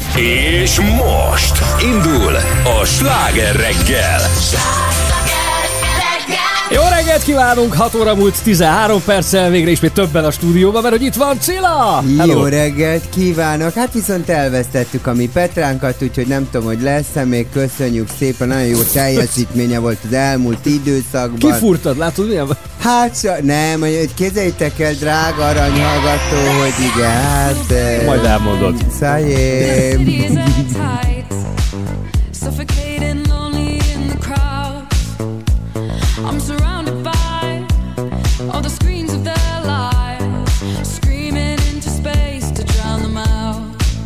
És most indul a Sláger reggel. Jó reggelt kívánunk, 6 óra múlt 13 perccel, végre ismét többen a stúdióban, mert hogy itt van Cilla! Hello. Jó reggelt kívánok, hát viszont elvesztettük a mi Petránkat, úgyhogy nem tudom, hogy lesz-e még, köszönjük szépen, nagyon jó teljesítménye volt az elmúlt időszakban. Kifúrtad, látod milyen? Hát nem, hogy képzeljétek el, drága aranyhallgató, hogy igen, hát... Majd elmondod. Szájém. I'm surrounded by all the screens of their lives, screaming into space to drown them out.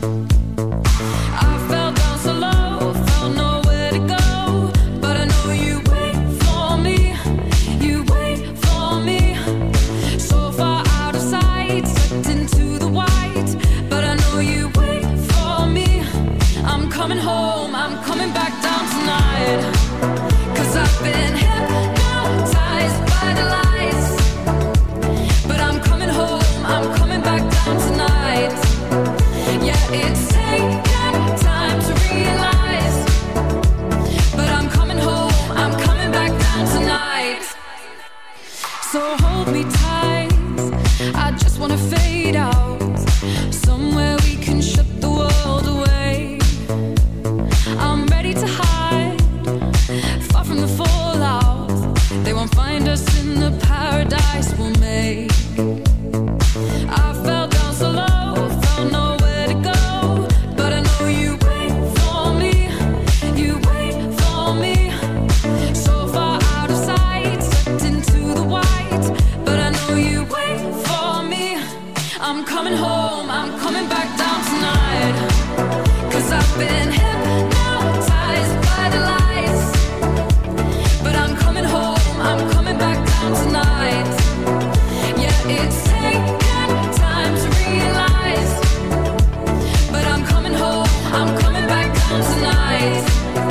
I fell down so low, felt nowhere to go, but I know you wait for me, you wait for me. So far out of sight, sucked into the white, but I know you wait for me. I'm coming home, I'm coming back down tonight, 'cause I've been hypnotized by the lights, but I'm coming home, I'm coming back down tonight. Yeah, it's taken time to realize, but I'm coming home, I'm coming back down tonight. So hold me tight, I just wanna fade out, somewhere we can shut the world away. I'm ready to hide, far from the fallout. They won't find us in the paradise we'll make. I fell down so low, found nowhere to go, but I know you wait for me, you wait for me. So far out of sight, sucked into the white, but I know you wait for me. I'm coming home, I'm coming back down tonight, 'cause I've been hypnotized by the lights, but I'm coming home, I'm coming back down tonight. Yeah, it's taken time to realize, but I'm coming home, I'm coming back down tonight.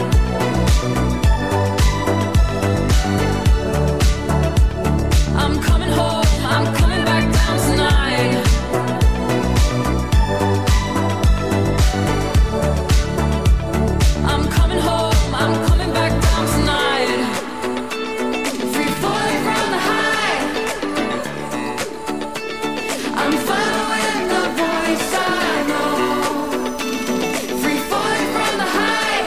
I'm coming home, I'm coming back down tonight. I'm coming home, I'm coming back down tonight. Free falling from the high, I'm following the voice I know. Free falling from the high,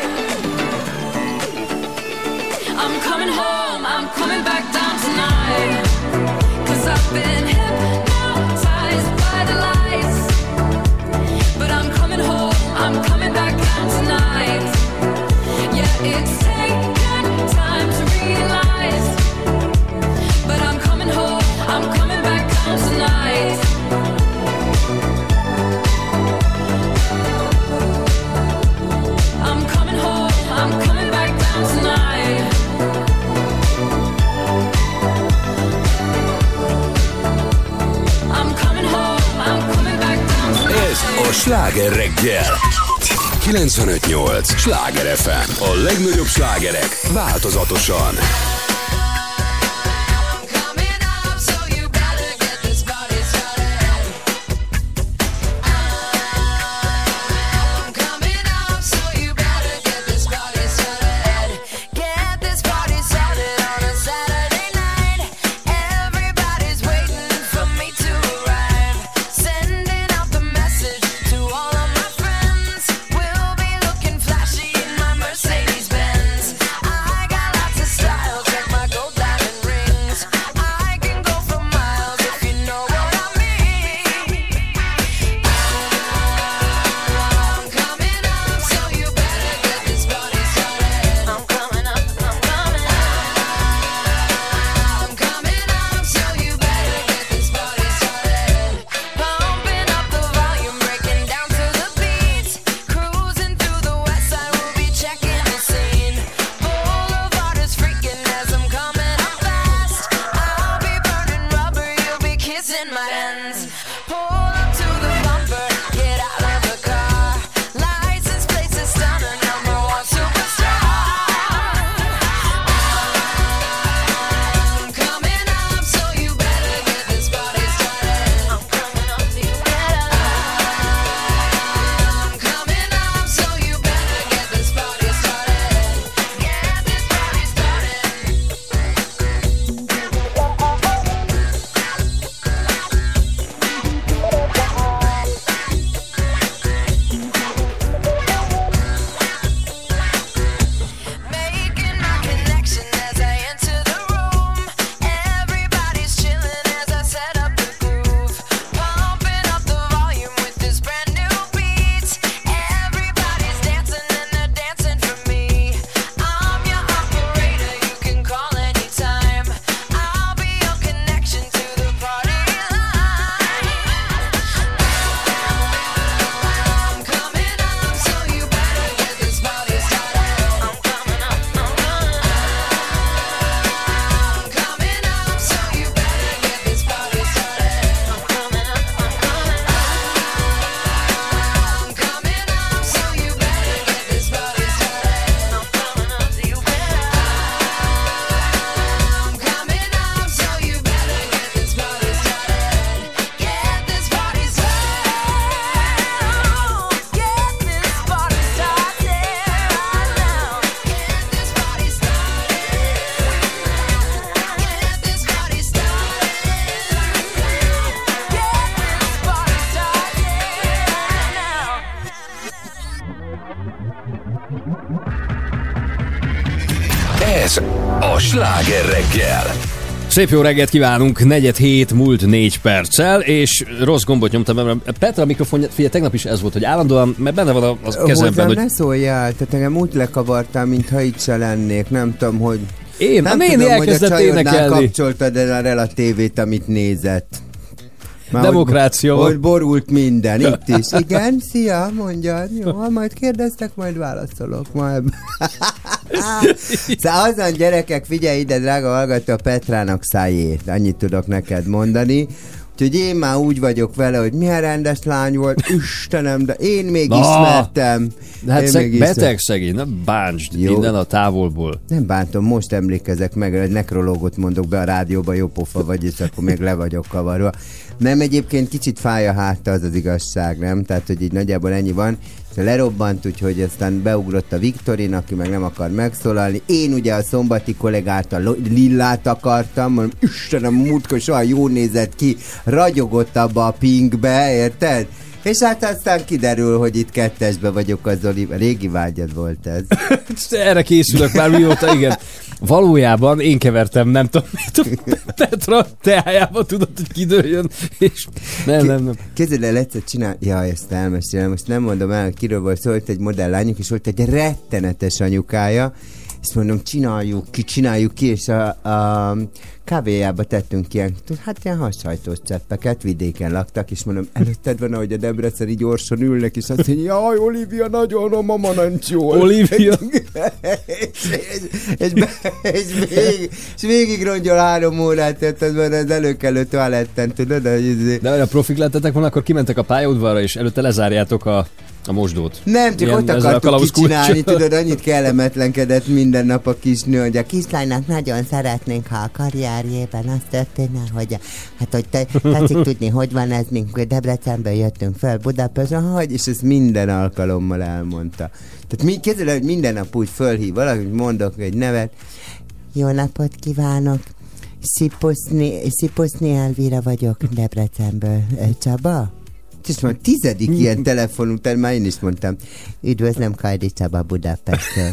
I'm coming home, I'm coming back down tonight, 'cause I've been hypnotized by the lights, but I'm coming home, I'm coming back down tonight. Yeah, it's taken time to realize, but I'm coming home, I'm coming back down tonight. I'm coming home, I'm coming back down tonight. I'm coming home, I'm coming back down tonight. Ez a Sláger reggel. 95.8 Sláger FM. A legnagyobb slágerek változatosan. Mercedes Benz. I got lots of style. Ez a Sláger reggel. Szép jó reggelt kívánunk, 4:07 múlt 4 perccel, és rossz gombot nyomtam, mert Petra a mikrofonja, figyelj, tegnap is ez volt, hogy állandóan, mert benne van a kezemben, hozzám hogy... ne szóljál, tehát engem úgy lekavartál, mintha itt se lennék, nem tudom, hogy... Én, a néni elkezdett énekelni. Kapcsoltad el a tévét, amit nézett. Már Demokrácia. Hogy borult minden, itt is. Igen, szia, mondjad. Jó, ha majd kérdeztek, majd válaszolok. Majd. Szóval azon gyerekek, figyelj ide, drága hallgató, a Petrának szájét. Annyit tudok neked mondani. Úgyhogy én már úgy vagyok vele, hogy milyen rendes lány volt, Istenem, de én még ismertem. De hát beteg szegény, ne bántsd minden a távolból. Nem bántom, most emlékezek meg, egy nekrológot mondok be a rádióba, jó pofa vagy, és akkor még le vagyok kavarva. Nem, egyébként kicsit fáj a háta, az az igazság, nem? Tehát, hogy így nagyjából ennyi van. Lerobbant, úgyhogy aztán beugrott a Viktorin, aki meg nem akar megszólalni. Én ugye a szombati kollégától Lillát akartam, mondom, Istenem, múltkor soha jól nézett ki, ragyogott abba a pinkbe, érted? És hát aztán kiderül, hogy itt kettesbe vagyok az régi vágyad volt ez. Erre készülök már mióta, igen. Valójában én kevertem, nem tudom, Petra teájába, tudod, hogy kidőljön, és nem. Képzeld el, egyszer csinál... Ja, ezt elmesélem, most nem mondom el, kiről volt szó, volt egy modellányuk, és volt egy rettenetes anyukája, és mondom, csináljuk ki, és a kávéjába tettünk ilyen hashajtós cseppeket, vidéken laktak, és mondom, előtted van, ahogy a debreceni gyorsan ülnek, és azt mondja, jaj, Olivia, nagyon a mama nincs jól. Olivia. és végig rongyol 3 órát, tehát az előkelő toaletten, tudod? De olyan profik lettetek volna, akkor kimentek a pályaudvarra, és előtte lezárjátok a mosdót. Nem, csak ott akartuk kicsinálni, tudod, annyit kellemetlenkedett minden nap a kisnő, hogy a kislánynak nagyon szeretnénk, ha a karrierjében az történne, hogy tetszik tudni, hogy van ez, mikor Debrecenből jöttünk fel Budapestre, és ezt minden alkalommal elmondta. Tehát képzeld el, hogy minden nap úgy fölhív valaki, mondok egy nevet, jó napot kívánok, Sziposzni Elvira vagyok Debrecenből, Csaba? És már 10. ilyen telefon után már én is mondtam, üdvözlöm, Kajdi Csaba Budapestről.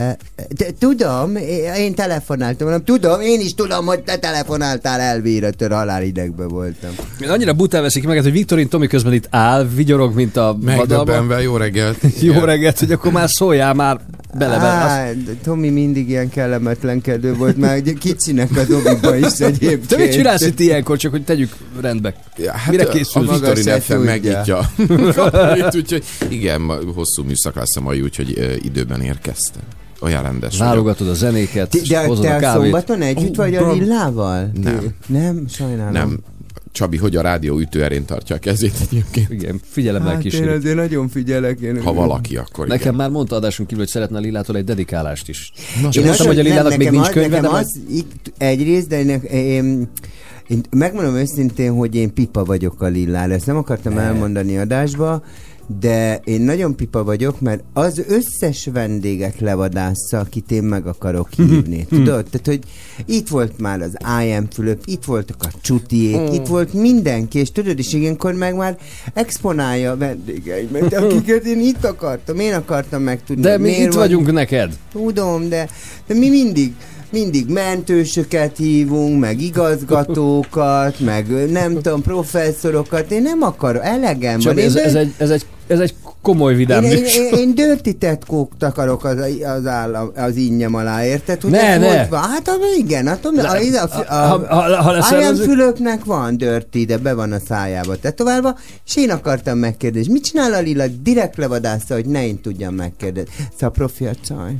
Tudom, én telefonáltam, mondom, tudom, én is tudom, hogy te telefonáltál Elvíratől, halálidegben voltam. Annyira bután veszik meg, hogy Viktorin Tomi közben itt áll, vigyorog, mint a megdöbbenve, jó reggelt. Jó reggelt, hogy akkor már szóljál már bele. Tomi mindig ilyen kellemetlenkedő volt, már kicsinek a dobiba is egyébként. Te mit csinálsz itt ilyenkor, csak hogy tegyük rendbe? Ja, hát mire készül? A Viktorin FM megnyitja. Úgyhogy igen, hosszú műszak lesz a mai, úgyhogy időben érkeztem. Olyan rendes. Válogatod a zenéket, hozod a kávét. Te szombaton együtt vagy a Lillával? Nem. Nem? Sajnálom. Nem. Csabi, hogy a rádió ütőerén tartja a kezét egyébként. Igen, figyelemmel kísérjük. Én azért nagyon figyelek. Ha valaki, akkor nekem igen. már mondta adásunk kívül, hogy szeretne a Lillától egy dedikálást is. Én mondtam, hogy a Lillának még nincs könyve, de egyrészt, de én megmondom őszintén, hogy én pipa vagyok a Lillára. Ezt nem akartam elmondani adásba, de én nagyon pipa vagyok, mert az összes vendéget levadásza, akit én meg akarok hívni. Tudod? Tehát, hogy itt volt már az I.M. Fülöp, itt voltak a Csutiék, itt volt mindenki, és tudod, és ilyenkor meg már exponálja a vendégeimet, akiket én itt akartam, én akartam megtudni. De mi itt vagyunk neked. Tudom, de mi mindig mentősöket hívunk, meg igazgatókat, meg nem tudom, professzorokat. Én nem akarom, elegem van. Ez egy komoly vidám. Én dirty tetkókt akarok az innyem alá, érted? Ne. Hát igen, a Fülöpnek van dirty, de be van a szájába tetoválva, és én akartam megkérdezni. Mit csinál a Lilla? Direkt levadásza, hogy ne én tudjam megkérdezni. Szóval profi a csaj.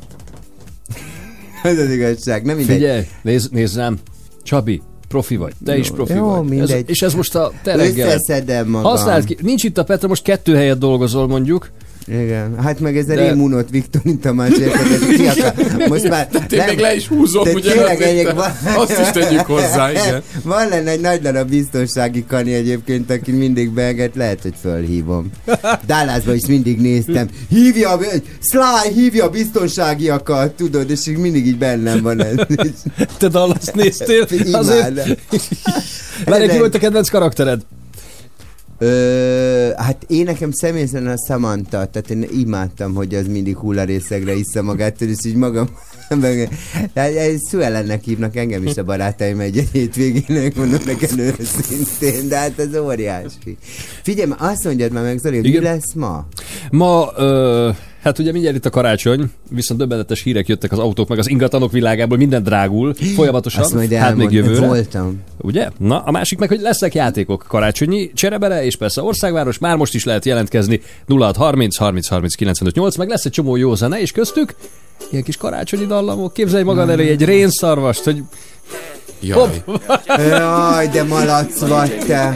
Ez az igazság, nem mindegy. Figyelj, nézz rám, Csabi, profi vagy, te is profi jó, vagy. És ez most a te reggeled. Összeszedem magam. Használd ki. Nincs itt a Petra, most 2 helyet dolgozol mondjuk. Igen, hát meg ez a rémunott Viktorin Tamás érted, most már... Én még le is húzom, ugye? Azt is tegyük hozzá, igen. Van lenne egy nagy darab biztonsági kani egyébként, aki mindig beenged, lehet, hogy fölhívom. Dallasban is mindig néztem. Hívja a biztonságiakat, tudod, és mindig így bennem van ez. Te Dallas néztél? Azért... Várj, ki volt a kedvenc karaktered? Hát én nekem személyesen a Samantha, tehát én imádtam, hogy az mindig hullarészegre issza magát, és így magam Sue-Ellennek hívnak engem is a barátaim egy hétvégének, mondom neked őszintén, de hát ez óriási. Figyelj, azt mondjad már meg, Zoli, hogy mi lesz ma? Ma, hát ugye mindjárt itt a karácsony, viszont döbbenetes hírek jöttek az autók, meg az ingatlanok világából, minden drágul, folyamatosan, azt majd hát még jövőre. Voltam. Ugye? Na, a másik meg, hogy lesznek játékok karácsonyi cserebere, és persze országváros, már most is lehet jelentkezni 0630 30 30 95 8, meg lesz egy csomó jó zene, és köztük ilyen kis karácsonyi dallamok. Képzelj magad elé egy rénszarvast, hogy... Jaj. Jaj, de malac vagy te.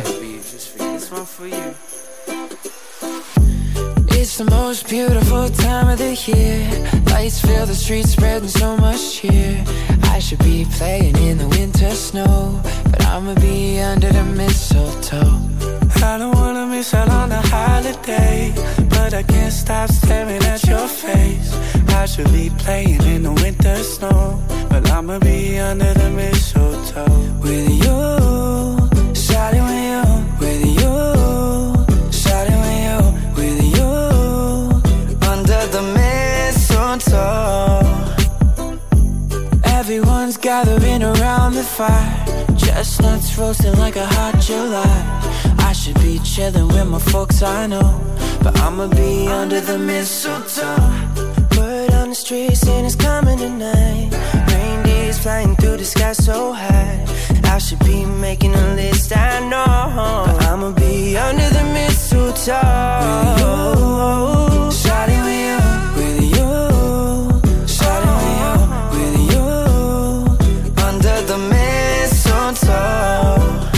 It's the most beautiful time of the year. Lights fill the streets, spreading so much cheer. I should be playing in the winter snow, but I'ma be under the mistletoe. I don't wanna miss out on the holiday, but I can't stop staring at your face. I should be playing in the winter snow, but I'ma be under the mistletoe. With you, shawty, with you, with you, shawty, with you, with you, under the mistletoe. Everyone's gathering around the fire, chestnuts roasting like a hot July. I should be chilling with my folks, I know, but I'ma be under the mistletoe. Word on the street saying it's coming tonight. Reindeers flying through the sky so high. I should be making a list, I know, but I'ma be under the mistletoe. With you, shawty, with you, with you, shawty, with you, with you, under the mistletoe.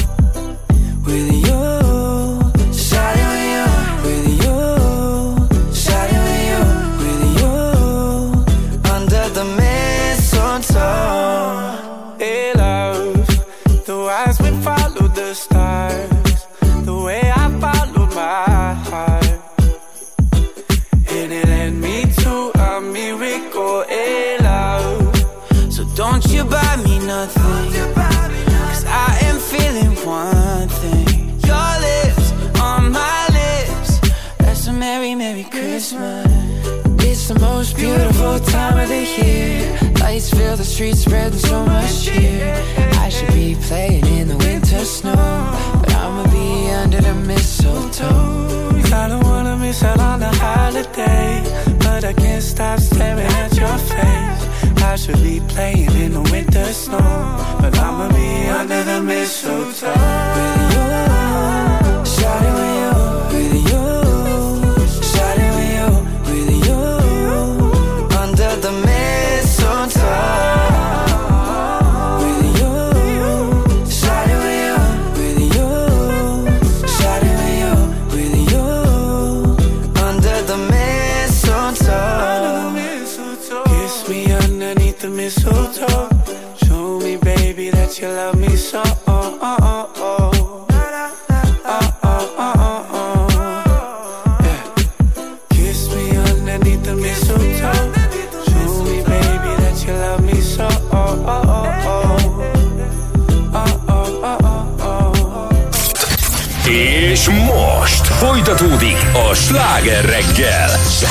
With you, shawty, with you, with you, shawty, with you, with you, under the mistletoe. Hey love, the wise men follow the stars, the way I followed my heart, and it led me to a miracle. Hey love, so don't you buy me nothing, 'cause I am feeling one thing. Your lips on my lips, that's a merry, merry Christmas. It's the most beautiful time of the year. Lights fill the streets, spreading so much cheer. I should be playing in the winter snow, but I'ma be under the mistletoe. I don't wanna miss out on the holiday, but I can't stop staring at your face. I should be playing in the winter snow, but I'ma be under the mistletoe. With you, shawty, with you, with you, shawty, with you, with you, under the mistletoe. With you, shawty, with you, with you, shawty, with you, with you, under the mistletoe. Kiss me underneath the mistletoe. Show me, baby, that you love me so. Yeah. Kiss me underneath the mistletoe. Show me, baby, that you love me so. És most folytatódik a Sláger reggel.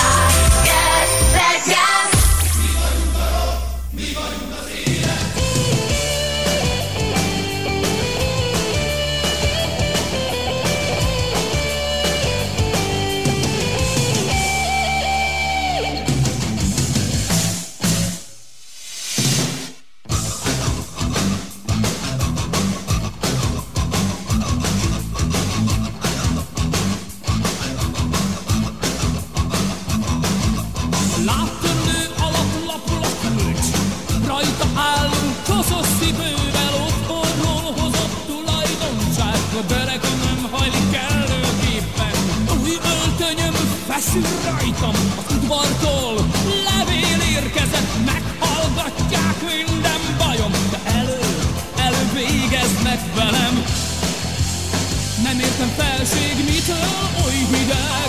Rajtam az udvartól levél érkezett, meghallgatják minden bajom, de előbb végezd meg velem. Nem értem felség, mitől oly hideg,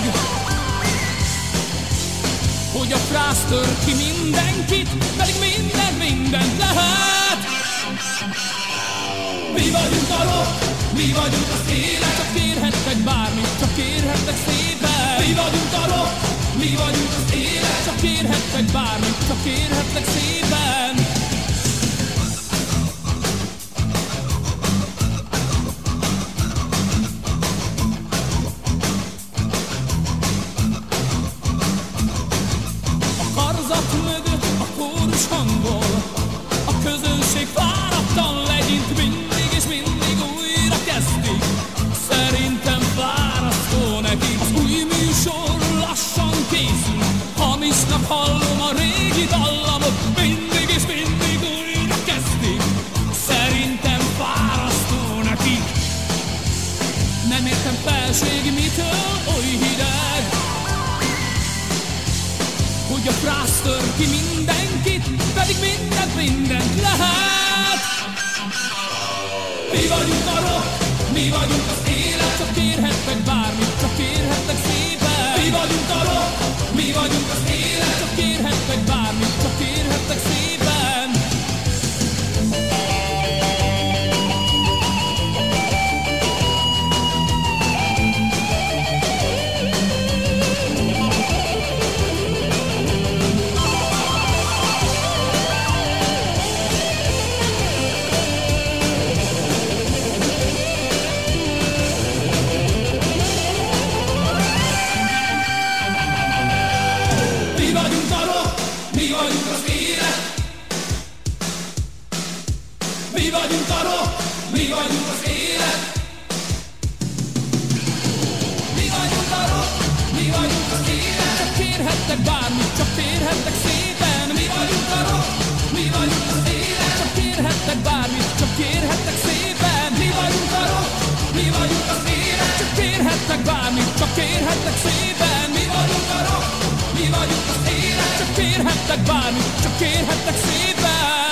hogy a frász tör ki mindenkit, pedig mindent lehet. Mi vagyunk a rock, mi vagyunk az élet. Csak kérhettek bármit, csak kérhettek szépen. Mi vagyunk a rock, mi vagyunk az élet. Csak kérhettek bármit, csak kérhettek szépen. Hangol. A közönség fáradtan legyint, mindig és mindig újra kezdik. Szerintem fárasztó nekik. Az új műsor lassan készül. Hamisnak hallom a régi dallamot, mindig és mindig újra kezdik. Szerintem fárasztó nekik. Nem értem felség, mitől oly hideg, hogy a frász tör ki mindenkit, pedig mindent lehet. Mi vagyunk a rock, mi vagyunk az élet. Csak kérhettek bármit, csak kérhettek szépen. Mi vagyunk a rock, mi vagyunk az élet. Csak kérhettek bármit, csak kérhettek szépen. Mi vagyunk a rock, mi vagyunk az élet. Mi vagyunk a rock, mi vagyunk az élet. Csak kérhettek bármit, csak kérhettek szépen. Mi vagyunk a rock, mi vagyunk az élet. Csak kérhettek bármit, csak kérhettek szépen. Mi vagyunk a rock, mi vagyunk az élet. Csak kérhettek bármit, csak kérhettek szépen. Mi vagyunk a rock, mi vagyunk az élet. Csak kérhettek bármit, csak kérhettek szépen.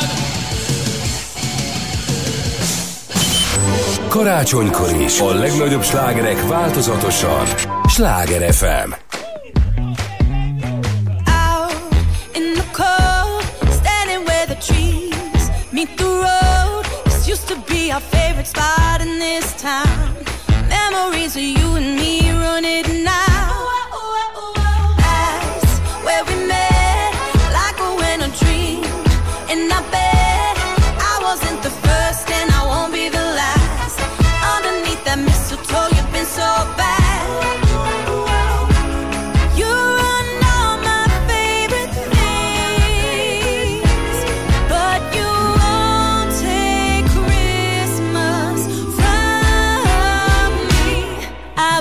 Karácsonykor is a legnagyobb slágerek változatosan. Sláger FM. Out in the cold, standing where the trees meet the road. This used to be our favorite spot in this town. Memories of you and me running now. That's where we met, like a winter dream. And I bet I wasn't the first and I won't be the last. Underneath that mistletoe, you've been so bad. You run all my favorite things, but you won't take Christmas from me. I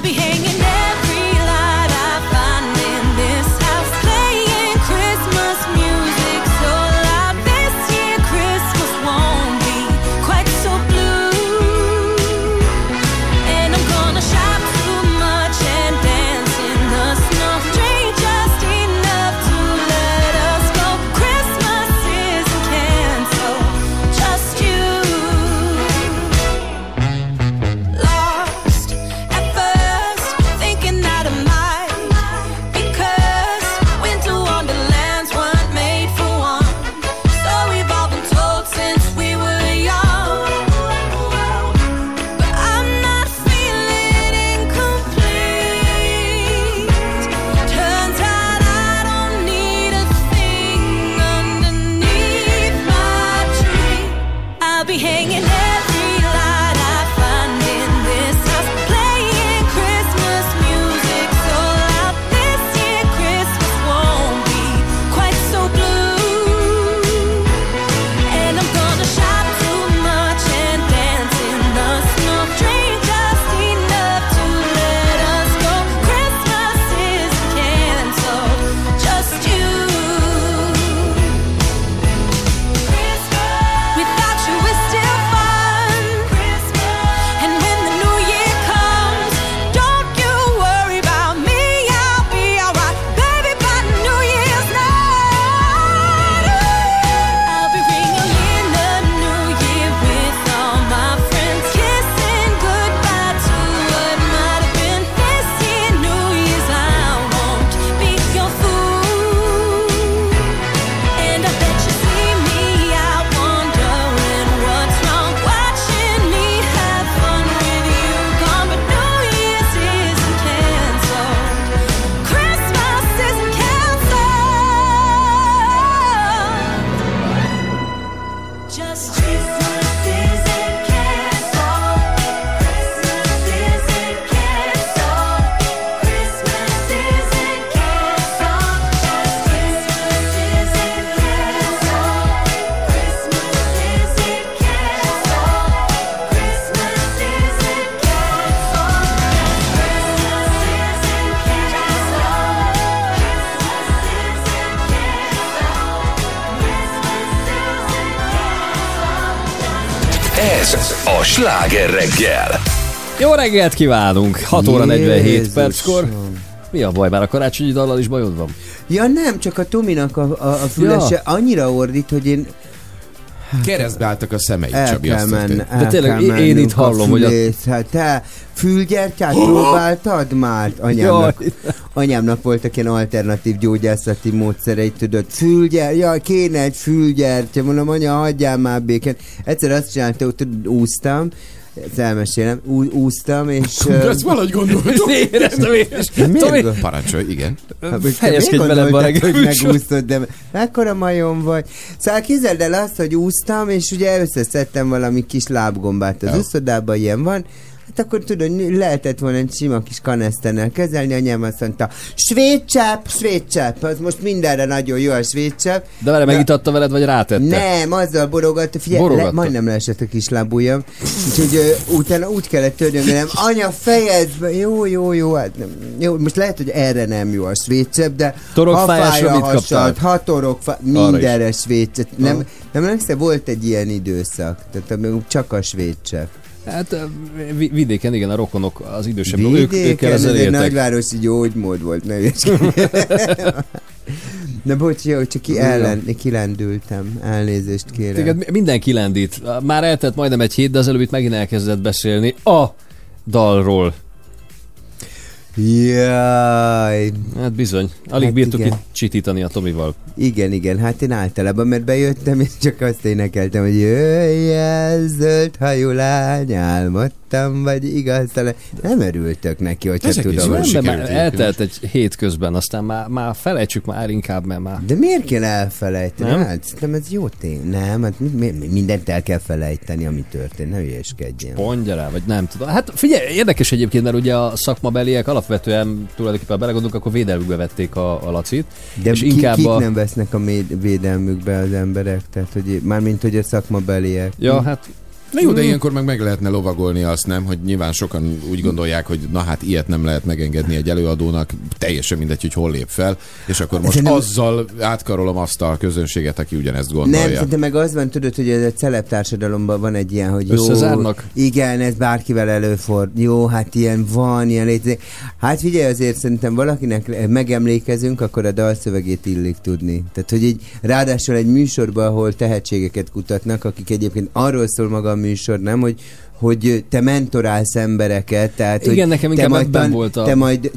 Ez a Sláger reggel. Jó reggelt kívánunk! 6 óra 47 Jézusom. perckor. Mi a baj? Már a karácsonyi dallal is bajod van? Ja nem, csak a Tominak a fülese annyira ordít, hogy én Keresztbe álltak a szemeid, el Csabi, kell azt menni. történt. De tényleg, én itt hallom, hogy a... Hát te fülgyertyát próbáltad már? Anyámnak voltak ilyen alternatív gyógyászati módszerei, tudod, kéne egy fülgyertya, mondom, anya, hagyjál már békén. Egyszer azt csináltam, hogy úsztam, ezt elmesélem, úsztam, és... Ezt valahogy gondoltam. Éreztem én is. Tomi, Parancsolj, igen. helyezkedj velem a reggel. hogy megúsztod, de mekkora majom vagy. Szóval képzeld el azt, hogy úsztam, és ugye összeszedtem valami kis lábgombát az úszodában, ilyen van. Hát akkor tudod, lehetett volna egy sima kis kanesztennel kezelni, anyám azt mondta, svédcsepp, az most mindenre nagyon jó a svédcsepp. De vele megitatta veled, vagy rátette? Nem, azzal borogatta, figyelj, majdnem leesett a kis lábujjam, úgyhogy utána úgy kellett törnöm, anya, fejedbe, jó, hát nem, jó, most lehet, hogy erre nem jó a svédcsepp, de torokfájásra mit kaptál? Ha torokfáj, mindenre svédcsepp. Nem emlékszem, volt egy ilyen időszak, tehát csak a svédcsepp. Hát vidéken, igen, a rokonok, az idősebb, ők ezzel ez egy éltek. nagyvárosi gyógymód volt, ne Na bocs, jó, csak kilendültem, elnézést kérem. Téged minden kilendít. Már eltelt majdnem egy hét, de az előbb itt megint elkezdett beszélni a dalról. Jaj. Hát bizony. Alig Hát bírtuk igen. itt csitítani a Tomival. Igen, hát én általában, mert bejöttem, és csak azt énekeltem, hogy jöjj el, zöld hajú lány, álmodtam, vagy igaz, nem örültök neki, hogyha Ezek is tudom. jól Nem, de sikerült már egyébként. eltelt egy hét közben, aztán már felejtsük már inkább, mert már... De miért kell elfelejteni? Nem? Hát, szerintem ez jó tény. Nem, hát mindent el kell felejteni, ami történt. Ne hülyeskedjen. Mondja rá, vagy nem tudom. Hát figyelj, érdekes egyébként, mert ugye a szakmabeliek alapvetően tulajdonképpen belegondolunk, akkor védelmükbe vették a Lacit. De és inkább kik a... nem vesznek a védelmükbe az emberek? Tehát, hogy mármint, hogy a szakmabeliek. Ja, hát Na jó, de ilyenkor meg lehetne lovagolni azt, nem? Hogy nyilván sokan úgy gondolják, hogy na hát ilyet nem lehet megengedni egy előadónak, teljesen mindegy, hogy hol lép fel, és akkor most azzal átkarolom azt a közönséget, aki ugyanezt gondolja. Nem, de meg az van, tudod, hogy ez a celeb társadalomban van egy ilyen, hogy jó, összezárnak? igen, ez bárkivel előfordul. Jó, hát ilyen van, ilyen létezik. Hát figyelj, azért szerintem valakinek megemlékezünk, akkor a dalszövegét illik tudni. Tehát, hogy így, ráadásul egy műsorban, ahol tehetségeket kutatnak, akik egyébként arról szól maga a műsor, nem, hogy te mentorálsz embereket, tehát igen, hogy nekem inkább ebben volt a...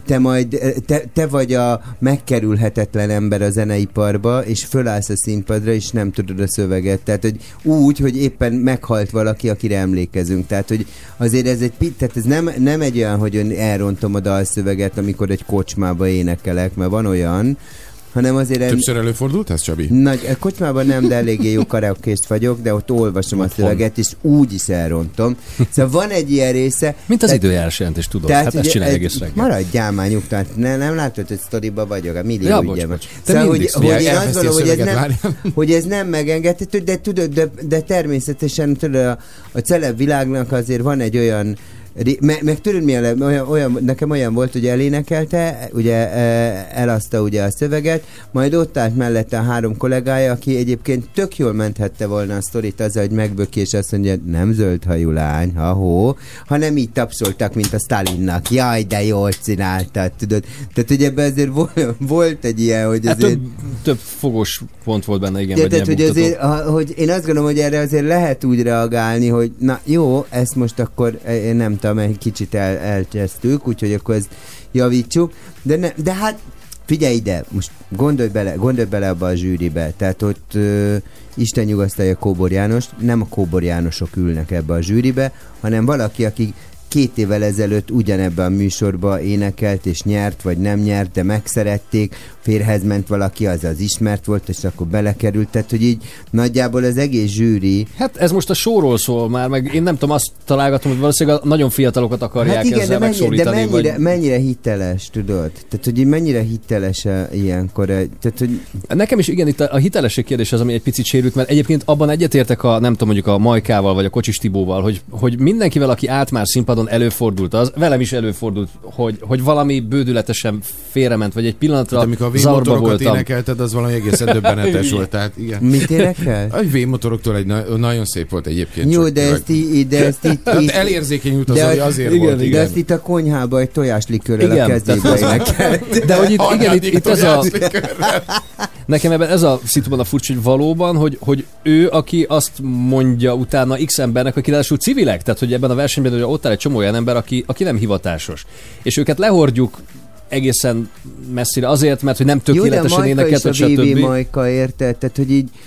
te vagy a megkerülhetetlen ember a zeneiparba, és fölállsz a színpadra, és nem tudod a szöveget. Tehát, hogy úgy, hogy éppen meghalt valaki, akire emlékezünk. Tehát, hogy azért ez tehát ez nem egy olyan, hogy én elrontom a dalszöveget, amikor egy kocsmába énekelek, mert van olyan, hanem azért... Többször előfordult ez, Csabi? Nagy, kocsmában nem, de eléggé jó karaokést vagyok, de ott olvasom a szöveget, és úgy is elrontom. Szóval van egy ilyen része... Mint az időjárás jelentés, tudod. Hát ezt csinálj egész reggel. Maradjál már nyugtán, nem látod, hogy sztoriba vagyok, a millió ügye van. Szóval, hogy én azt gondolom, hogy ez nem megengedhető, de tudod, de természetesen tudod, a celeb világnak azért van egy olyan meg tudod mi olyan, nekem olyan volt, hogy elénekelte, ugye eladta ugye a szöveget, majd ott állt mellette a 3 kollégája, aki egyébként tök jól menthette volna a sztorit azzal, hogy megböki, és azt mondja, nem zöldhajú lány, hanem így tapsoltak, mint a Stalinnak. Jaj, de jól csináltad, tudod. Tehát ugye ebben azért volt egy ilyen, hogy azért... Több fogós pont volt benne, igen, de, vagy tehát, ilyen hogy azért, hogy én azt gondolom, hogy erre azért lehet úgy reagálni, hogy na jó, ezt most akkor én nem tudom, egy kicsit elcsesztük, úgyhogy akkor ezt javítsuk, de hát figyelj ide, most gondolj bele abba a zsűribe, tehát ott Isten nyugasztalja Kóbor Jánost, nem a Kóbor Jánosok ülnek ebbe a zsűribe, hanem valaki, aki 2 évvel ezelőtt ugyanebben a műsorban énekelt és nyert, vagy nem nyert, de megszerették, férhez ment valaki, az ismert volt, és akkor belekerült, tehát hogy így nagyjából az egész zsűri... Hát ez most a showról szól már, meg én nem tudom, azt találgatom, hogy valószínűleg a nagyon fiatalokat akarják hát igen, ezzel megszólítani. Mennyire hiteles, tudod? Tehát, hogy mennyire hiteles ilyenkor? Tehát, hogy... Nekem is igen, itt a hitelesség kérdés az, ami egy picit sérült, mert egyébként abban egyetértek nem tudom, mondjuk a Majkával, vagy a Kocsis Tibóval, hogy mindenkivel, aki állt már színpadon, színpadon előfordult az, velem is előfordult, hogy valami bődületesen félrement, vagy egy pillanatra amikor a zavarba V-motorokat voltam. énekelted, az valami egészen döbbenetes volt. Tehát igen. Mit énekel? A V-motoroktól nagyon szép volt egyébként. Jó, csak de ezt így elérzékenyült az, de- hogy azért igen, volt. de ezt itt a konyhába egy tojáslikörrel a Igen, kezébe tehát- énekelt. De hogy itt, igen, Anyádik itt ez a... tojáslikörrel. Nekem ebben ez a szituban a furcsa, hogy valóban, hogy ő, aki azt mondja utána X embernek, aki ráadásul civilek, tehát hogy ebben a versenyben hogy ott áll egy csomó olyan ember, aki nem hivatásos. És őket lehordjuk egészen messzire azért, mert hogy nem tökéletesen énekelt, vagy Jó, de Majka is a VV stb. Majka, érted? Tehát, hogy így,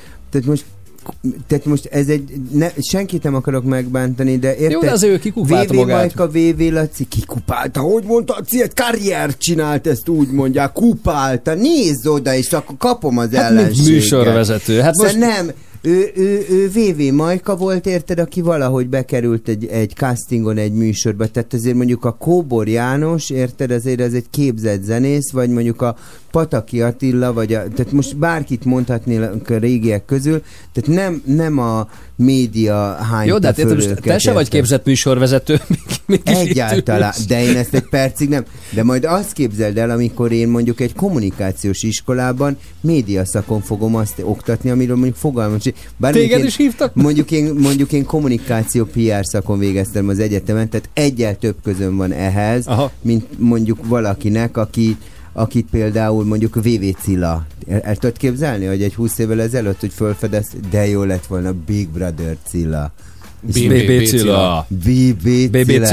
tehát most ez egy, senkit nem akarok megbántani, de érted? Jó, de azért ő kikupálta VV magát. Majka, VV Laci kikupálta. Hogy mondta, egy karriert csinált, ezt úgy mondják, kupálta. Nézz oda, és akkor kapom az Hát mint ellenséget. műsorvezető. Hát most... Szóval nem, ő VV Majka volt, érted, aki valahogy bekerült egy castingon egy műsorba, tehát azért mondjuk a Kóbor János, érted, azért ez egy képzett zenész, vagy mondjuk a Pataki Attila, tehát most bárkit mondhatnék a régiek közül, tehát nem a média hányta. Jó, de hát föl most őket, te se vagy érted? képzett műsorvezető. mégis itt Egyáltalán, ülsz. de én ezt egy percig nem. De majd azt képzeld el, amikor én mondjuk egy kommunikációs iskolában médiaszakon fogom azt oktatni, amiről mondjuk fogalmam sincs. Bár Téged is hívtak? Mondjuk én kommunikáció PR szakon végeztem az egyetemen, tehát egyel több közöm van ehhez, Aha. mint mondjuk valakinek, akit például mondjuk VV Cilla. El tudod képzelni, hogy egy 20 évvel ezelőtt, hogy felfedez, de jó lett volna Big Brother Cilla. BB Cilla. BBC.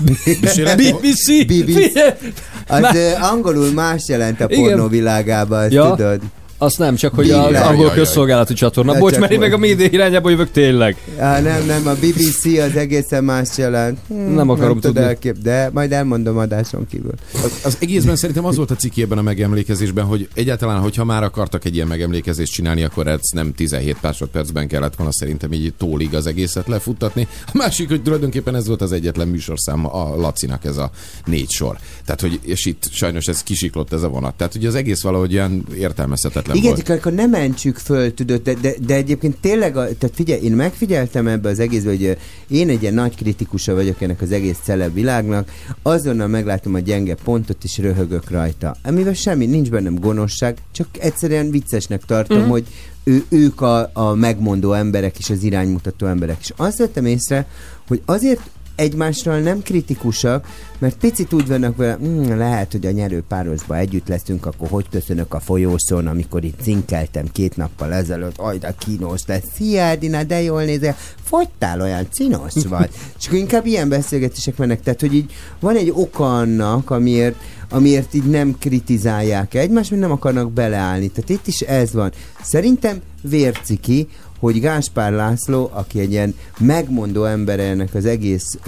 BBC. Figyelj! Az angolul más jelent a Igen. pornóvilágában, ezt Ja. tudod. Azt nem, csak hogy Ja, az ja, angol ja, ja. közszolgálati csatorna. Ja, Bocs, csak mert én meg a hogy- média irányába jövök tényleg. Nem, a BBC az egészen más jelent. Nem akarom tudod tudni. de majd elmondom adáson kívül. Az egészben szerintem az volt a ciki ebben a megemlékezésben, hogy egyáltalán, hogyha már akartak egy ilyen megemlékezést csinálni, akkor ez nem 17 másodpercben kellett volna szerintem így tólig az egészet lefuttatni. A másik, hogy tulajdonképpen ez volt az egyetlen műsorszám a Lacinak, ez a 4 sor. Tehát, hogy és itt sajnos ez kisiklott ez a vonat. Tehát, hogy az egész valahogy ilyen értelmezhetetlen Igen, volt. csak akkor ne mentsük föl, tudod, de egyébként tényleg, tehát figyelj, én megfigyeltem ebbe az egészbe, hogy én egy ilyen nagy kritikusa vagyok ennek az egész celeb világnak, azonnal meglátom a gyenge pontot, és röhögök rajta. Amivel semmi, nincs bennem gonoszság, csak egyszerűen viccesnek tartom, hogy ők a megmondó emberek és az iránymutató emberek. És azt vettem észre, hogy azért egymásról nem kritikusak, mert picit úgy vannak vele, lehet, hogy a nyerőpárosban együtt leszünk, akkor hogy köszönök a folyószón, amikor itt cinkeltem 2 nappal ezelőtt, de kínos lesz. Szia, Erdina, de jól nézel. Fogytál, olyan cinos vagy. És akkor inkább ilyen beszélgetések mennek. Tehát, hogy így van egy oka annak, amiért így nem kritizálják egymást, mert nem akarnak beleállni. Tehát itt is ez van. Szerintem vérciki, hogy Gáspár László, aki egy ilyen megmondó ember ennek az egész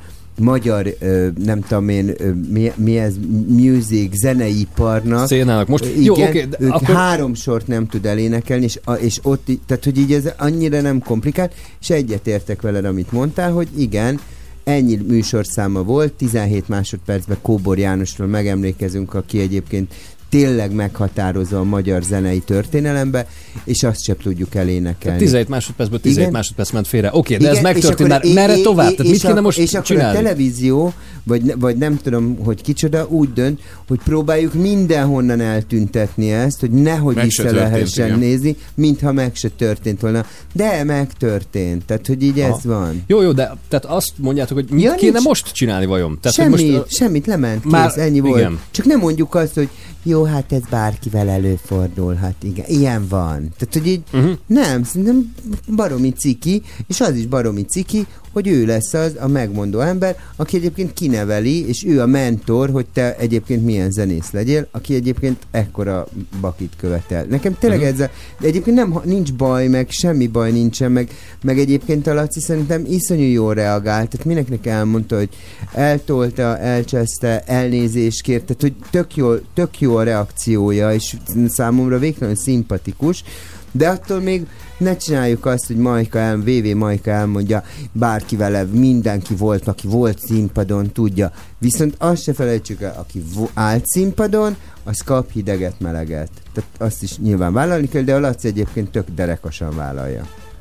magyar, nem tudom én, mi ez, music, zeneiparnak. Szénának. Most, Igen, jó, oké, de ők akkor... 3 sort nem tud elénekelni, és ott, tehát hogy így ez annyira nem komplikált, és egyetértek veled, amit mondtál, hogy igen, ennyi műsorszáma volt, 17 másodpercben Kóbor Jánosról megemlékezünk, aki egyébként tényleg meghatározó a magyar zenei történelembe, és azt sem tudjuk elénekelni. 17 másodpercből 17 Igen. másodperc ment félre. Oké, de Igen, ez megtörtént és már. akkor Merre tovább? Tehát mit kéne most és akkor csinálni? a televízió, vagy nem tudom, hogy kicsoda, úgy dönt, hogy próbáljuk mindenhonnan eltüntetni ezt, hogy nehogy Meg se vissza történt, lehessen igen. nézni, mintha meg se történt volna. De megtörtént. Tehát, hogy így ez van. Jó, de tehát azt mondjátok, hogy mit Ja, kéne nincs. most csinálni vajon? Tehát, hogy Semmit lement, kész, Már- ennyi volt. igen. Csak nem mondjuk azt, hogy jó, hát ez bárkivel előfordulhat, igen, ilyen van. Tehát, hogy így nem, szerintem baromi ciki, és az is baromi ciki, hogy ő lesz az a megmondó ember, aki egyébként kineveli, és ő a mentor, hogy te egyébként milyen zenész legyél, aki egyébként ekkora bakit követel. Nekem tényleg ezzel, de egyébként nincs baj, meg semmi baj nincsen, meg egyébként a Laci szerintem iszonyú jól reagált, tehát mindenkinek elmondta, hogy eltolta, elcseszte, elnézést kért, tehát hogy tök jó a reakciója, és számomra végtelenül szimpatikus, de attól még ne csináljuk azt, hogy VV Majka elmondja, bárki vele, mindenki volt, aki volt színpadon, tudja. Viszont azt se felejtsük el, aki állt színpadon, az kap hideget, meleget. Tehát azt is nyilván vállalni kell, de a Laci egyébként tök derekasan vállalja.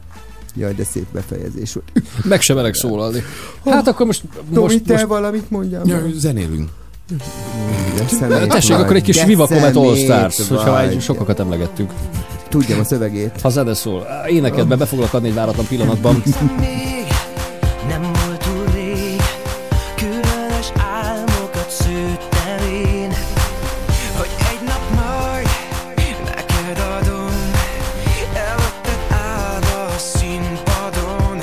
Jaj, de szép befejezés volt. Meg sem merek szólalni. Hát akkor most te valamit mondjam. Ja, zenélünk. tessék, akkor egy kis Viva Comet All Stars, hogyha már sokakat emlegettünk. Tudjam a szövegét. Ha zene szól. Énekedbe be foglak adni egy váratlan pillanatban. Nem volt túl rég, különös álmokat szőttem én, hogy egy nap majd neked adom, előtted állva a színpadon.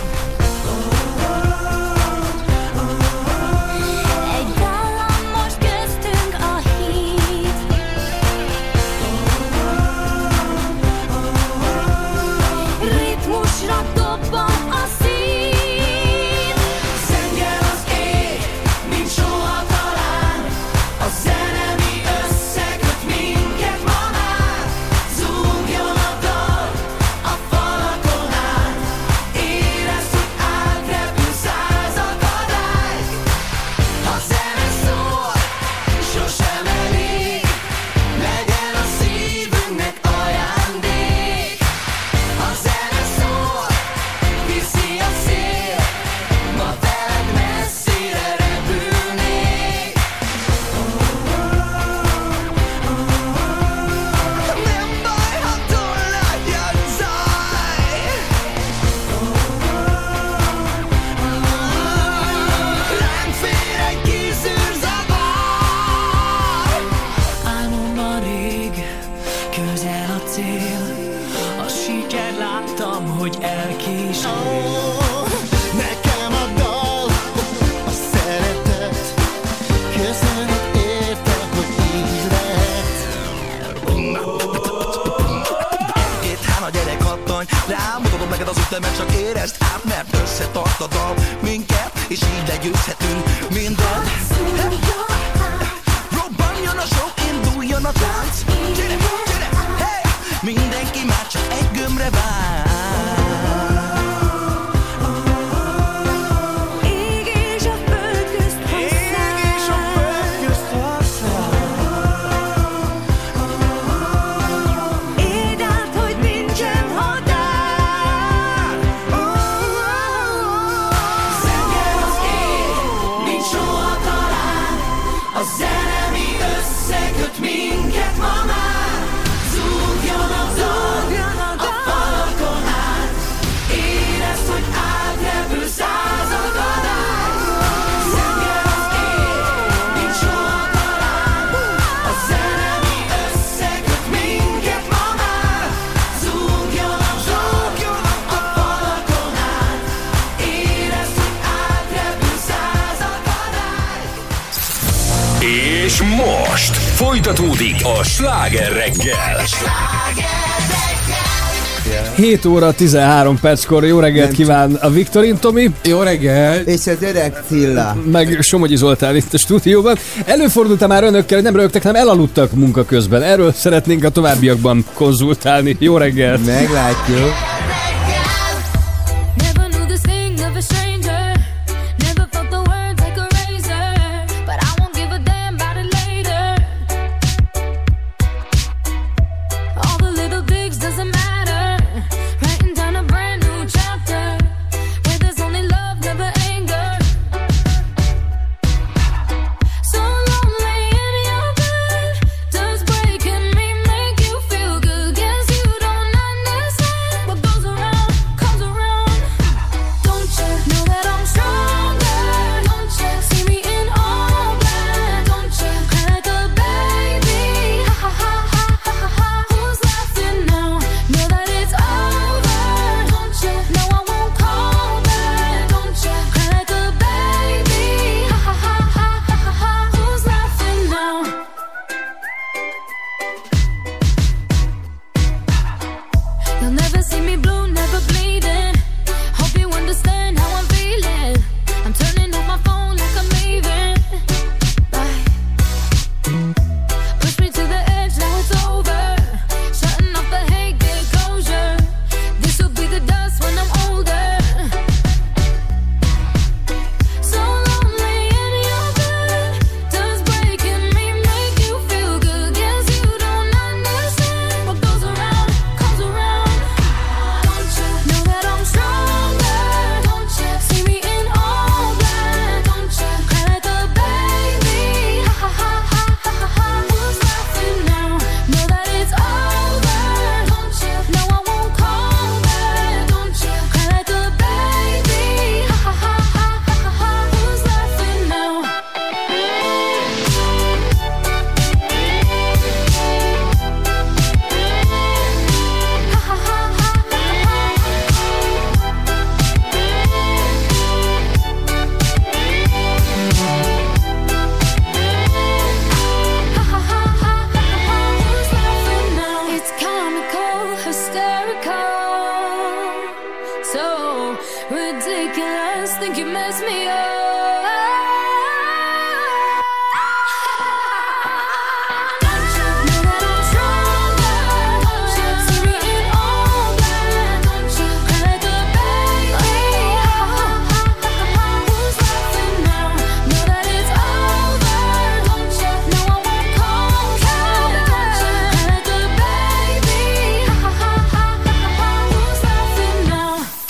Egy dallam most köztünk a híd. Ritmusra dobban a szív. Zengel az ég, mint soha talán, a zene mi összeköt minket ma már. Zúgjon a dal a falakon át, érezd, hogy átrepül 100 akadály. Ha zene szól, sosem elég, legyen a szívünknek ajándék. Ha zene szól, viszi a szél, ma veled messzire repülnék. Nem baj, ha túl nagy a zaj, ránk fér egy kis zűrzavar. Álmomban rég, közel a cél, a siker láttam, hogy elkísér. Nekem a dal, a szeretet, köszönöm érte, hogy így lehet. Egy-két hána gyerek kattanj, rám mutatom neked az ütemet, csak érezd át, mert összetart a dal minket, és így legyőzhetünk minden. Robbanjon a show, induljon a tánc. Gyere, gyere, hey! Mindenki már csak egy gömbre vár. Ég és a föld közt éld át, hogy nincsen határ. Zengel az ég, mint soha talán, a zene mi összeköt minket ma már. Zúgjon a dal a falakon át, érezd, hogy átrepül 100 akadály. Zengel az ég, mint soha talán, a zene mi összeköt minket ma már. Zúgjon a dal a falakon át, érezd, hogy átrepül 100 akadály. És most folytatódik a Sláger reggel. 7 óra 13 perckor jó reggelt kíván a Viktorin Tomi, Jó reggel! És az öreg Cilla. meg Somogyi Zoltán itt a stúdióban. Előfordult már önökkel, hogy nem rögtek, hanem elaludtak munka közben. Erről szeretnénk a továbbiakban konzultálni. Jó reggelt! Meglátjuk. Never knew this thing of a stranger. Never felt the words like a razor. But I won't give a damn about it later. All the little digs doesn't matter. Writing down a brand new chapter where there's only love, never anger. So lonely in your bed. Does breaking me make you feel good? Guess you don't understand what goes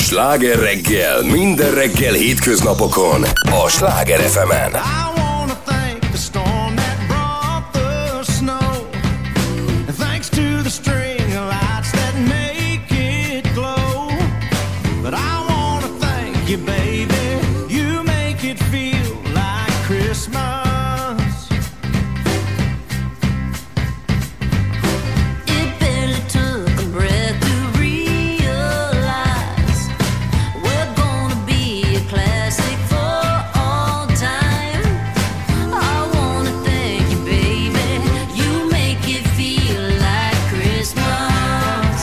Sláger reggel, minden reggel hétköznapokon a Sláger FM-en. I wanna thank the storm that brought the snow. And thanks to the string of lights that make it glow. But I wanna thank you, baby. You make it feel like Christmas. It barely took a breath to realize we're gonna be a classic for all time. I wanna thank you, baby. You make it feel like Christmas.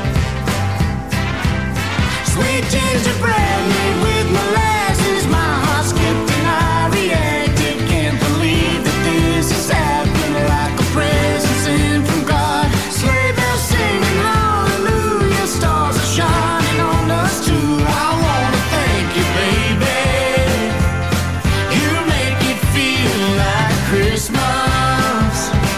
Sweet gingerbread made with molasses. My heart skipped and I reacted. Can't believe that this is happening, like a present sent from God. Sleigh bells singing hallelujah. Stars are shining on us too. I wanna thank you, baby. You make it feel like Christmas.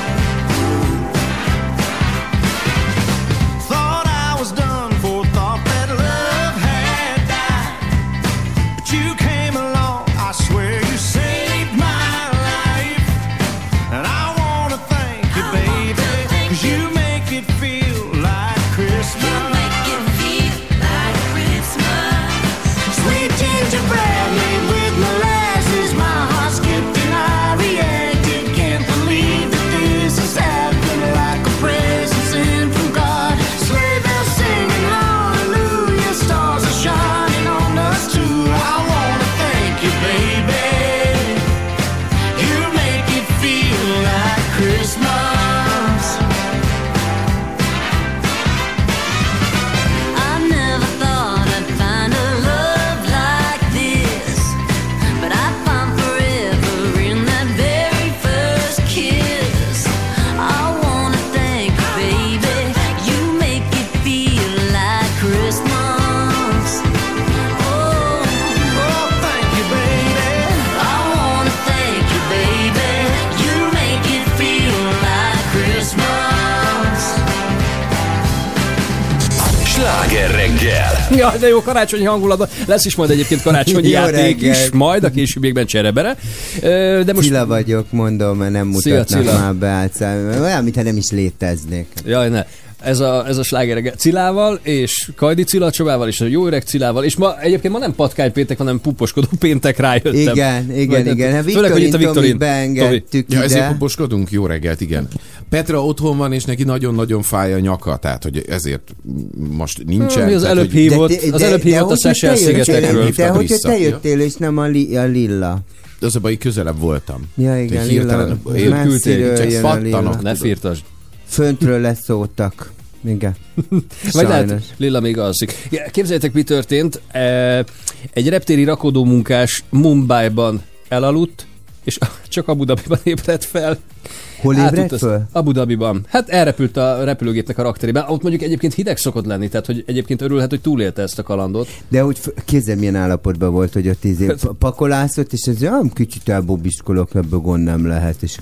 Thought I was done for, thought that love had died. But you came along, I swear you saved my life. And I wanna thank you, baby, 'cause you make it feel like Christmas. Make it feel like Christmas. Sweet gingerbread made with molasses. My heart skipped and I reacted. Can't believe that this is happening, like a present sent from God. Sleigh bells singing hallelujah. Stars are shining on us too. I wanna thank you, baby. You make it feel like Christmas. I never thought I'd find a love like this, but I found forever in that very first kiss. I wanna thank you, baby. You make it feel like Christmas. Oh, Thank you, baby. I wanna thank you, baby. You make it feel like Christmas. Sláger reggel. Jaj, de jó karácsonyi hangulatban. Lesz is majd egyébként karácsonyi Jó játék reggelt. is, majd a későbbiekben cserebere. De most... Cilla vagyok, mondom, mert nem Szia, mutatnak Cilla. már beállt. Olyan, mintha nem is léteznék. Jaj, ne. Ez a sláger reggel Cilával, és Kajdi Cilla Csabával, és a jó öreg Cilával, és egyébként ma nem patkánypéntek, hanem puposkodó péntek, rájöttem. Igen. Hát Főleg, hogy itt a Tomit Viktorin. beengedtük Ja, ezért ide. puposkodunk? Jó reggelt, igen. Petra otthon van, és neki nagyon-nagyon fáj a nyaka, tehát hogy ezért most nincsen. Mi az tehát, előbb hogy- hívott, az előbb hívott a Seychelles szigetekről. De hogyha vissza. te jöttél, és nem a Lilla. Az a baj, közelebb voltam. Ja, igen, Tehát Lilla. hirtelen- én Messziről csak jön a pattanok. Lilla. Ne firtasd. Föntről leszóltak. Igen. Vagy lehet, Sajnos. Lilla még alszik. Képzeljétek, mi történt. Egy reptéri rakodó munkás Mumbaiban elaludt, és csak Abu Dhabiban ébredt fel. Hol ébredt Átutaz- föl? Abu Dhabiban. Hát elrepült a repülőgépnek a rakterében. Ott mondjuk egyébként hideg szokott lenni, tehát hogy egyébként örülhet, hogy túlélte ezt a kalandot. De hogy kézzel milyen állapotban volt, hogy ott pakolászott, és ez olyan kicsit elbobiskolok, ebből gond nem lehet, és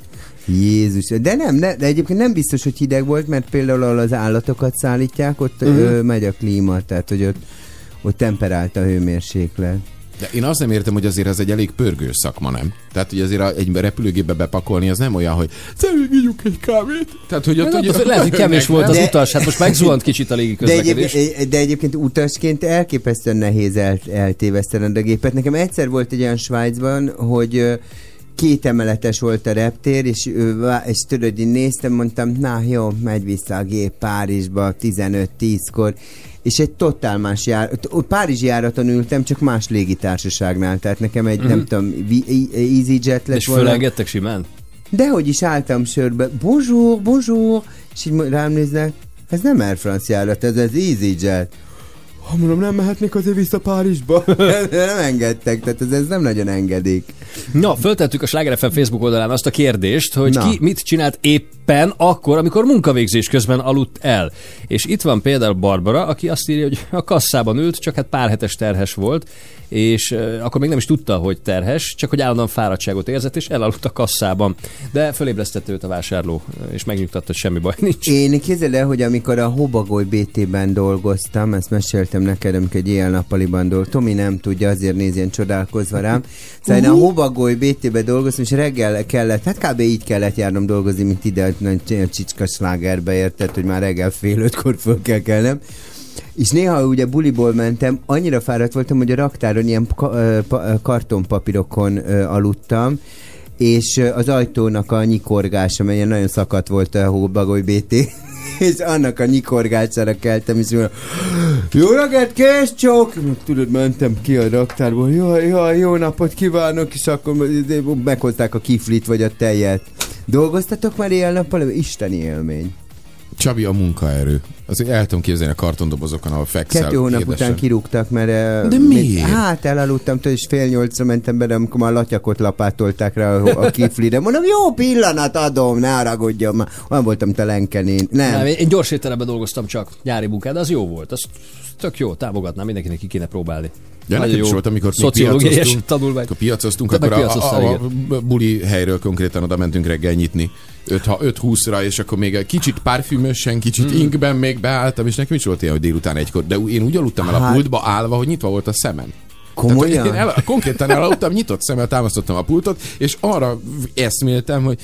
Jézus, de egyébként nem biztos, hogy hideg volt, mert például ahol az állatokat szállítják, ott megy a klíma, tehát hogy ott temperált a hőmérséklet. De én azt nem értem, hogy azért ez egy elég pörgős szakma, nem? Tehát, hogy azért egy repülőgépbe bepakolni, az nem olyan, hogy ígyunk egy kávét. Tehát, hogy ott ugye... Lehet, hogy kevés volt az De- utas, hát most megzuhant kicsit a légi közlekedés. De egyébként utasként elképesztően nehéz eltévesztened a gépet. Nekem egyszer volt egy olyan Svájcban, hogy 2 emeletes volt a reptér, és tudod, én néztem, mondtam, na jó, megy vissza a gép Párizsba 15-10-kor, és egy totál más Párizsi járaton ültem, csak más légitársaságnál, tehát nekem egy, nem tudom, EasyJet lett És volna. fölengedtek simán? Dehogy is álltam sörbe, bonjour, és így rám néznek, ez nem Air France járat, ez az EasyJet. Ha mondom, nem mehetnék azért vissza Párizsba? Nem engedtek, tehát ez nem nagyon engedik. Na, föltettük a Sláger FM Facebook oldalán azt a kérdést, hogy Na. ki mit csinált éppen akkor, amikor munkavégzés közben aludt el. És itt van például Barbara, aki azt írja, hogy a kasszában ült, csak hát pár hetes terhes volt, és akkor még nem is tudta, hogy terhes, csak hogy állandóan fáradtságot érzett, és elaludt a kasszában. De fölébresztette őt a vásárló, és megnyugtatta, hogy semmi baj nincs. Én képzeld el, hogy amikor a Hobagoly BT-ben dolgoztam, ezt meséltem neked, amikor egy éjjel-nappaliban dolgoztam, Tomi nem tudja, azért néz ilyen csodálkozva rám. Szóval én a Hobagoly BT-ben dolgoztam, és reggel kellett, hát kb. Így kellett járnom dolgozni, mint ide a Csicska Slágerbe, érted, hogy már reggel 4:30 föl kell kelnem. És néha ugye buliból mentem, annyira fáradt voltam, hogy a raktáron ilyen kartonpapírokon aludtam, és az ajtónak a nyikorgása, melyen nagyon szakadt volt a Hobagoly BT, és annak a nyikorgására keltem, és mondom, jó reggelt, kész csók! Tudod, mentem ki a raktárból, jó napot kívánok, és akkor meghozták a kiflit vagy a tejet. Dolgoztatok már éjjel-nappal? Isteni élmény. Csabi, a munkaerő. Azért el tudom képzelni a kartondobozokon, ahol fekszel. 2 hónap után kirúgtak, mert... De miért? Hát elaludtam, és 7:30-ra mentem be, de amikor már latyakot lapátolták rá a kiflire. Mondom, jó pillanat adom, ne haragudjon már. Olyan voltam telenken én. Nem. Én gyors étteremben dolgoztam csak, nyári munkát, de az jó volt. Az tök jó, támogatnám, mindenkinek ki kéne próbálni. Ja, nekem is volt, amikor piacoztunk, akkor a buli helyről konkrétan oda mentünk reggel nyitni. 5-20-ra, és akkor még egy kicsit parfümösen, kicsit inkben még beálltam, és nekem is volt ilyen, hogy délután 1-kor, de én úgy aludtam el a pultba állva, hogy nyitva volt a szemem. Komolyan? Tehát, én konkrétan elaludtam, nyitott szemmel támasztottam a pultot, és arra eszméltem, hogy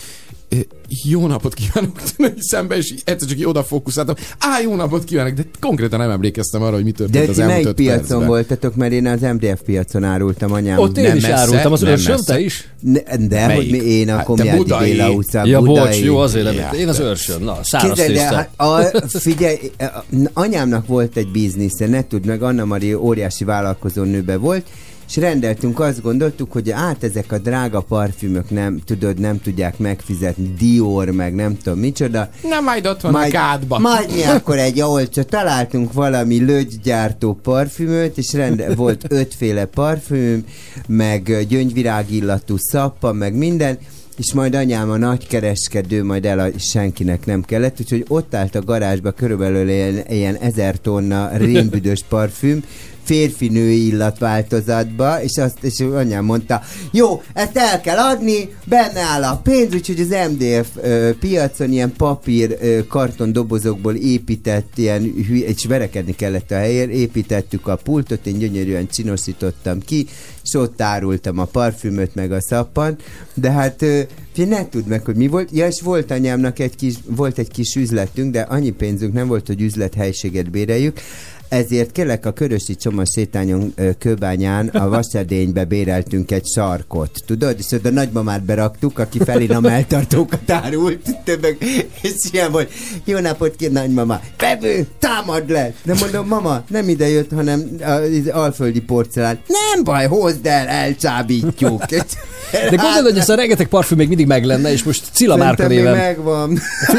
jó napot kívánok szembe, és egyszer csak odafókuszáltam. Jó napot kívánok, de konkrétan nem emlékeztem arra, hogy mi történt az elmúlt 5 percben. De melyik piacon voltatok, mert én az MDF piacon árultam anyám. Ott én is árultam, az Őrsön, te is? De hogy én a Komjádi Béla utcán, ja, bocs, jó, azért nem. Én az Őrsön, na, száraz tészta. Figyelj, anyámnak volt egy biznisze, ne tudd meg, Anna Mari óriási vállalkozónőbe volt, és rendeltünk, azt gondoltuk, hogy ezek a drága parfümök nem tudják megfizetni, Dior, meg nem tudom micsoda. Na majd ott van a kádba. Majd mi akkor egy olcsó, találtunk valami lögygyártó parfümöt, és volt 5 féle parfüm, meg gyöngyvirágillatú szappa, meg minden, és majd anyám a nagykereskedő, majd senkinek nem kellett, úgyhogy ott állt a garázsba körülbelül ilyen 1000 tonna rémbüdös parfüm, férfi-női illatváltozatba, és anyám mondta, jó, ezt el kell adni, benne áll a pénz, úgyhogy az MDF piacon ilyen papír kartondobozokból épített, és verekedni kellett a helyén, építettük a pultot, én gyönyörűen csinosítottam ki, és ott árultam a parfümöt, meg a szappant, de hát ne tudd meg, hogy mi volt. Ja, és volt anyámnak volt egy kis üzletünk, de annyi pénzünk nem volt, hogy üzlethelyiséget béreljük, ezért kérlek a Körösi Csoma sétányon Kőbányán a Vaserdénybe béreltünk egy sarkot, tudod? És oda nagymamát beraktuk, aki felén a melltartókat árult, és ilyen volt, jó napot ki, nagymama, vevő, támad le! De mondom, mama, nem ide jött, hanem az alföldi porcelán. Nem baj, hozd el, elcsábítjuk. De gondolod, hogy ez a rengeteg parfüm még mindig meg lenne, és most Cilla márka néven. Megvan.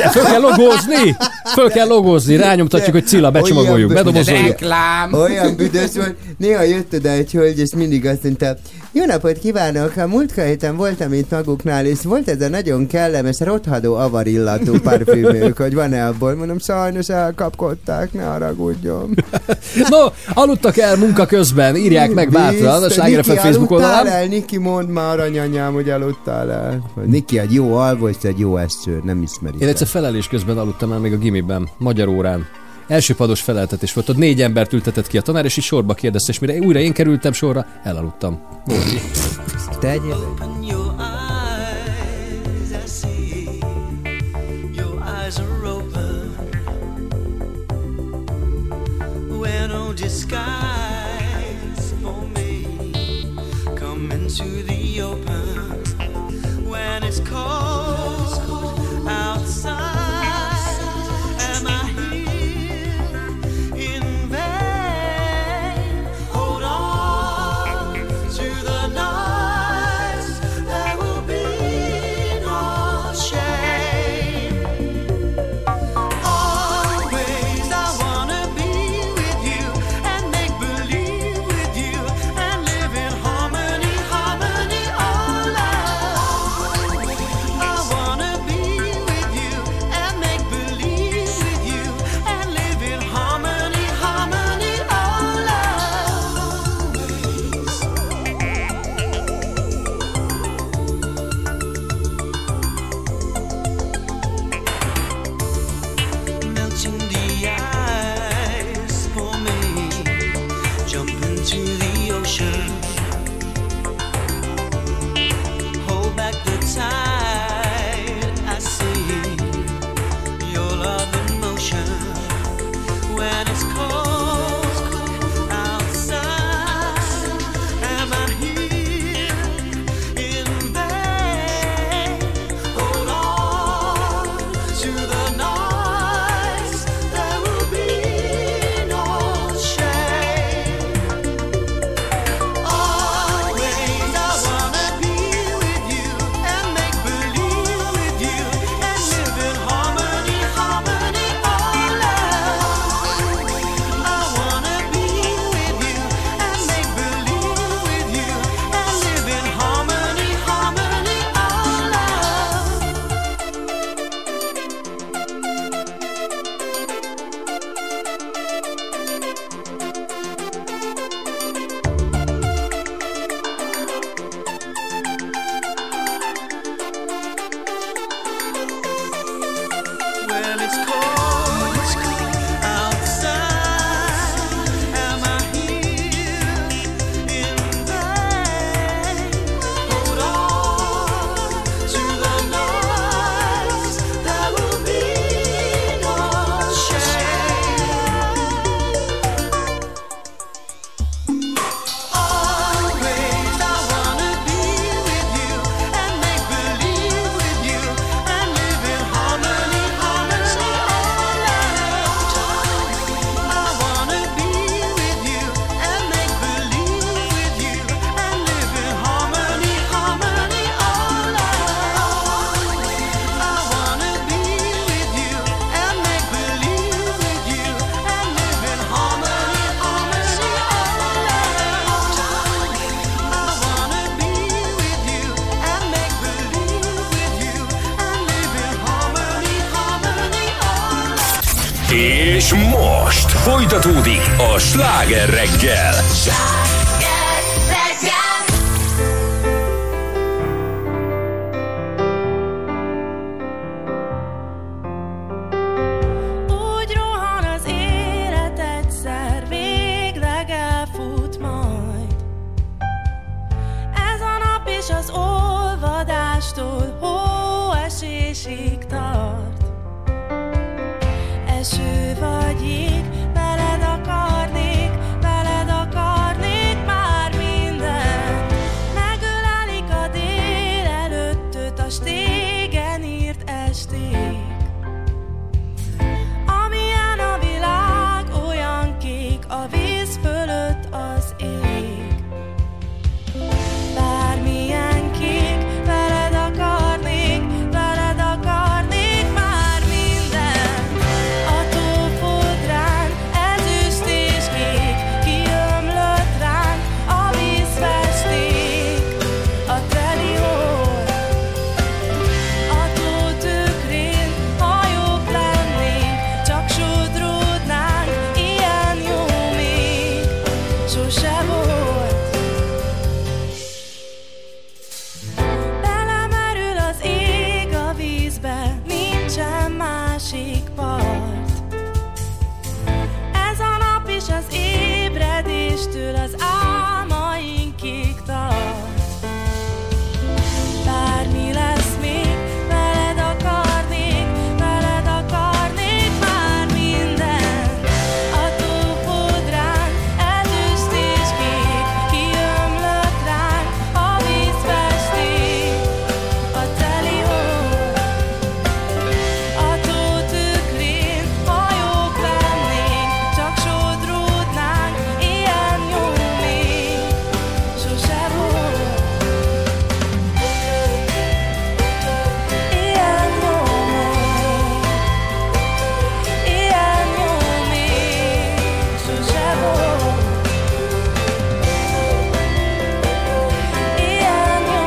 Föl kell logózni, rányomtatjuk, hogy Cilla, becsomagoljuk, bedobozoljuk. Reklám. Olyan büdös volt. Néha jött oda egy hölgy, és mindig azt mondta, jó napot kívánok, a múlt héten voltam itt maguknál, és volt ez a nagyon kellemes, rothadó avarillatú parfümök, hogy van-e abból? Mondom, sajnos elkapkodták, ne haragudjon. No, aludtak el munka közben, írják meg bátran a Sláger FM Facebook oldalán. Aludtál el, Niki, mondd már, aranyanyám, hogy aludtál el. Niki, egy jó alvó és egy jó eső, nem ismerik. Én egyszer felelés közben aludtam el még a gimiben, magyar órán. Első pados feleltetés volt, ott 4 embert ültetett ki a tanár, és így sorba kérdezte, és mire újra én kerültem sorra, elaludtam. Te egyébként? És most folytatódik a Sláger reggel. Úgy rohan az élet, egyszer végleg elfut majd. Ez a nap is az olvadástól hóesésig tart. Eső vagy jég, veled akarnék már mindent. Megölelik a délelőttöt, a stégen írt esték. Amilyen a világ, olyan kék, a víz fölött az ég. Bármilyen kék, veled akarnék már minden. A tófodrán ezüst és kék, kiömlött ránk a vízfesték. A teli orr, a tótükrén hajók lennénk, csak sodródnánk, ilyen jó még sose volt. Belemerül az ég a vízbe, nincsen másik part. Ez a nap is az ébredéstől az álmainkig tart. Bármi lesz még, veled akarnék már minden. A tófodrán ezüst és kék, kiömlött ránk a vízfesték. A teli orr, a tótükrén hajók lennénk, csak sodródnánk, ilyen jó még sose volt. Ilyen jó még sose volt. Ilyen jó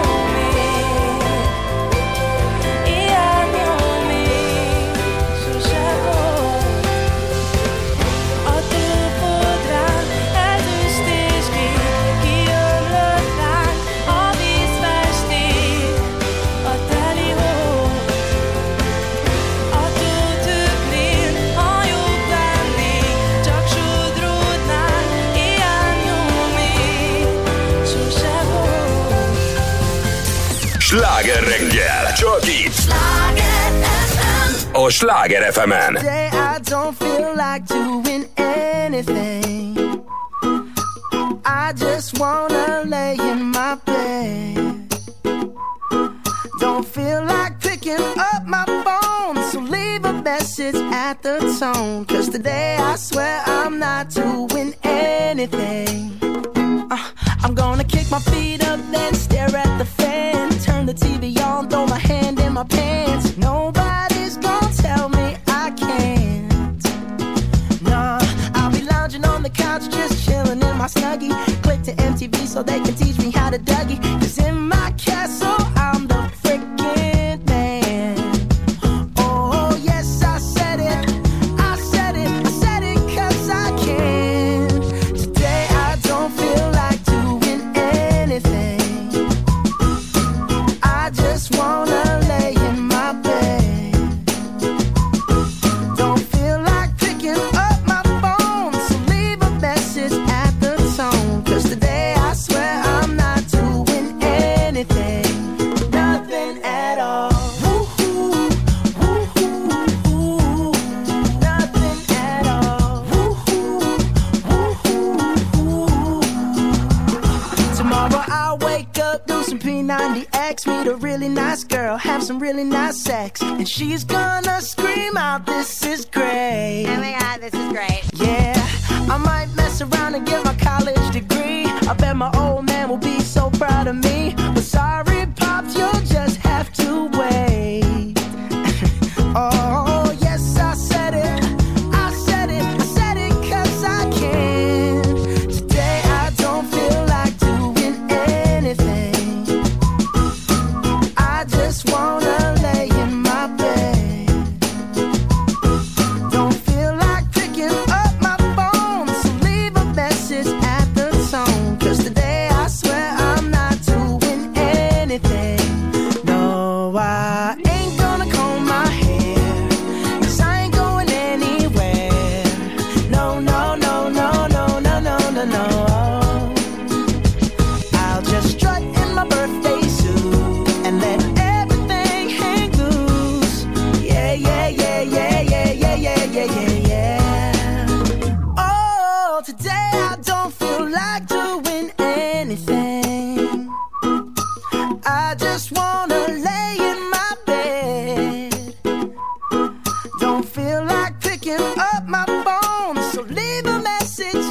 még sose volt. A tófodrán ezüst és kék, kiömlött ránk a vízfesték. A teli orr, a tótükrén hajók lennénk, csak sodródnánk, ilyen jó még sose volt. Sláger reggel. Csak itt. A Sláger FM-en. Today I don't feel like doing anything. I just wanna lay in my bed. Don't feel like picking up my phone, so leave a message at the tone. 'Cause today I swear I'm not doing anything. I'm gonna kick my feet up, then stare at the fan. Turn the TV on, throw my hand in my pants. Nobody's gonna tell me I can't. Nah, I'll be lounging on the couch, just chilling in my Snuggie. Click to MTV so they can teach me how to Dougie. 'Cause in my castle, I'm the freaking man. Oh, yes, I said it. I said it. I said it 'cause I can. Today I don't feel like doing anything. I just wanna lay in my bed. Don't feel like picking up my phone, so leave a message at the tone. 'Cause today I swear I'm not doing anything. Nothing at all. Woo-hoo, woo-hoo, woo. Nothing at all. Woo-hoo, woo-hoo, woo. Tomorrow I'll wake up, do some P90X, meet a really nice girl, have some really nice sex, and she's gonna scream out, "This is great." Oh my god, this is great. Yeah, I might mess around and get my college degree. I bet my old man will be so proud of me. But sorry, Pops, you'll just have to wait. Oh, yes, I said it. I said it. I said it 'cause I can. Today I don't feel like doing anything. I just wanna lay in my bed. Don't feel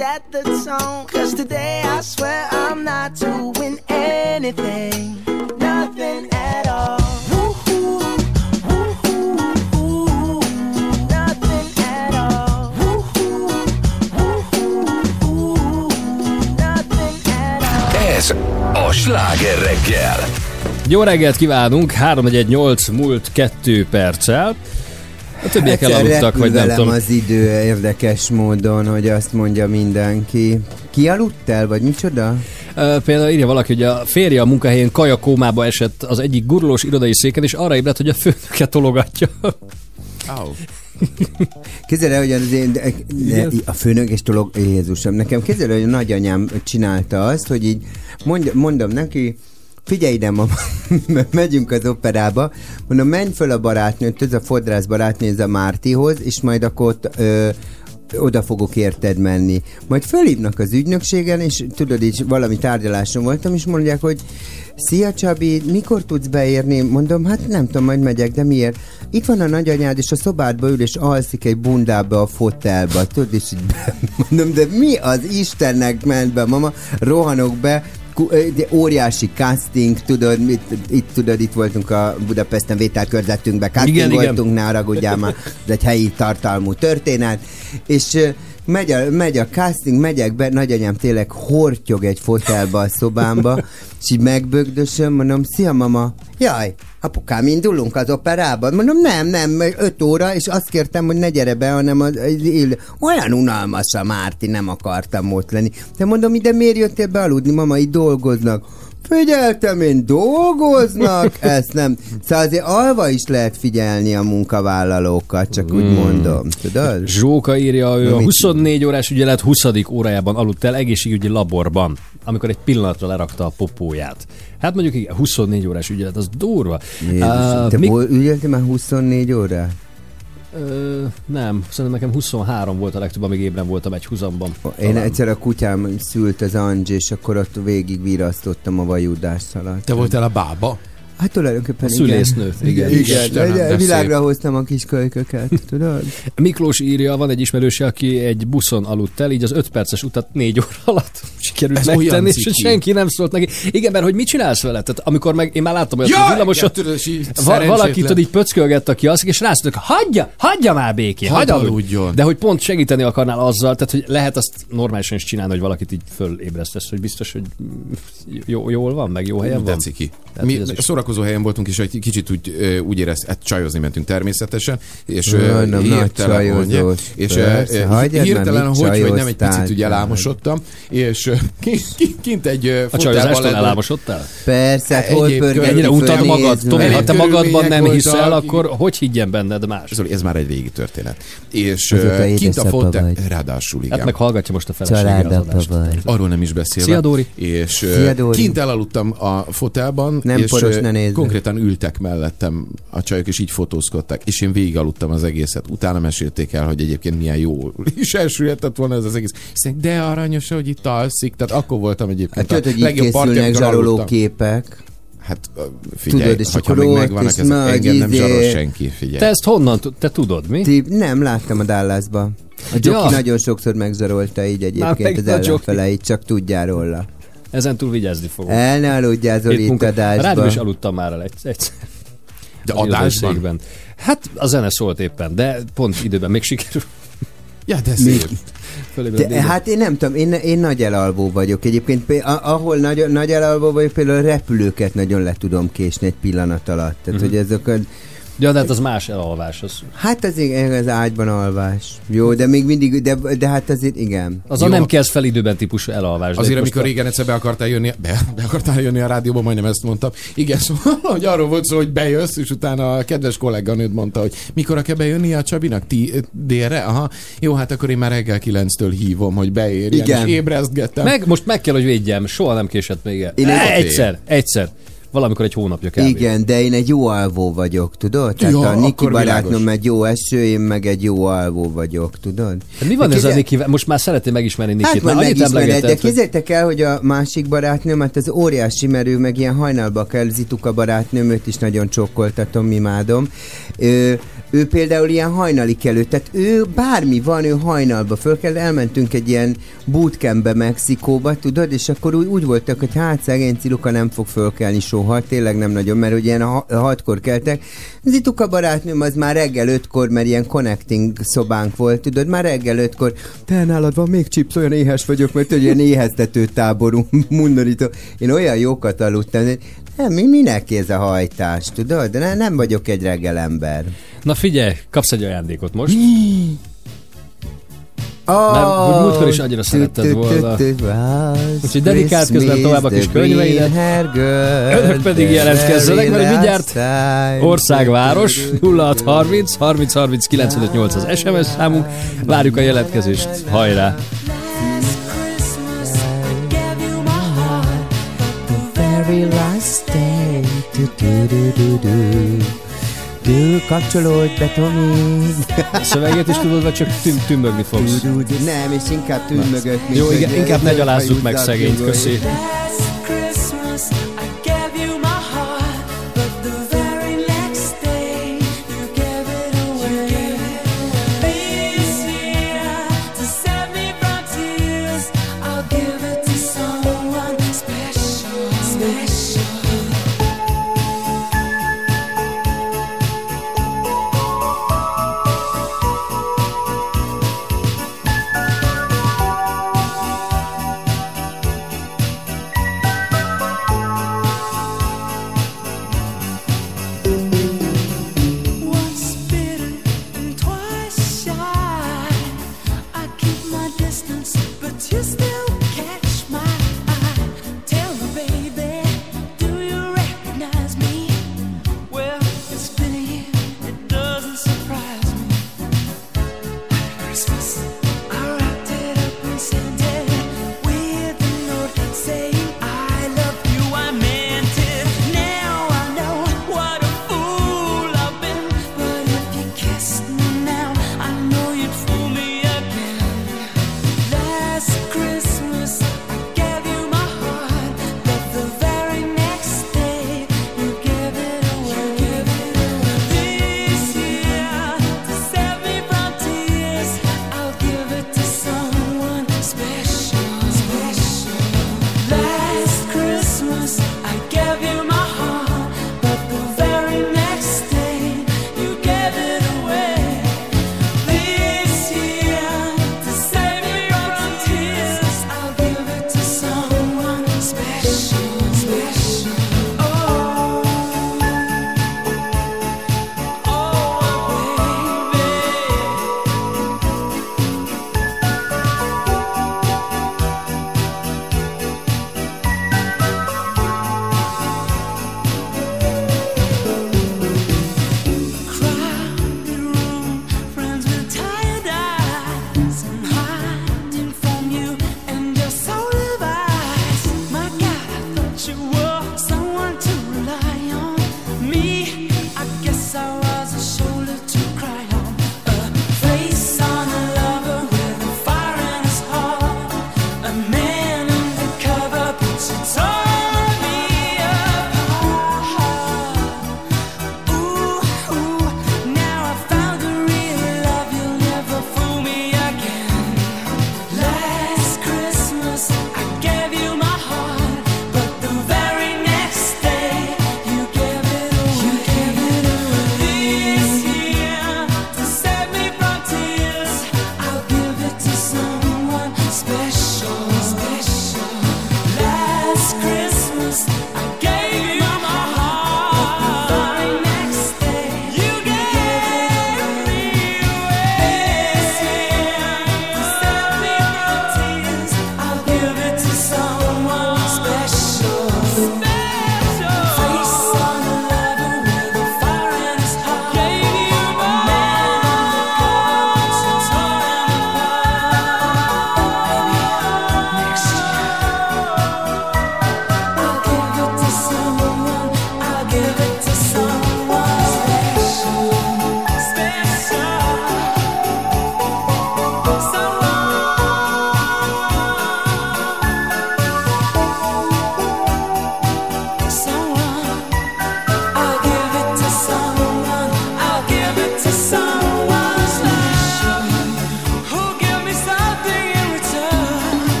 set the tone. Cause today I swear I'm not doing anything, nothing at all. Woo-hoo, woo-hoo, woo-hoo, nothing at all. Woo-hoo, woo-hoo, woo-hoo, nothing at all. Ez a Sláger reggel. Jó reggelt kívánunk, 3:18 múlt 2 perccel. A többiek elaludtak, vagy nem tudom. Az idő érdekes módon, hogy azt mondja mindenki. Ki aludt el, vagy micsoda? Például írja valaki, hogy a férje a munkahelyén kajakómába esett az egyik gurulós irodai széken, és arra ébredt, hogy a főnöke tologatja. Oh. Képzeld el, hogy a főnök és Jézusom, nekem képzeld el, hogy a nagyanyám csinálta azt, hogy így mondom neki, figyelj ide, mama, megyünk az operába, mondom, menj föl a barátnőt, ez a fodrász barátnő, ez a Mártihoz, és majd akkor ott, oda fogok érted menni. Majd fölhívnak az ügynökségen, és tudod, így valami tárgyaláson voltam, és mondják, hogy szia Csabi, mikor tudsz beérni? Mondom, hát nem tudom, majd megyek, de miért? Itt van a nagyanyád, és a szobádba ül, és alszik egy bundába a fotelba. Tudod, és így mondom, de mi az Istennek ment be, mama? Rohanok be, óriási casting, tudod, itt voltunk a Budapesten vételkörzetünkben, castingoltunk, ne haragudjál már, ez egy helyi tartalmú történet, és megy a casting, megyek be, nagyanyám tényleg hortyog egy fotelba a szobámba, és így megbögdösöm, mondom, szia mama, jaj, apukám, indulunk az operában? Mondom, nem, 5 óra, és azt kértem, hogy ne gyere be, hanem olyan unalmas a Márti, nem akartam ott lenni. De mondom, ide miért jöttél be aludni, mama, itt dolgoznak. Figyeltem én, dolgoznak? Ezt nem. Szóval azért alva is lehet figyelni a munkavállalókat, csak úgy mondom, tudod? Zsóka írja, ő a 24 órás ügyelet 20. órájában aludt el egészségügyi laborban, amikor egy pillanatra lerakta a popóját. Hát mondjuk igen, 24 órás ügyelet, az durva. Te ügyeltél már 24 órát? Nem, szerintem nekem 23 volt a legtöbb, amíg ébren voltam egy húzamban. Én egyszer a kutyám szült az Angie, és akkor ott végig virasztottam a vajudásszalat. Te voltál a bába? Hát tulajdonképpen a szülésznő. Igen. Világra hoztam a kis kölyköket, tudod? Miklós írja, van egy ismerőse, aki egy buszon aludt el, így az 5 perces utat 4 óra alatt sikerült megtenni, és senki nem szólt neki. Igen, mert hogy mit csinálsz vele? Tehát amikor én már láttam, hogy a villamosot valaki tudod, így pöckölgett ki azt, és rászóltak, hagyja már békén, aludjon. De hogy pont segíteni akarnál azzal, tehát hogy lehet azt normálisan is csinálni, hogy valakit így fölébresztesz, hogy biztos, hogy jól van, meg jó helyen van. Mi szórakozó helyen voltunk, és egy kicsit úgy éreztük, hát csajozni mentünk természetesen, és hirtelen, hogy nem egy picit úgy elámosodtam, és kint egy a csajozástól elámosodtál? Persze, hát hol pörgetni ennyire utad magad? Tomi, ha te magadban nem hiszel, akkor hogy higgyen benned más? Ez már egy régi történet. És kint a fotel, ráadásul igen. Hát meg hallgatja most a felesége az adást. Arról nem is beszélve. Szia, Dóri. És kint elaludtam a fotelban, nem és poros, ne konkrétan ültek mellettem a csajok, és így fotózkodtak, és én végig aludtam az egészet. Utána mesélték el, hogy egyébként milyen jó is elsüllyedett volna ez az egész. Hiszen, de aranyos, hogy itt alszik. Tehát akkor voltam egyébként hát, a legjobb partjaimkor zsaroló képek. Hát figyelj, hogyha még megvannak ezek, engem nem zsarol senki, figyelj. Te ezt honnan, te tudod, mi? Nem, láttam a Dallasba. A Joki nagyon sokszor megzsarolta így egyébként az ellenfeleit, csak tudjál róla. Ezen túl vigyázni fogok. El ne aludjál, Zoli, itt adásban. A rádióban is aludtam már el egyszer. De adásban? Hát a zene szólt éppen, de pont időben még sikerül. Ja, de szép. Hát én nem tudom, én nagy elalvó vagyok. Egyébként ahol nagy elalvó vagyok, például a repülőket nagyon le tudom késni egy pillanat alatt. Tehát, hogy ezek a... Ja, de hát az más elalvás. Hát az ágyban alvás. Jó, de még mindig, de hát azért igen. Az a nem kezd fel időben típusú elalvás. Azért, amikor régen egyszer be akartál jönni a rádióba, majdnem ezt mondtam. Igen, szóval, hogy arról volt szó, hogy bejössz, és utána a kedves kolléganőd mondta, hogy mikor kell bejönni a Csabinak? Délre? Aha. Jó, hát akkor én már reggel 9-től hívom, hogy beérjen, és ébresztgettem. Most meg kell, hogy védjem. Soha nem késett még el. Egyszer. Valamikor egy hónapja kell. Igen, de én egy jó alvó vagyok, tudod? Tehát a Niki barátnom egy jó eső, én meg egy jó alvó vagyok, tudod? De mi van ez a Niki? Most már szeretném megismerni Nikit. Hát már megismered, de képzeljétek el, hogy a másik barátnőm, hát az óriási merő, meg ilyen hajnalba kell, Zituka barátnőm, őt is nagyon csokkoltatom, imádom. ő például ilyen hajnali kelő, tehát ő bármi van, ő hajnalba föl kell, elmentünk egy ilyen bootcampbe Mexikóba, tudod, és akkor úgy voltak, hogy hát szegény Ciluka nem fog fölkelni soha, tényleg nem nagyon, mert ugye ilyen 6-kor keltek. Zituka barátnőm az már reggel 5-kor, mert ilyen connecting szobánk volt, tudod, már reggel 5-kor, te nálad van még chips, olyan éhes vagyok, mert egy ilyen éheztető táború mundorító. Én olyan jókat aludtam, hogy nem, minek ez a hajtás, tudod, de nem vagyok egy reggelember. Na figyelj, kapsz egy ajándékot most. Mert hogy múltkor is annyira szeretted volna. Úgyhogy dedikált közben tovább a kis könyveidet. Önök pedig jelentkezzenek, mert mindjárt országváros 0630 30 30 95 8 az SMS számunk. Várjuk a jelentkezést. Hajrá! Kapcsolódj be, Tomi! A szöveget is tudod, vagy csak tümmögni fogsz? Nem, és inkább tümmögök. Jó, inkább ne gyalázzuk meg szegényt, köszi.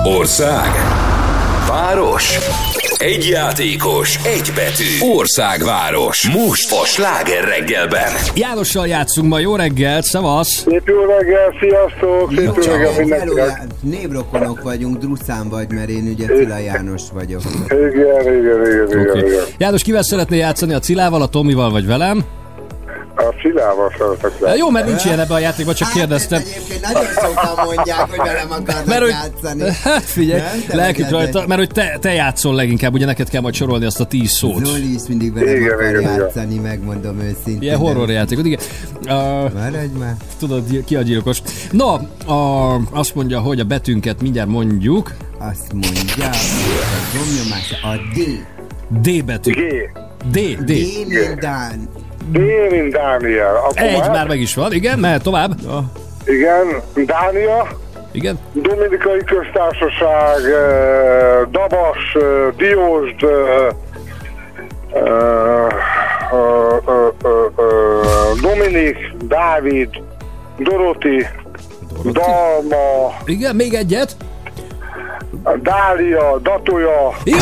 Ország. Város. Egy játékos, egy betű. Országváros. Most a Sláger reggelben. Jánossal játszunk ma, jó reggelt, szevasz! Szép jó reggel, sziasztok! Szép jó reggel mindenkinek! Névrokonok vagyunk, Druszán vagy, mert én ugye Cilla János vagyok. Igen. Okay. János, kivel szeretnél játszani? A Cilával, a Tomival vagy velem? A Csillával szeretek játszani. Jó, mert nincs ilyen ebben a játékban, csak kérdeztem. Egyébként nagyon sokan mondják, hogy velem akarnak játszani. Hát figyelj, lelkük rajta, mert hogy te játszol leginkább, ugye neked kell majd sorolni azt a 10 szót. Zoli is mindig velem akar játszani, megmondom őszintén. Ilyen horrorjátékot, igen. Maradj már. Tudod, ki a gyilkos. Na, azt mondja, hogy a betűnket mindjárt mondjuk. Azt mondja, a D. D betű. D. D mint Dániel. Egy már meg is van, igen, mehet tovább. Igen, Dánia. Igen. Dominikai Köztársaság, Dabas, Diósd, Dominik, Dávid, Doroti, Dalma. Igen, még egyet. Dália, Datolya. Jó!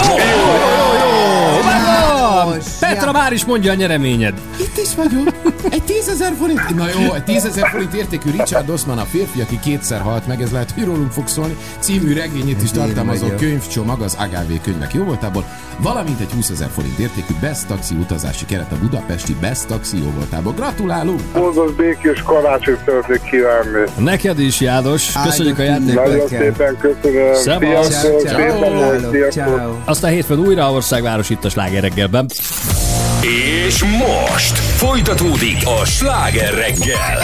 Megvan! Petra már is mondja a nyereményed. Itt is vagyok. Egy 10 000 forint. Na jó, egy 10 000 forint értékű Richard Osman, a férfi, aki kétszer halt meg, ez lehet, hogy rólunk fog szólni, című regényét is tartalmazó könyvcsomag az AGV könyvek jóvoltából, valamint egy 20 000 forint értékű Best Taxi utazási keret a budapesti Best Taxi jóvoltából. Gratulálunk! Boldog békés karácsonyt szeretnék kívánni. Neked is, János. Köszönjük a játékot. Nagyon szépen köszönöm. Szevasz. Ciao. Aztán hétfőn újra Országváros itt a Sláger reggelben. És most folytatódik a Sláger reggel.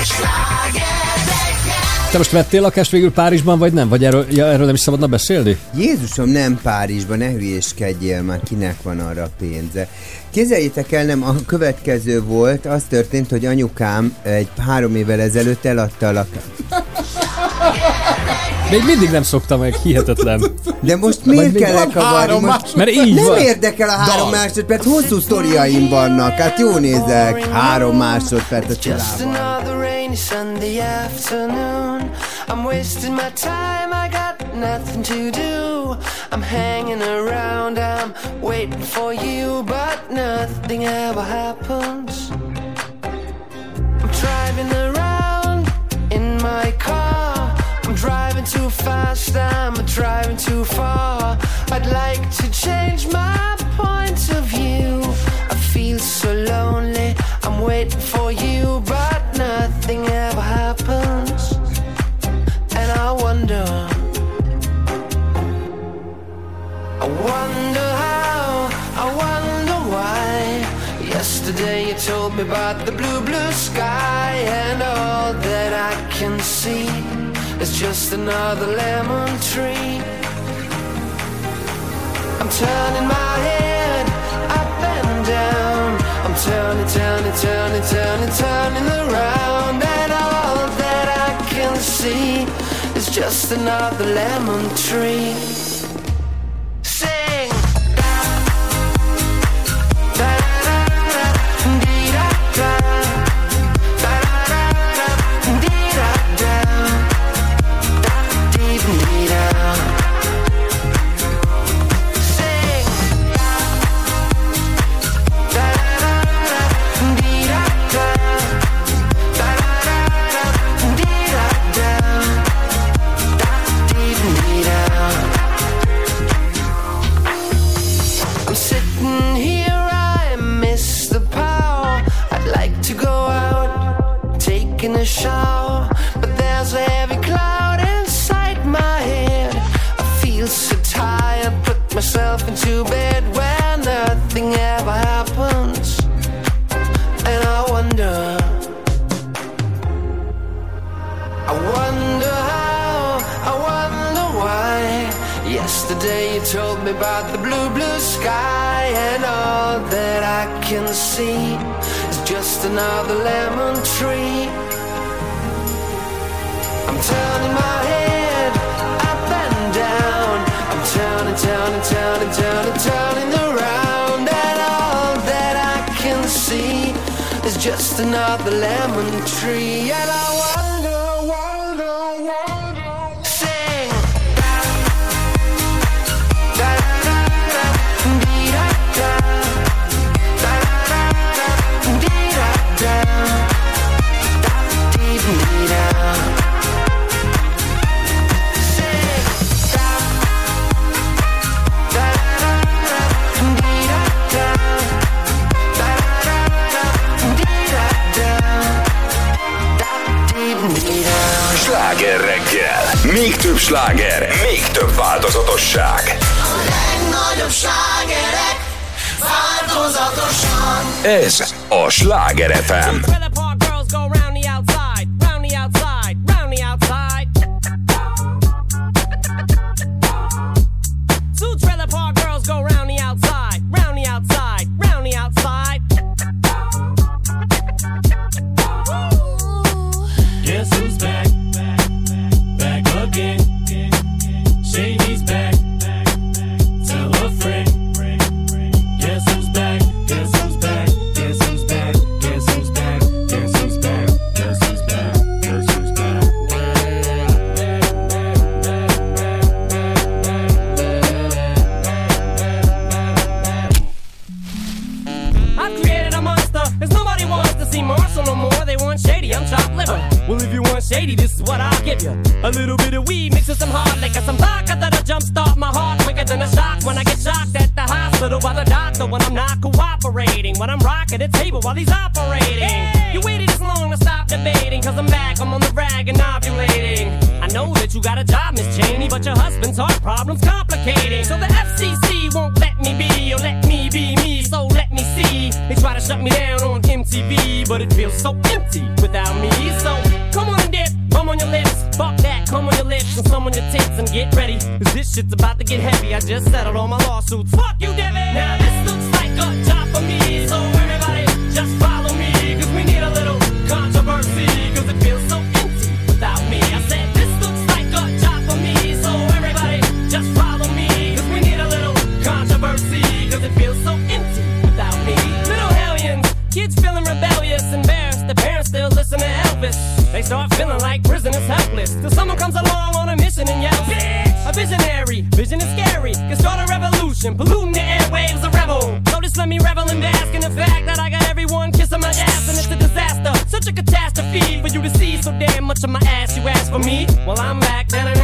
Te most vettél lakást végül Párizsban, vagy nem? Vagy erről nem is szabadna beszélni? Jézusom, nem Párizsban, ne hülyéskedjél már, kinek van arra pénze. Képzeljétek el, nem, a következő volt, az történt, hogy anyukám 3 évvel ezelőtt eladta a lakást. Még mindig nem szokta meg, hihetetlen. De most miért kell lekavarni? Mert így nem van. érdekel a 3 másodperc, hosszú sztoriaim vannak, hát jó nézek. 3 másodperc a Csillával. I'm wasting my time, I got nothing to do. I'm hanging around, I'm waiting for you, but nothing ever happens. I'm driving around in my car. I'm driving too fast, I'm driving too far. I'd like to change my point of view. I feel so lonely, I'm waiting for you, but nothing ever happens. And I wonder how, I wonder why. Yesterday you told me about the blue, blue sky, and all that I can see is just another lemon tree. I'm turning my head up and down. I'm turning around, and all that I can see is just another lemon tree. Sing. A shower, but there's a heavy cloud inside my head. I feel so tired, put myself into bed where nothing ever happens. And I wonder how, I wonder why. Yesterday you told me about the blue, blue sky, and all that I can see is just another lemon tree. I'm turning my head up and down. I'm turning around, and all that I can see is just another lemon tree. And I wonder, sing. Még több sláger, még több változatosság. A legnagyobb slágerek változatosan. Ez a Sláger FM. Trailer park girls go round the outside, round the outside, round the outside. Two trailer park girls go round the outside, round the outside, round the outside. Guess who's back? Back again. Shady's back. Tell a friend. Guess who's back? Guess who's back? Guess who's back? Guess who's back? Guess who's back? Guess who's back? Guess who's back? I've created a monster, cause nobody wants to see Marshall no more. They want Shady, I'm chopped liver. Well, if you want Shady, this is what I'll give you. A little bit of weed mixed with some hard liquor, some vodka that'll jumpstart my heart quicker than a shock when I get shocked at the hospital by the doctor when I'm not cooperating. When I'm rocking the table while he's operating. You waited this long to stop debating, cause I'm back, I'm on the rag and ovulating. I know that you got a job, Miss Cheney, but your husband's heart problem's complicating. So the FCC won't let me be, or let me be me, so let me see. They try to shut me down on MTV, but it feels so empty without me. So come on and dip, bum on your lips, fuck that, come on your lips and some on your tits and get ready, cause this shit's about to get heavy. I just settled all my lawsuits. Fuck you, Devin! Now this looks like a job for me, so everybody just follow me, cause we need a little controversy, cause it feels so empty without me. I said this looks like a job for me, so everybody just follow me, cause we need a little controversy, cause it feels so empty without me. Little hellions, kids feeling rebellious, embarrassed, the parents still listen to Elvis. They start feeling like prisoners helpless, till someone comes along on a mission and yells, bitch! A visionary, vision is scary, can start a revolution, polluting the airwaves, a rebel. So just let me revel and bask in the fact that I got everyone kissing my ass, and it's a disaster, such a catastrophe for you to see so damn much of my ass. You ask for me, well I'm back.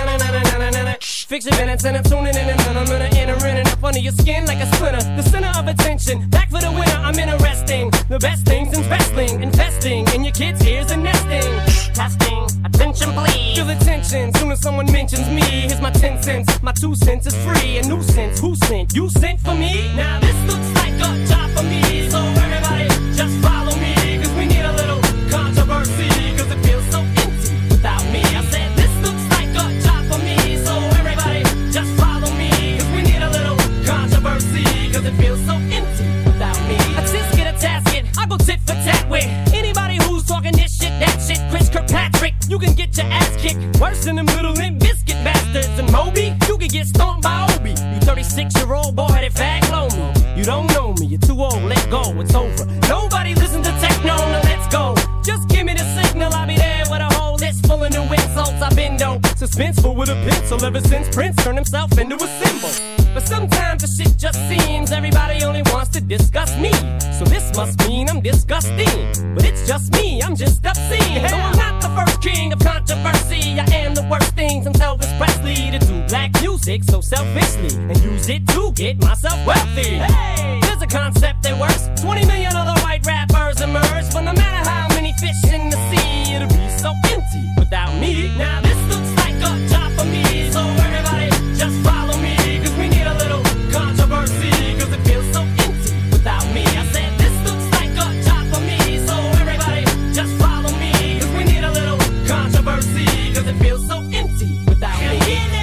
Fix your minutes and I'm tuning in and I'm gonna enter in and up under your skin like a splinter. The center of attention, back for the winner, I'm interesting. The best things in wrestling, investing in your kids' ears and nesting. Testing, attention please. Feel the tension, soon as someone mentions me. Here's my 10 cents, my 2 cents is free. A nuisance, who sent? You sent for me? Now this looks like a job for me, so everybody just follow me, cause we need a little controversy, cause it feels so empty without me. I said this looks like a job for me, so everybody just follow me, cause we need a little controversy, cause it feels so empty without me. A tisket, a tasket, I go tit for tat with anybody who's talking this shit, that shit. Chris Kirkpatrick, you can get your ass kicked worse than them little Limp Bizkit bastards. And Moby, you can get stomped by Obi. You 36-year-old boy-headed fag blow me. You don't know me, you're too old, let go, it's over. Nobody listen to techno, now let's go. Just give me the signal, I'll be there with a whole list full of new insults. I've been dope, suspenseful with a pencil ever since Prince turned himself into a symbol. But sometimes the shit just seems everybody only wants to discuss me. So this must mean I'm disgusting. But it's just me, I'm just obscene. No, I'm not the first king of controversy. I am the worst thing since Elvis Presley to do black music so selfishly and use it to get myself wealthy. Hey, there's a concept that works. 20 million other white rappers emerge, but no matter how many fish in the sea, it'll be so empty without me. Now this looks like a job for me, so everybody just follow me, cause we need a little controversy, cause it feels so empty without me. I said this looks like a job for me, so everybody just follow me, cause we need a little controversy, cause it feels so empty without me.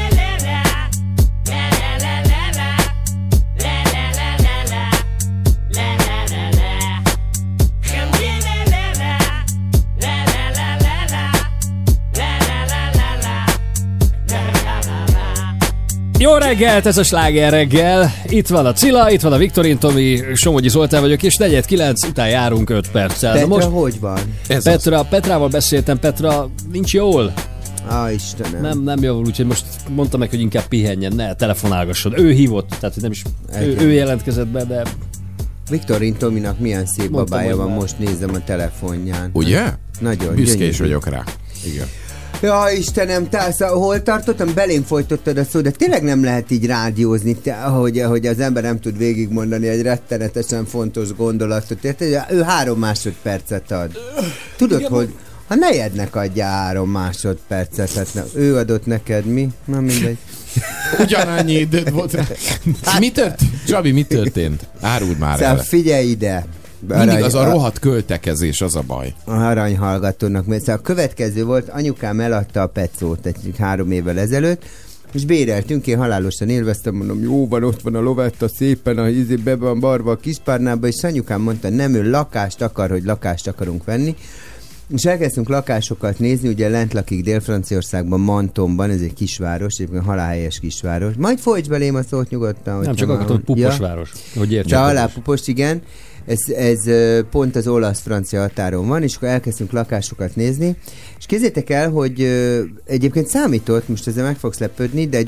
Jó reggelt, ez a Sláger reggel. Itt van a Cilla, itt van a Viktorin Tomi, Somogyi Zoltán vagyok, és 4:09 után járunk 5 perccel. Petra most hogy van? Petrával beszéltem, Petra nincs jól. Istenem. Nem jól, úgyhogy most mondtam meg, hogy inkább pihenjen, ne telefonálgasson. Ő hívott, tehát nem is ő jelentkezett be, de... Viktorin Tominak milyen szép Mondtam, babája van, már. most nézem a telefonján. Ugye? Nagyon büszke gyönyörű. is vagyok rá. Igen. Ja, Istenem, hol tartottam? Belém folytottad a szó, de tényleg nem lehet így rádiózni, ahogy az ember nem tud végigmondani egy rettenetesen fontos gondolatot. Érted? Ő 3 másodpercet ad. Tudod, igen, hogy A nejednek adja 3 másodpercet, hát ő adott neked mi? Na mindegy. Ugyanannyi időt volt rá. Mi történt? Csabi, mi történt? Áruld már Szóval el. figyelj ide. Mindig az a rohadt költekezés, az a baj. A aranyhallgatónak, mert szóval a következő volt, anyukám eladta a Pecót 3 évvel ezelőtt, és béreltünk, én halálosan élveztem, mondom, jó van, ott van a Lovetta szépen, a be van barva a Kispárnába, és anyukám mondta, nem, ő lakást akar, hogy lakást akarunk venni, és elkezdtünk lakásokat nézni, ugye lent lakik Dél-Franciaországban, Mentonban, ez egy kisváros, egyébként halálhelyes kisváros. Majd folyts belém a szót nyugodtan. Nem, csak akartam, hogy puposváros. Hogy értsek. De halálpupos, igen. Ez pont az olasz-francia határon van, és akkor elkezdtünk lakásokat nézni, és képzeljétek el, hogy egyébként számított, most ezzel meg fogsz lepődni, de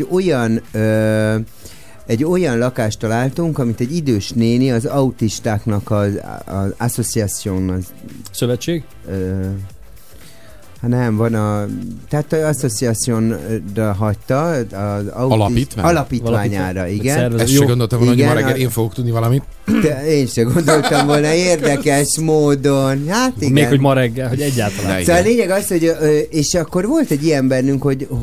egy olyan lakást találtunk, amit egy idős néni, az autistáknak az Association, az szövetség? Nem, van tehát az Association-ra hagyta, az alapítványára, igen. Ezt se gondoltam volna, hogy ma reggel én fogok tudni valamit. Én se gondoltam volna, érdekes módon. Hát igen. Még hogy ma reggel, hogy egyáltalán. Szóval a lényeg az, hogy és akkor volt egy ilyen bennünk,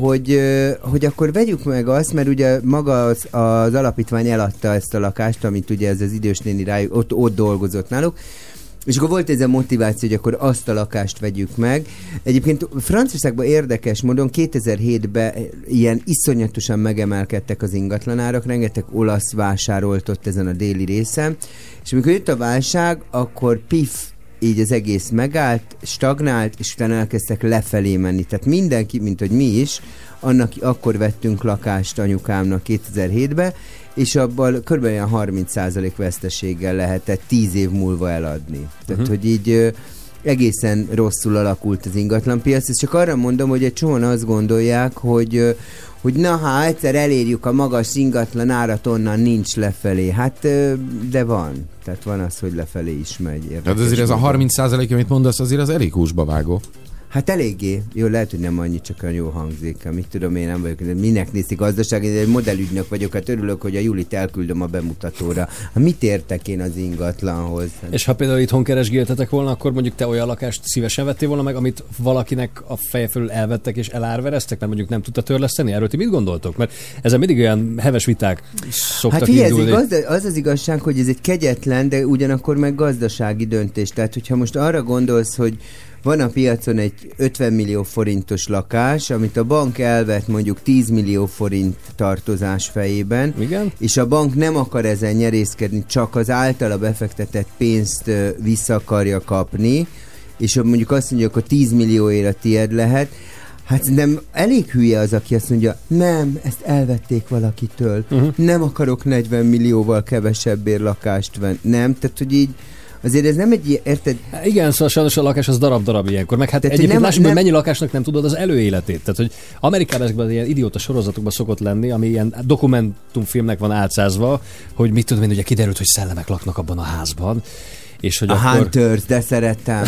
hogy akkor vegyük meg azt, mert ugye maga az alapítvány eladta ezt a lakást, amit ugye ez az idős néni rájuk, ott dolgozott náluk, és akkor volt ez a motiváció, hogy akkor azt a lakást vegyük meg. Egyébként Franciaországban érdekes módon 2007-ben ilyen iszonyatosan megemelkedtek az ingatlanárak, rengeteg olasz vásárolt ott ezen a déli részen, és amikor jött a válság, akkor így az egész megállt, stagnált, és utána elkezdtek lefelé menni. Tehát mindenki, mint hogy mi is, akkor vettünk lakást anyukámnak 2007-ben, és abban kb. 30% veszteséggel lehetett 10 év múlva eladni. Tehát, hogy így egészen rosszul alakult az ingatlanpiac, és csak arra mondom, hogy egy csomóan azt gondolják, hogy na, ha egyszer elérjük a magas ingatlan árat, onnan nincs lefelé. Hát, de van. Tehát van az, hogy lefelé is megy. Tehát azért ez a 30%, amit mondasz, azért az elég húsba vágó. Hát eléggé. Jó, lehet, hogy nem annyi, csak olyan jó hangzik. Mit tudom, én nem vagyok. Minek nézi gazdaság? Én egy modellügynök vagyok, hát örülök, hogy a Julit elküldöm a bemutatóra. Mit értek én az ingatlanhoz? És ha például itthon keresgéltetek volna, akkor mondjuk te olyan lakást szívesen vettél volna meg, amit valakinek a feje fölül elvettek és elárvereztek, mert mondjuk nem tudta törleszteni? Erről ti mit gondoltok? Mert ezen mindig olyan heves viták szoktak indulni. Az az igazság, hogy ez egy kegyetlen, de ugyanakkor meg gazdasági döntés. Tehát, hogyha most arra gondolsz, hogy van a piacon egy 50 millió forintos lakás, amit a bank elvett mondjuk 10 millió forint tartozás fejében, igen? És a bank nem akar ezen nyerészkedni, csak az általa befektetett pénzt vissza akarja kapni, és mondjuk azt mondja, hogy 10 millióért a tied lehet. Hát nem elég hülye az, aki azt mondja, nem, ezt elvették valakitől, nem akarok 40 millióval kevesebbért lakást venni. Nem, tehát hogy így azért ez nem egy, érted? Igen, szóval sajnos a lakás az darab-darab ilyenkor. Meg hát tehát egyébként lássuk, hogy mennyi lakásnak nem tudod az előéletét. Tehát, hogy Amerikában ezekben ilyen idióta sorozatokban szokott lenni, ami ilyen dokumentumfilmnek van álcázva, hogy mit tudom én, ugye kiderült, hogy szellemek laknak abban a házban. És hogy a akkor... Hunters, de szerettem.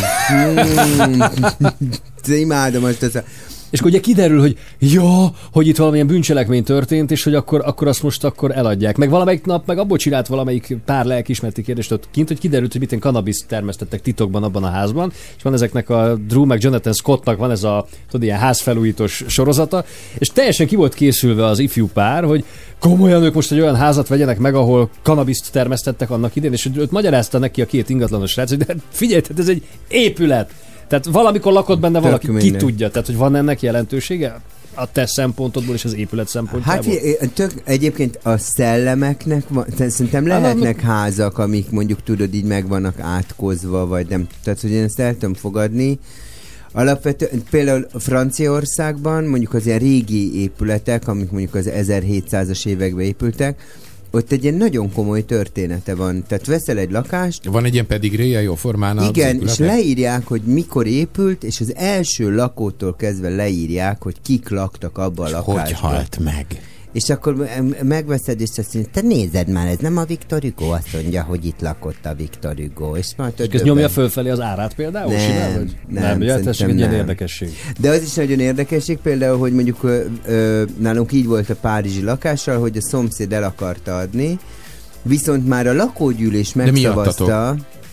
Imádom most ezt. És akkor ugye kiderül, hogy hogy itt valamilyen bűncselekmény történt, és hogy akkor azt most akkor eladják. Meg valamelyik nap, meg abból csinált valamelyik pár lelkiismereti kérdést ott kint, hogy kiderült, hogy mitén kannabiszt termesztettek titokban abban a házban, és van ezeknek a Drew meg Jonathan Scottnak van ez a ilyen házfelújítós sorozata, és teljesen ki volt készülve az ifjú pár, hogy komolyan ők most egy olyan házat vegyenek meg, ahol kannabiszt termesztettek annak idén, és őt magyarázta neki a két ingatlanos srác, hogy de figyelj, ez egy épület. Tehát valamikor lakott benne valaki, ki tudja. Tehát, hogy van ennek jelentősége a te szempontodból és az épület szempontjából? Hát egyébként a szellemeknek szerintem lehetnek házak, amik mondjuk tudod így meg vannak átkozva, vagy nem. Tehát, hogy én ezt el tudom fogadni. Alapvetően például Franciaországban mondjuk az ilyen régi épületek, amik mondjuk az 1700-as években épültek, ott egy ilyen nagyon komoly története van. Tehát veszel egy lakást. Van egy ilyen pedigréje jó formán. Igen, és leírják, hogy mikor épült, és az első lakótól kezdve leírják, hogy kik laktak abban a lakásban. Hogy halt meg. És akkor megveszed, és azt mondja, te nézed már, ez nem a Victor Hugo? Azt mondja, hogy itt lakott a Victor Hugo. És ez nyomja fölfelé az árát például? Nem, ez egy ilyen érdekesség. De az is nagyon érdekesség például, hogy mondjuk nálunk így volt a párizsi lakással, hogy a szomszéd el akarta adni, viszont már a lakógyűlés megszavazta.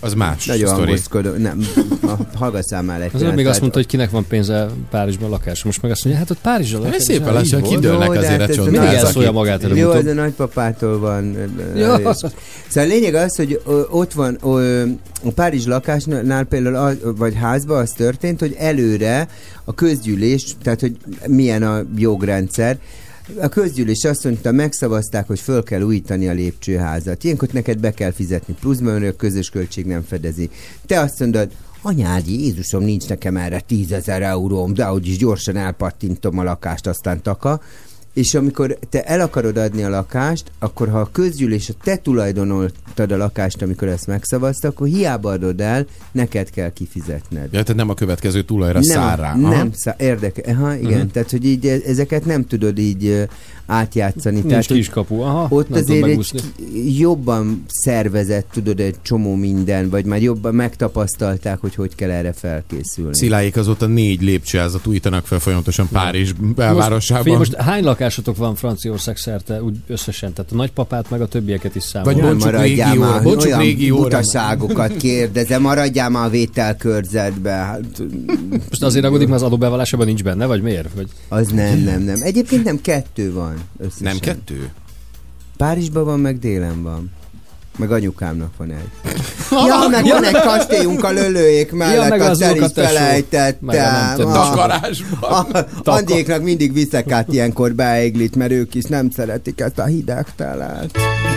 Az más Nagyon sztori. hangoskodó. Nem, hallgasszál már egy Az még azt mondta, hogy kinek van pénze Párizsban lakásra. Most meg azt mondja, hát ott Párizsban lakás. Szépen lassan kidőlnek azért a csodák. Mindig elszólja magát előbb. Jó, az a nagypapától van. Szóval a lényeg az, hogy ott van a Párizs lakásnál például, vagy házban az történt, hogy előre a közgyűlés, tehát hogy milyen a jogrendszer, a közgyűlés azt mondta, megszavazták, hogy föl kell újítani a lépcsőházat. Ilyenkor neked be kell fizetni plusz, mert a közös költség nem fedezi. Te azt mondod, anyádi, Jézusom, nincs nekem erre 10 000 euróm, de ahogy is gyorsan elpattintom a lakást, aztán taka. És amikor te el akarod adni a lakást, akkor ha a közgyűlés, a te tulajdonoltad a lakást, amikor ezt megszavazta, akkor hiába adod el, neked kell kifizetned. Ja, tehát nem a következő tulajra száll rá. Nem, érdekel. Igen, tehát hogy így ezeket nem tudod így átjátszani. Nincs tehát, kiskapu, ott azért jobban szervezett, tudod, egy csomó minden, vagy már jobban megtapasztalták, hogy kell erre felkészülni. Sziláik azóta 4 lépcsőházat újítanak fel folyamatosan Párizs belvárosában. Most hány lakásotok van Franciaország szerte úgy összesen? Tehát a nagypapát meg a többieket is számolja. Vagy maradjál már, olyan butaságokat kérdezem, maradjál már a vételkörzetbe. Hát, most azért aggódik, mert az adóbevallásában nincs benne, vagy miért? Vagy... Az nem. Egyébként nem 2 van összesen. Nem 2? Párizsban van, meg délen van. Meg anyukámnak van egy. Meg van egy kastélyunk a lölőjék mellett, azt el is felejtettem. Takarásban. Andéknak mindig viszek át ilyenkor beiglit, mert ők is nem szeretik ezt a hideg telet.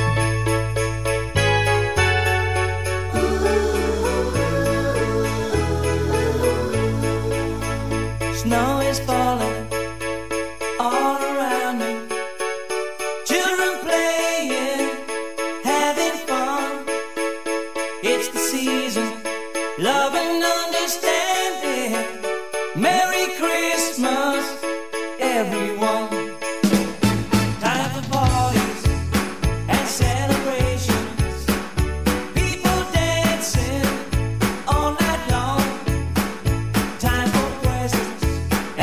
Snow is falling all around me. Children playing, having fun. It's the season, love and understanding. Merry Christmas, everyone. Time for parties and celebrations. People dancing all night long. Time for presents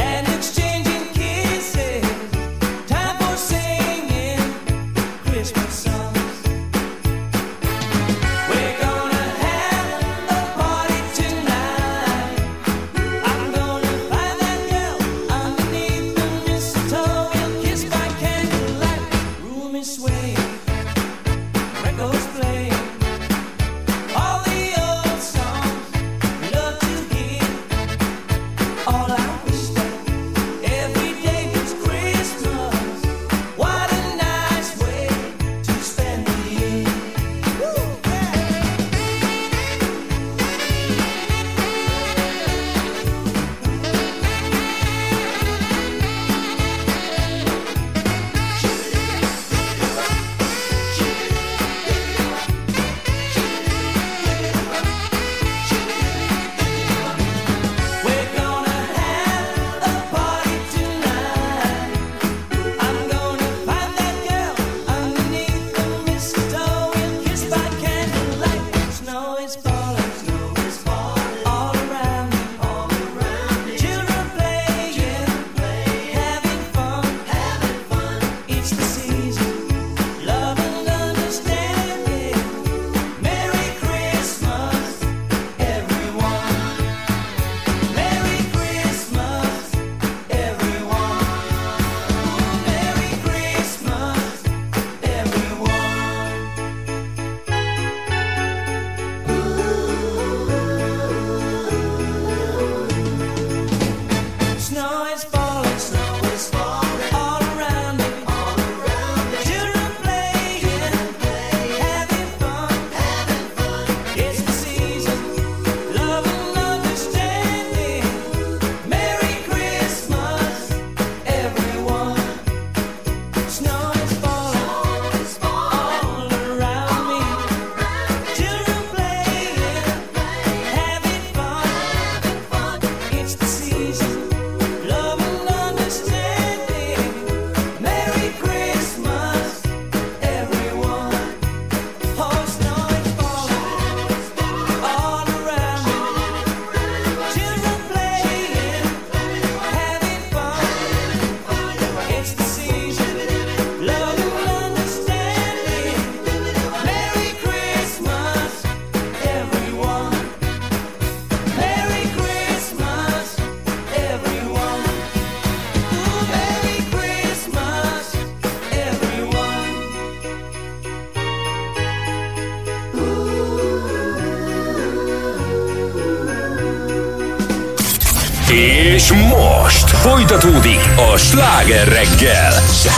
És most folytatódik a Sláger reggel.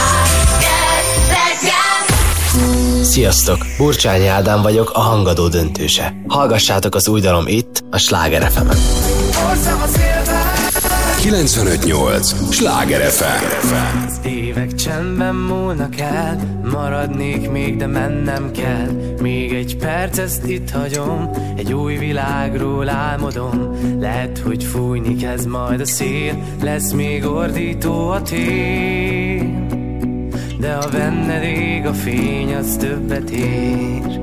Sziasztok! Burcsányi Ádám vagyok, a Hangadó döntőse. Hallgassátok az új dalom itt, a Sláger FM-en. 95.8 Sláger FM. Az évek csendben múlnak el, maradnék még, de mennem kell. Még egy perc, ezt itt hagyom, egy új világról álmodom. Lehet, hogy fújni kezd majd a szél, lesz még ordító a tél. De ha benned ég a fény, az többet ér.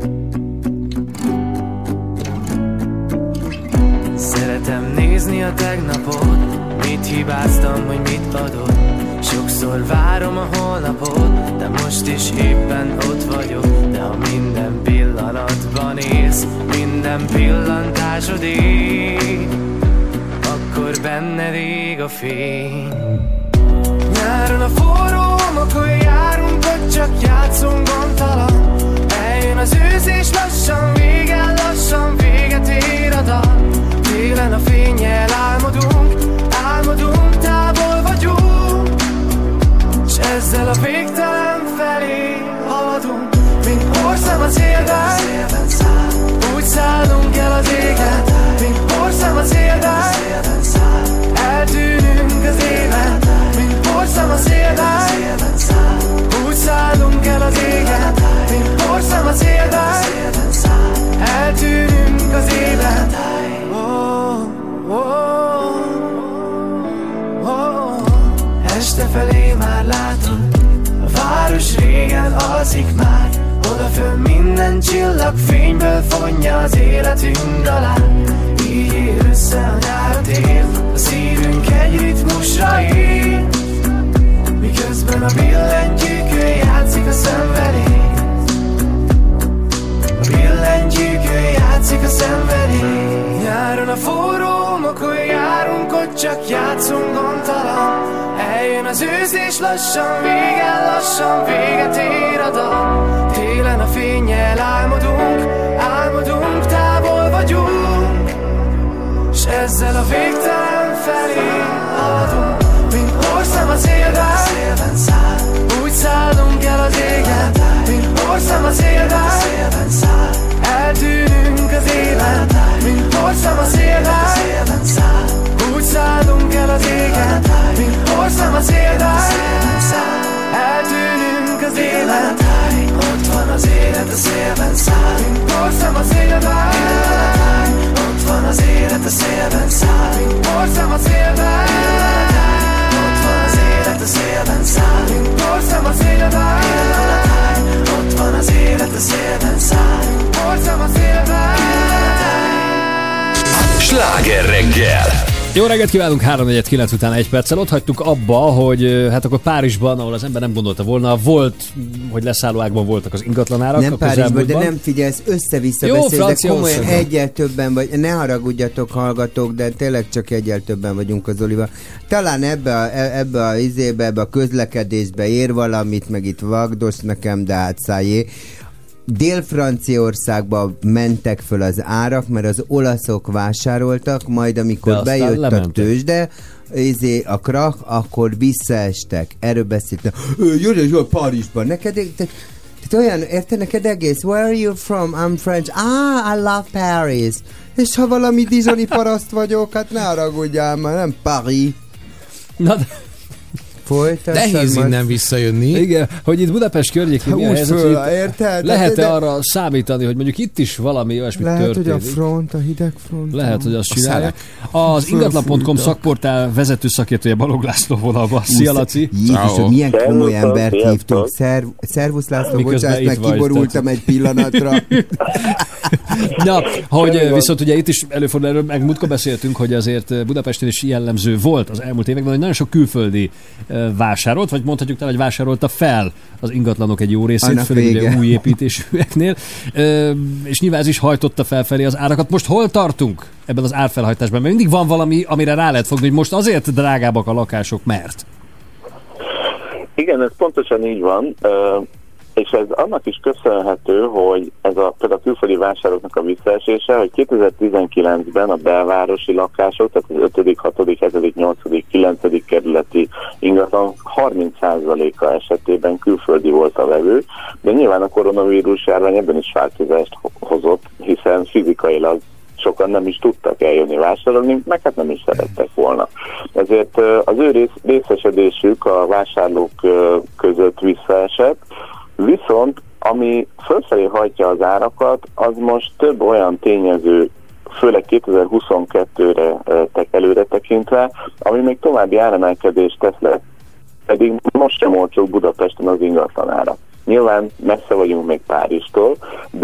Szeretem nézni a tegnapot, mit hibáztam, hogy mit adott. Sokszor várom a holnapot, de most is éppen ott vagyok. De ha minden pillanatban élsz, minden pillantásod ég, akkor benned ég a fény. Nyáron a forró homokon járunk, hogy csak játszunk gondtalan. Eljön az ősz és lassan véget ér a dal. Télen a fénnyel álmodunk, távol vagyunk, s ezzel a végtelen felé haladunk. Mint porszem az élben, úgy szállunk el az égen. Mint porszem az élben, eltűnünk az éven. Mint porszem az élben, úgy szállunk el az égen. Mint porszem az élben, eltűnünk az éven. Este felé már látod, a város régen alszik már. Odafönn minden csillag fényből fonja az életünk dalát. Így ér össze a nyár a tél, a szívünk egy ritmusra él. Miközben a billentyűkön játszik a szenvedély. A billentyűkön játszik a szenvedély. Nyáron a forró homokon járunk, ott csak játszunk gondtalan. Eljön az ősz és lassan véget ér a dal. Télen a fénnyel álmodunk, távol vagyunk, s ezzel a végtelen felé haladunk. Mint porszem az élben, úgy szállunk el az égen. Mint porszem az élben, eltűnünk az éven. Mint porszem az élben, úgy szállunk el az égen. Mint porszem az élben, eltűnünk az éven. Ott van az élet a szélben száll. Mint porszem az élben, ott van az élet a szélben száll. Mint porszem az élben, ott van az élet a szélben száll. Mint porszem az élben, ott van az élet a szélben száll. Mint porszem az élben. Sláger reggel. Jó reggelt kívánunk, 3:49 után 1 perccel. Ott hagytuk abba, hogy hát akkor Párizsban, ahol az ember nem gondolta volna, volt, hogy leszállóákban voltak az ingatlanárak. Nem Párizsban, de nem figyelsz, össze-vissza beszélsz, de komolyan egyel többen vagy, ne haragudjatok, hallgatók, de tényleg csak egyel többen vagyunk az Olival. Talán ebbe a közlekedésbe ér valamit, meg itt vagdos nekem, de hát szájé. Dél-Franciaországba mentek föl az árak, mert az olaszok vásároltak, majd amikor bejött a tőzsde, a krach, akkor visszaestek. Erről beszéltem. Jöjjön Párizsban. Neked olyan, érted, neked egész? Where are you from? I'm French. I love Paris. És ha valami dijoni paraszt vagyok, hát ne haragudjál már, nem Paris. Na de... Nehéz innen visszajönni. Igen, hogy itt Budapest környékén mi a helyzet, lehet-e arra számítani, hogy mondjuk itt is valami olyasmi történik? Lehet, hogy a hideg front. Lehet, hogy azt csinálják. Az ingatlan.com szakportál vezető szakértője Balogh László vonalban. Szia, Laci! Jézus, milyen komoly embert hívtunk. Szervusz László, bocsánat, meg kiborultam egy pillanatra. Na, hogy viszont ugye itt is előfordul, erről meg múltkor beszéltünk, hogy azért Budapesten is jellemző volt az elmúlt években, hogy nagyon sok külföldi vásárolt, vagy mondhatjuk talán, hogy vásárolta fel az ingatlanok egy jó részét, főleg ugye új építésűeknél, és nyilván ez is hajtotta felfelé az árakat. Most hol tartunk ebben az árfelhajtásban? Mert mindig van valami, amire rá lehet fogni, hogy most azért drágábbak a lakások, mert? Igen, ez pontosan így van. És ez annak is köszönhető, hogy ez például a külföldi vásároknak a visszaesése, hogy 2019-ben a belvárosi lakások, tehát az 5., 6., 7., 8., 9. kerületi ingatlan 30%-a esetében külföldi volt a vevő, de nyilván a koronavírus járvány ebben is változást hozott, hiszen fizikailag sokan nem is tudtak eljönni vásárolni, meg hát nem is szerettek volna. Ezért az ő részesedésük a vásárlók között visszaesett, viszont ami fölfelé hajtja az árakat, az most több olyan tényező, főleg 2022-re előre tekintve, ami még további áremelkedést tesz le, pedig most sem olcsók Budapesten az ingatlanára. Nyilván messze vagyunk még Párizstól,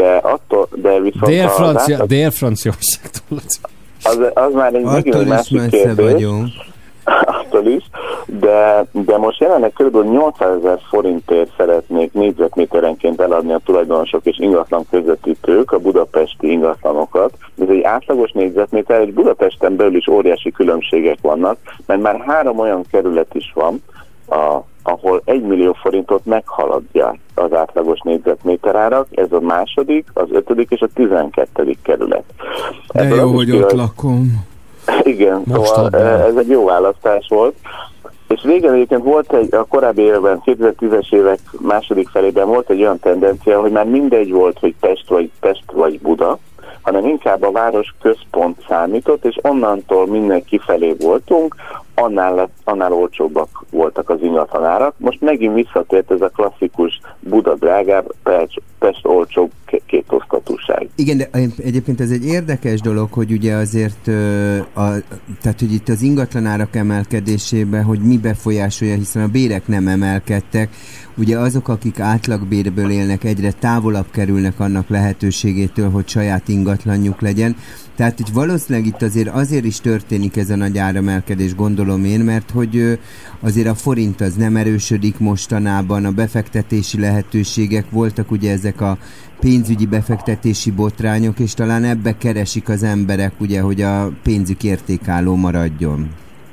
de viszont... Dél-Franciaországtól. Az már egy megint másik kérdés. Attól is, de most jelenleg kb. 800 000 forintért szeretnék négyzetméterenként eladni a tulajdonosok és ingatlan közvetítők a budapesti ingatlanokat. Ez egy átlagos négyzetméter, és Budapesten belül is óriási különbségek vannak, mert már 3 olyan kerület is van, ahol 1 millió forintot meghaladja az átlagos négyzetméter árak, ez a második, az 5. és a 12. kerület. De jó, hogy ott lakom. Igen, szóval ez egy jó választás volt. És régen egyébként volt a korábbi évben, 2010-es évek második felében volt egy olyan tendencia, hogy már mindegy volt, hogy Pest vagy Buda, hanem inkább a város központ számított, és onnantól minden kifelé voltunk, annál olcsóbbak voltak az ingatlanárak. Most megint visszatért ez a klasszikus Buda drágább, Pest olcsóbb kétosztatúság. Igen, de egyébként ez egy érdekes dolog, hogy ugye azért, tehát hogy itt az ingatlanárak emelkedésében, hogy mi befolyásolja, hiszen a bérek nem emelkedtek. Ugye azok, akik átlagbérből élnek, egyre távolabb kerülnek annak lehetőségétől, hogy saját ingatlanjuk legyen. Tehát itt valószínűleg azért is történik ez a nagy áremelkedés, gondolom én, mert hogy azért a forint az nem erősödik mostanában, a befektetési lehetőségek voltak, ugye ezek a pénzügyi befektetési botrányok, és talán ebbe keresik az emberek, ugye, hogy a pénzük értékálló maradjon.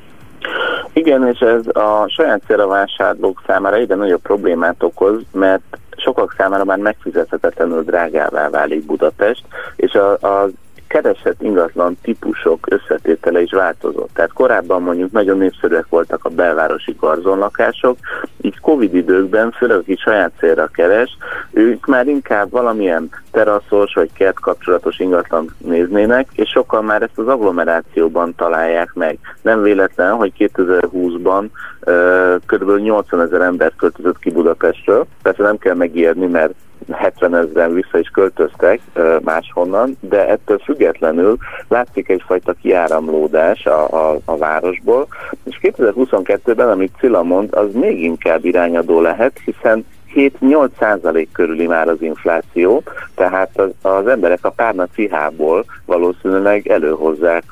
Igen, és ez a saját célra vásárlók számára egyre nagyobb problémát okoz, mert sokak számára már megfizethetetlenül drágává válik Budapest, és a keresett ingatlan típusok összetétele is változott. Tehát korábban mondjuk nagyon népszerűek voltak a belvárosi garzonlakások, így Covid időkben, főleg aki saját célra keres, ők már inkább valamilyen teraszos vagy kertkapcsolatos ingatlan néznének, és sokan már ezt az agglomerációban találják meg. Nem véletlen, hogy 2020-ban kb. 80 000 ember költözött ki Budapestről. Persze nem kell megijedni, mert 70 000-en vissza is költöztek máshonnan, de ettől függetlenül látszik egyfajta kiáramlódás a városból, és 2022-ben, amit Cilla mond, az még inkább irányadó lehet, hiszen 7-8% körüli már az infláció, tehát az emberek a párna cihából valószínűleg előhozzák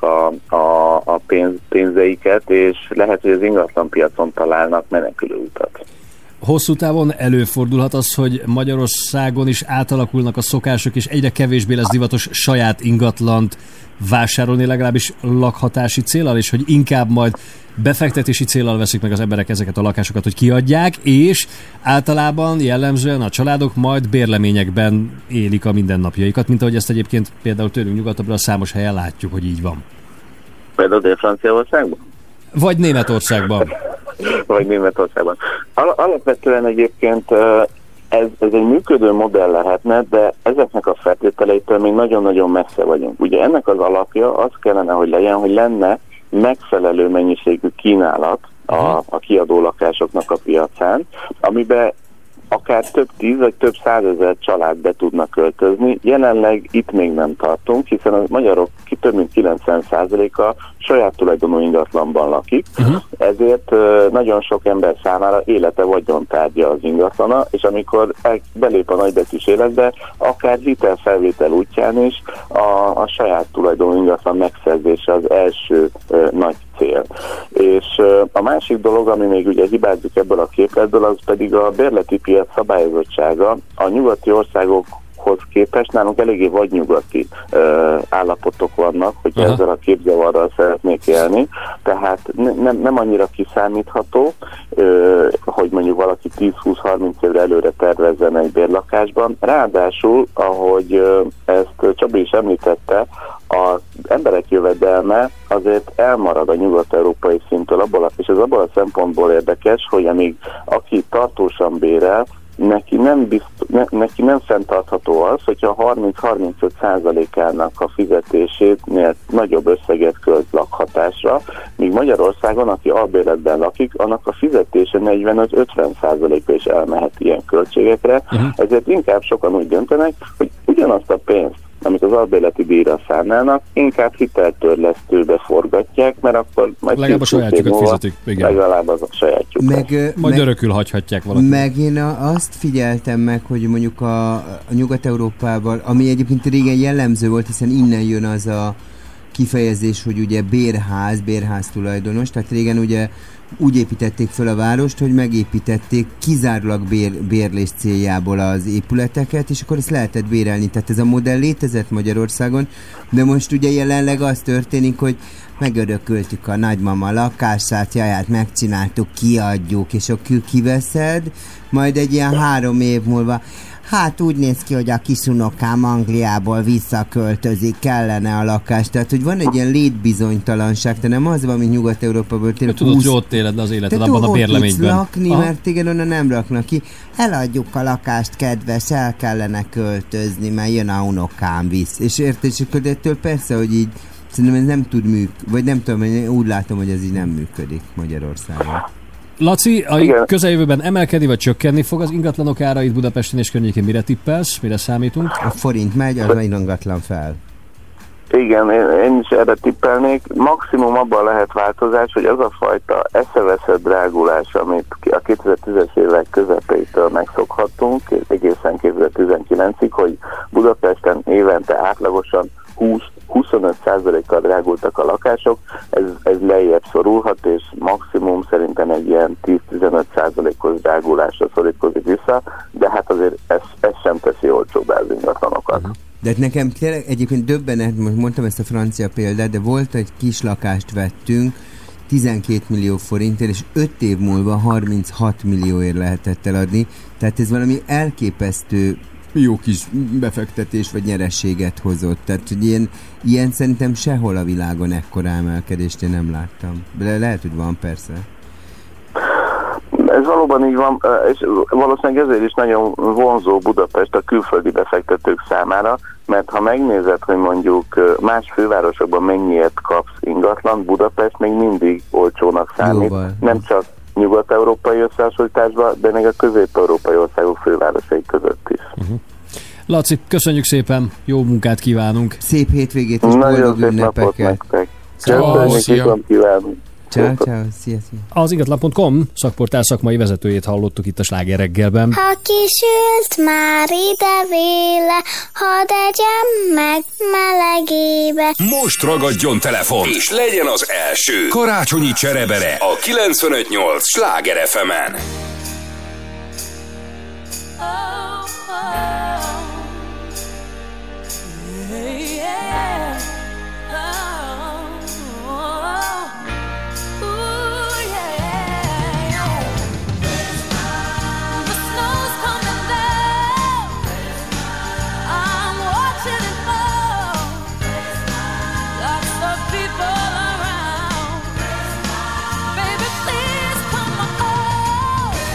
a pénzeiket, és lehet, hogy az ingatlanpiacon találnak menekülőutat. Hosszú távon előfordulhat az, hogy Magyarországon is átalakulnak a szokások, és egyre kevésbé lesz divatos saját ingatlant vásárolni, legalábbis lakhatási céllal, és hogy inkább majd befektetési céllal veszik meg az emberek ezeket a lakásokat, hogy kiadják, és általában jellemzően a családok majd bérleményekben élik a mindennapjaikat, mint ahogy ezt egyébként például tőlünk nyugatabbra számos helyen látjuk, hogy így van. Például Dél-Franciaországban? Vagy Németországban. Vagy Németországban. Alapvetően egyébként ez egy működő modell lehetne, de ezeknek a feltételeitől még nagyon-nagyon messze vagyunk. Ugye ennek az alapja az kellene, hogy legyen, hogy lenne megfelelő mennyiségű kínálat a kiadó lakásoknak a piacán, amiben akár több 10 vagy több 100 000 család be tudnak költözni. Jelenleg itt még nem tartunk, hiszen a magyarok több mint 90%-a saját tulajdonú ingatlanban lakik, ezért nagyon sok ember számára élete vagyontárgya az ingatlana, és amikor belép a nagybetűs életbe, akár hitelfelvétel útján is a saját tulajdonú ingatlan megszerzése az első nagy cél. És a másik dolog, ami még ugye hibázik ebből a képletből, az pedig a bérleti piac szabályozottsága. A nyugati országok hoz képest nálunk eléggé vadnyugati állapotok vannak, hogyha ezzel a képzavarral szeretnék élni, tehát nem annyira kiszámítható, hogy mondjuk valaki 10-20-30 évre előre tervezzen egy bérlakásban. Ráadásul, ahogy ezt Csabi is említette, az emberek jövedelme azért elmarad a nyugat-európai szinttől, és ez abból a szempontból érdekes, hogy amíg aki tartósan bérel, neki nem fenntartható az, hogyha 30-35%-ának a fizetésénél nagyobb összeget költ lakhatásra, míg Magyarországon, aki albérletben lakik, annak a fizetése 45-50%-a is elmehet ilyen költségekre, ezért inkább sokan úgy döntenek, hogy ugyanazt a pénzt, amit az albérleti díjra számlálnak, inkább hiteltörlesztőbe forgatják, mert akkor majd legalább a sajátjukat fizetik. Igen. Legalább az a sajátjukat. Majd örökül hagyhatják valaki. Meg én azt figyeltem meg, hogy mondjuk a Nyugat-Európában, ami egyébként régen jellemző volt, hiszen innen jön az a kifejezés, hogy ugye bérház tulajdonos, tehát régen ugye úgy építették fel a várost, hogy megépítették kizárólag bérlés céljából az épületeket, és akkor ezt lehetett bérelni. Tehát ez a modell létezett Magyarországon, de most ugye jelenleg az történik, hogy megörököltük a nagymama lakását, jaját megcsináltuk, kiadjuk, és akkor kiveszed, majd egy ilyen 3 év múlva, hát úgy néz ki, hogy a kisunokám Angliából visszaköltözik, kellene a lakás. Tehát, hogy van egy ilyen létbizonytalanság, de nem az van, mint Nyugat-Európában. Tudod, hogy ott éled az életed abban a bérleményben. Tudsz lakni, mert téged onnan nem raknak ki. Eladjuk a lakást, kedves, el kellene költözni, mert jön a unokám visz. És érted, ettől persze, hogy így szerintem ez nem tud működni, vagy nem tudom, én úgy látom, hogy ez így nem működik Magyarországon. Laci, a közeljövőben emelkedni vagy csökkenni fog az ingatlanok ára itt Budapesten és környékén? Mire tippelsz? Mire számítunk? A forint megy, az ingatlan fel. Igen, én is erre tippelnék. Maximum abban lehet változás, hogy az a fajta eszeveszett drágulás, amit a 2010-es évek közepétől megszokhattunk, egészen 2019-ig, hogy Budapesten évente átlagosan 20-25%-kal drágultak a lakások, ez lejjebb szorulhat, és maximum szerintem egy ilyen 10-15%-os drágulásra szorítkozik vissza, de hát azért ez sem teszi olcsóbbá az ingatlanokat. De nekem tényleg egyébként döbbenet, most mondtam ezt a francia példát, de volt egy kis lakást vettünk, 12 millió forintért, és 5 év múlva 36 millióért lehetett eladni, tehát ez valami elképesztő jó kis befektetés vagy nyerességet hozott. Tehát, hogy ilyen szerintem sehol a világon ekkora emelkedést én nem láttam. De lehet, hogy van, persze. Ez valóban így van, és valószínűleg ezért is nagyon vonzó Budapest a külföldi befektetők számára, mert ha megnézed, hogy mondjuk más fővárosokban mennyiért kapsz ingatlan, Budapest még mindig olcsónak számít. Jóval. Nem csak nyugat-európai összehasonlításban, de még a közép-európai országok fővárosai között is. Laci, köszönjük szépen, jó munkát kívánunk. Szép hétvégét és boldog ünnepeket. Ciao, szia. Ciao, szia. Az ingatlan.com szakportál szakmai vezetőjét hallottuk itt a Sláger reggelben. Ha kisült már idevéle, hadd egyem meg melegébe. Most ragadjon telefon, és legyen az első karácsonyi cserebere a 95.8 Sláger FM-en. Baby, please come on.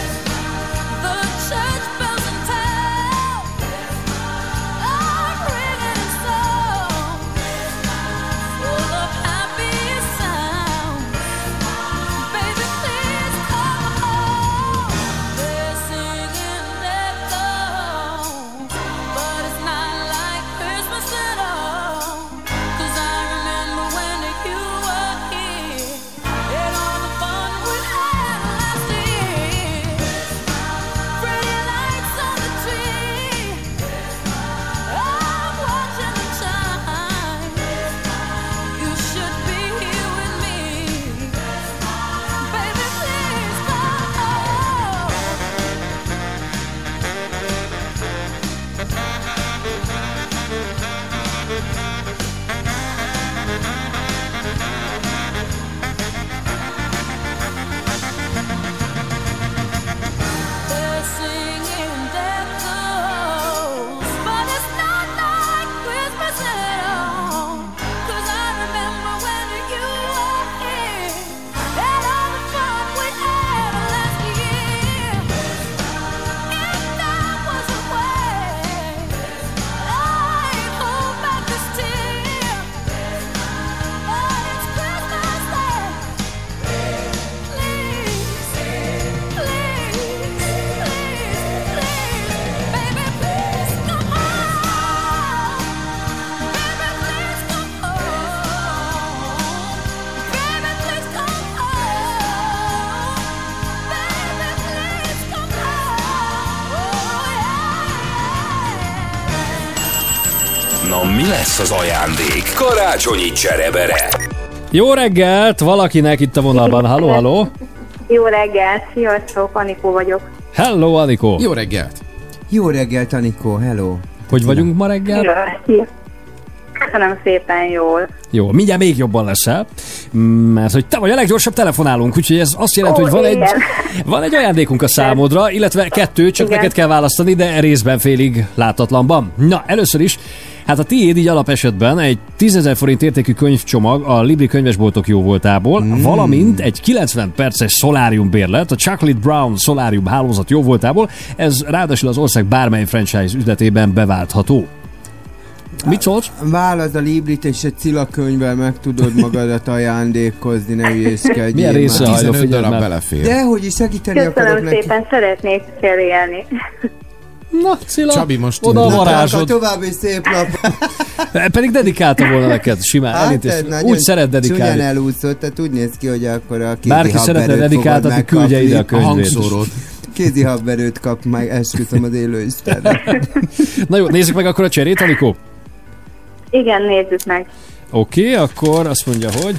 Na mi lesz az ajándék? Karácsonyi cserebere. Jó reggelt, valakinek itt a vonalban. Halló, halló. Jó reggelt, sziasztok, Anikó vagyok. Hello, Anikó. Jó reggelt. Jó reggelt, Anikó, hello. Hogy vagyunk ma reggel? Köszönöm szépen, jól. Jó, mindjárt még jobban leszel, mert hogy te vagy a leggyorsabb telefonálunk, úgyhogy ez azt jelenti, hogy van egy ajándékunk a számodra, illetve 2, csak neked kell választani, de részben félig látatlanban. Na, először is, hát a tiéd így alapesetben egy 10 000 forint értékű könyvcsomag a Libri könyvesboltok jóvoltából, valamint egy 90 perces szolárium bérlet a Chocolate Brown szolárium hálózat jóvoltából, ez ráadásul az ország bármely franchise üzletében beváltható. Mit szólsz? Válasz a Librit, és egy Cilla könyvvel meg tudod magadat ajándékozni, ne ügyészkedjél. Milyen része hajló, 15 darab belefér. Dehogy is segíteni akarok Köszönöm neki. szépen, szeretnék cserélni. Na, Cilla, Csabi most oda a varázsod. További szép nap. Pedig dedikálta volna neked, simán. Hát, úgy szeret dedikálni. Csúnyán elúszott, tehát úgy néz ki, hogy akkor a kézi bárki szeretne dedikáltatni, küldje ide a könyvét. A hangszórót. Kézi habverőt kap, meg esküszöm az élő Istenre. Na jó, nézzük meg akkor a cserét, Anikó. Igen, nézzük meg. Oké, akkor azt mondja, hogy...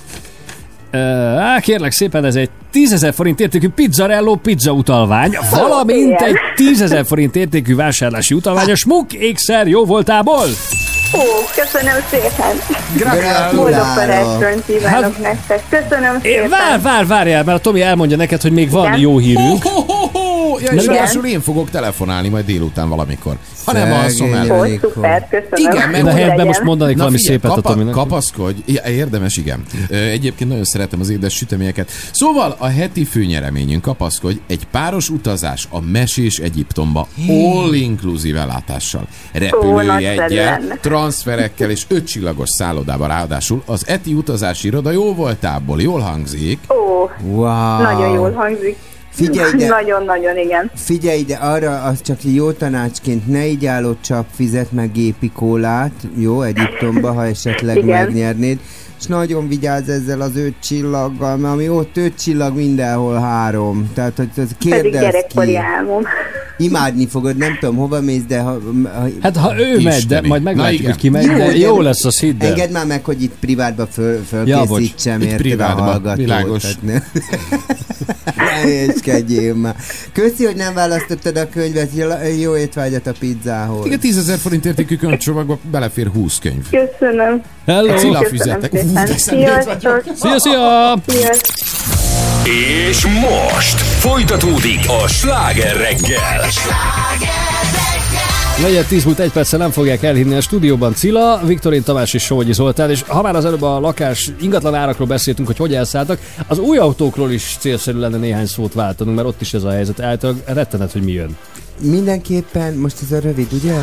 kérlek szépen, ez egy 10 000 forint értékű Pizzarello pizza utalvány, valamint egy 10 000 forint értékű vásárlási utalvány a Smuk ékszer jóvoltából. Ó, köszönöm szépen. Gratulálok. Boldog karácsonyt kívánok nektek. Köszönöm szépen. Várjál, mert a Tomi elmondja neked, hogy még van jó hírünk. Ja, és ráadásul én fogok telefonálni majd délután valamikor. Ha nem alszom el. Ó, szuper, köszönöm. Igen, mert a helyetben most mondanék valami szépet a Tominak. Kapaszkodj. Ja, érdemes, igen. Egyébként nagyon szeretem az édes süteményeket. Szóval a heti főnyereményünk, kapaszkodj, egy páros utazás a mesés Egyiptomba, all-inclusive ellátással. Repülőjeggyel, transferekkel és 5 csillagos szállodában, ráadásul az ETI utazási iroda jóvoltából. Jól hangzik? Ó, wow. Nagyon jól hangzik. Figyelj ide. Nagyon-nagyon, igen. Figyelj ide, arra az csak jó tanácsként, ne igyálod csapvizet, meg gépi kólát, jó, Egyiptomba, ha esetleg megnyernéd, és nagyon vigyázz ezzel az 5 csillaggal, mert ami ott 5 csillag, mindenhol 3. Tehát, hogy kérdezz pedig gyerekkori álmom. Imádni fogod, nem tudom, hova mész, de Hát ha ő megy, de majd meglátjuk, hogy ki megy, de jó lesz az hidd el. Engedd már meg, hogy itt privátba fölkészítsem, érted a hallgatót. Világos. Ne észkedjél már. Köszi, hogy nem választottad a könyvet, jó étvágyat a pizzához. Igen, 10 000 forint értékű könyvcsomagba belefér 20 könyv. Köszönöm. Hello. Cilla füzetek. Sziasztok. Szia! És most folytatódik a Sláger reggel. 4:10 múlt 1 perccel nem fogják elhinni a stúdióban Cilla, Viktorin Tamás és Somogyi Zoltán, és ha már az előbb a lakás ingatlan árakról beszéltünk, hogy elszálltak, az új autókról is célszerű lenne néhány szót váltanunk, mert ott is ez a helyzet. Általában rettenet, hogy mi jön. Mindenképpen, most ez a rövid, ugye?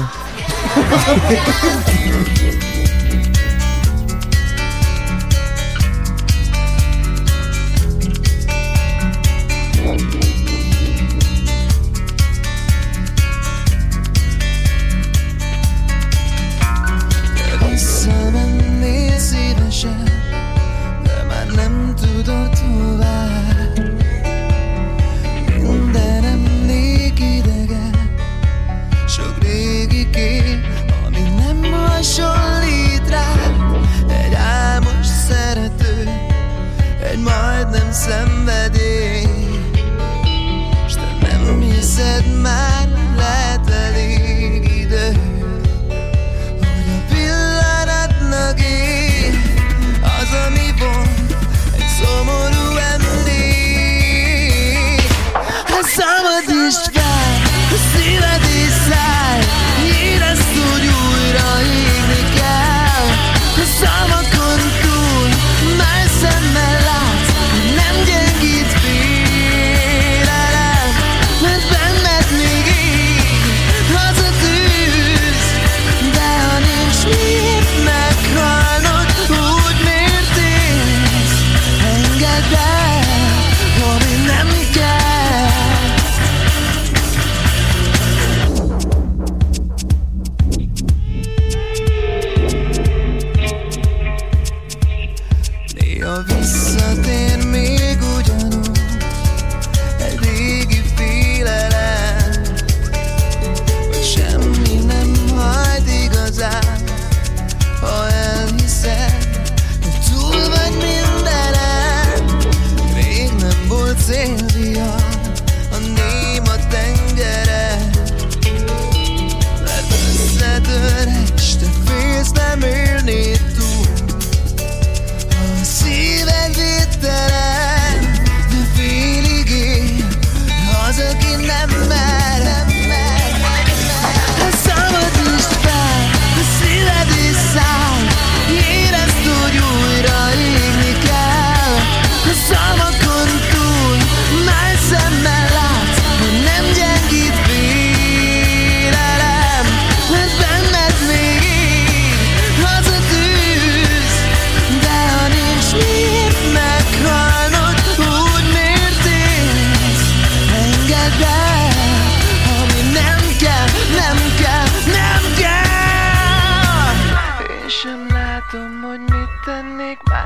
Visszamennél szívesen, de már nem tudod tovább. Minden emlék idegen, sok régi kép, ami nem hasonlít.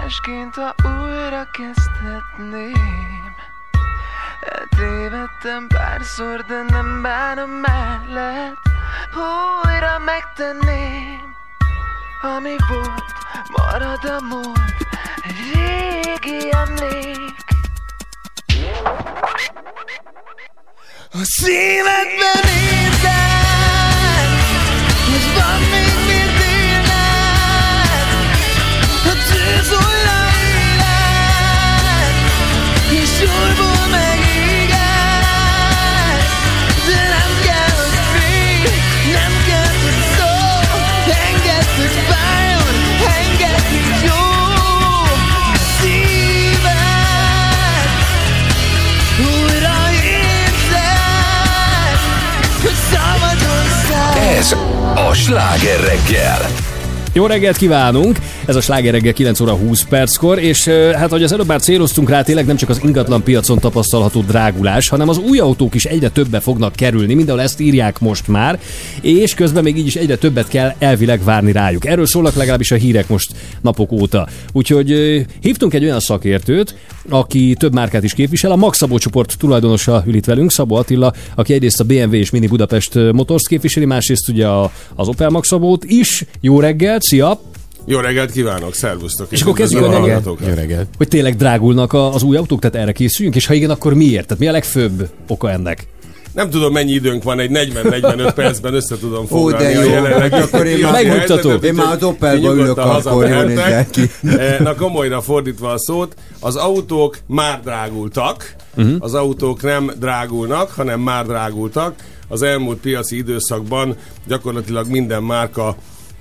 másként, ha újra kezdhetném. Eltévedtem párszor, de nem bánom már, lehet újra megtenném. Ami volt, marad a múlt, egy régi emlék. A szívedben érzed, hogy van még mit élned. A tűz újra éled, és újból megéged. De nem kell, hogy félj, nem kell, hogy szól. Engedd, hogy fájjon, engedd, hogy jó. A szíved újra érzed, hogy szabadon száll. Ez a Sláger reggel. Jó reggelt kívánunk! Ez a Sláger reggel 9 óra 20 perckor, és hát ahogy az előbb már céloztunk rá, tényleg nem csak az ingatlan piacon tapasztalható drágulás, hanem az új autók is egyre többe fognak kerülni, mindenhol ezt írják most már, és közben még így is egyre többet kell elvileg várni rájuk. Erről szólnak legalábbis a hírek most napok óta. Úgyhogy hívtunk egy olyan szakértőt, aki több márkát is képvisel, a Mag Szabó csoport tulajdonosa ül itt velünk, Szabó Attila, aki egyrészt a BMW és Mini Budapest Motors képviseli, másrészt ugye az Opel Mag Szabót is. Jó reggelt, szia! Jó reggelt kívánok, szervusztok! És akkor kezdjük a hogy tényleg drágulnak az új autók, tehát erre készüljünk, és ha igen, akkor miért? Tehát mi a legfőbb oka ennek? Nem tudom, mennyi időnk van, egy 40-45 percben össze tudom foglalni a jelenlegi. Akkor én már az Opelba ülök, akkor jól nézzel ki. Na komolyra fordítva a szót, az autók már drágultak, az autók nem drágulnak, hanem már drágultak. Az elmúlt piaci időszakban gyakorlatilag minden márka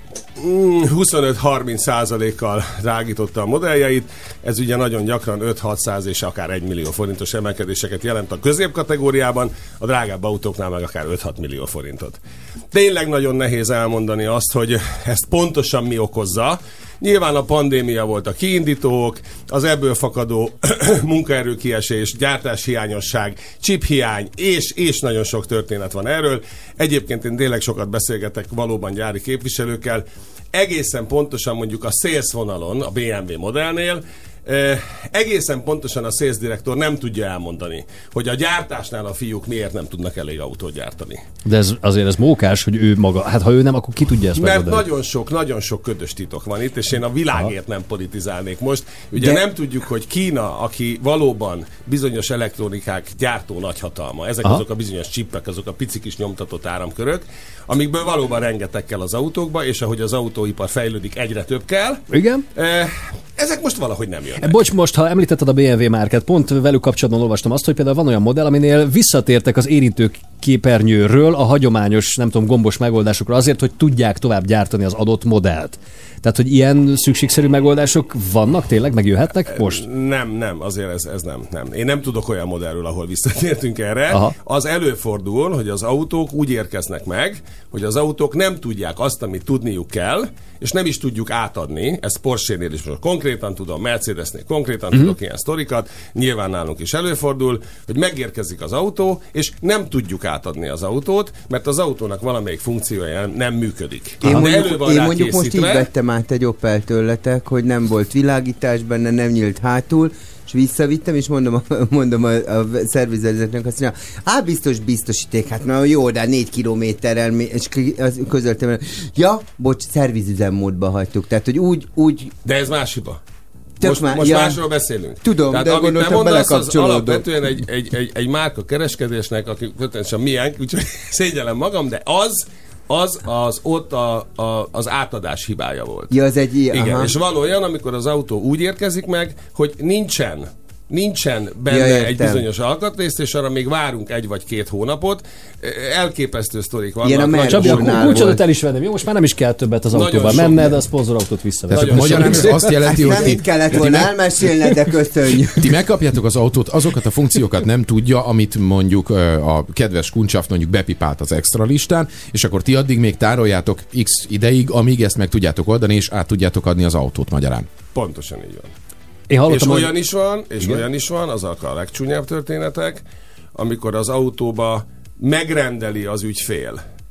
25-30%-kal drágította a modelljeit. Ez ugye nagyon gyakran 5-600 és akár 1 millió forintos emelkedéseket jelent a középkategóriában, a drágább autóknál meg akár 5-6 millió forintot. Tényleg nagyon nehéz elmondani azt, hogy ezt pontosan mi okozza. Nyilván a pandémia volt a kiindítók, az ebből fakadó munkaerőkiesés, gyártáshiányosság, chiphiány, és nagyon sok történet van erről. Egyébként én tényleg sokat beszélgetek valóban gyári képviselőkkel. Egészen pontosan mondjuk a sales vonalon, a BMW modellnél, egészen pontosan a sales direktor nem tudja elmondani, hogy a gyártásnál a fiúk miért nem tudnak elég autót gyártani. De azért ez mókás, hogy ő maga, hát ha ő nem, akkor ki tudja ezt megoldani? Mert nagyon sok ködös titok van itt, és én a világért nem politizálnék most. Ugye nem tudjuk, hogy Kína, aki valóban bizonyos elektronikák gyártó nagyhatalma, ezek azok a bizonyos csippek, azok a pici kis nyomtatott áramkörök, amikből valóban rengeteg kell az autókba, és ahogy az autóipar fejlődik, egyre több kell. Igen. Ezek most valahogy nem jönnek. Bocs, most, ha említetted a BMW márkát, pont velük kapcsolatban olvastam azt, hogy például van olyan modell, aminél visszatértek az érintőképernyőről a hagyományos, nem tudom, gombos megoldásokra azért, hogy tudják tovább gyártani az adott modellt. Tehát, hogy ilyen szükségszerű megoldások vannak, tényleg megjöhetnek most? Nem, azért ez nem. Én nem tudok olyan modellről, ahol visszatértünk erre. Aha. Az előfordul, hogy az autók úgy érkeznek meg, hogy az autók nem tudják azt, amit tudniuk kell, és nem is tudjuk átadni. Ez Porsche-nél is most konkrétan tudom, Mercedesnél konkrétan tudok ilyen sztorikat, nyilván nálunk is előfordul, hogy megérkezik az autó, és nem tudjuk átadni az autót, mert az autónak valamelyik funkciója nem működik. Én mondjuk most így vettem át egy Opel tőletek, hogy nem volt világítás benne, nem nyílt hátul, és visszavittem, és mondom a szervizvezetőnek, azt mondja, biztosíték, hát na jó, de 4 kilométerrel, és közöltem, bocs, szervizüzemmódba hagytuk, tehát, hogy úgy... De ez más hiba. Most másról beszélünk. Tudom, tehát, de gondoltam, belekapcsolódok. Alapvetően egy márka kereskedésnek, aki potenciálisan milyen, úgyhogy szégyellem magam, de az ott az átadás hibája volt. Ja, az egy ilyen. Igen, és van olyan, amikor az autó úgy érkezik meg, hogy nincsen benne egy bizonyos alkatrészt, és arra még várunk 1 vagy 2 hónapot. Elképesztő sztorik vannak. Ilyen a Csabi, a kulcsodat el is venném. Jó, most már nem is kell többet az autóban menned, a szponzorautót visszaveszed. Magyarán ez azt jelenti, hogy nem kellett volna elmesélned, de köszönjük. Ti megkapjátok az autót, azokat a funkciókat nem tudja, amit mondjuk a kedves Kuncsaf mondjuk bepipált az extra listán, és akkor ti addig még tároljátok x ideig, amíg ezt meg tudjátok oldani, és át tudjátok adni az autót magyarán. Pontosan így van. És olyan is van, azok a legcsúnyább történetek, amikor az autóba megrendeli az ügyfél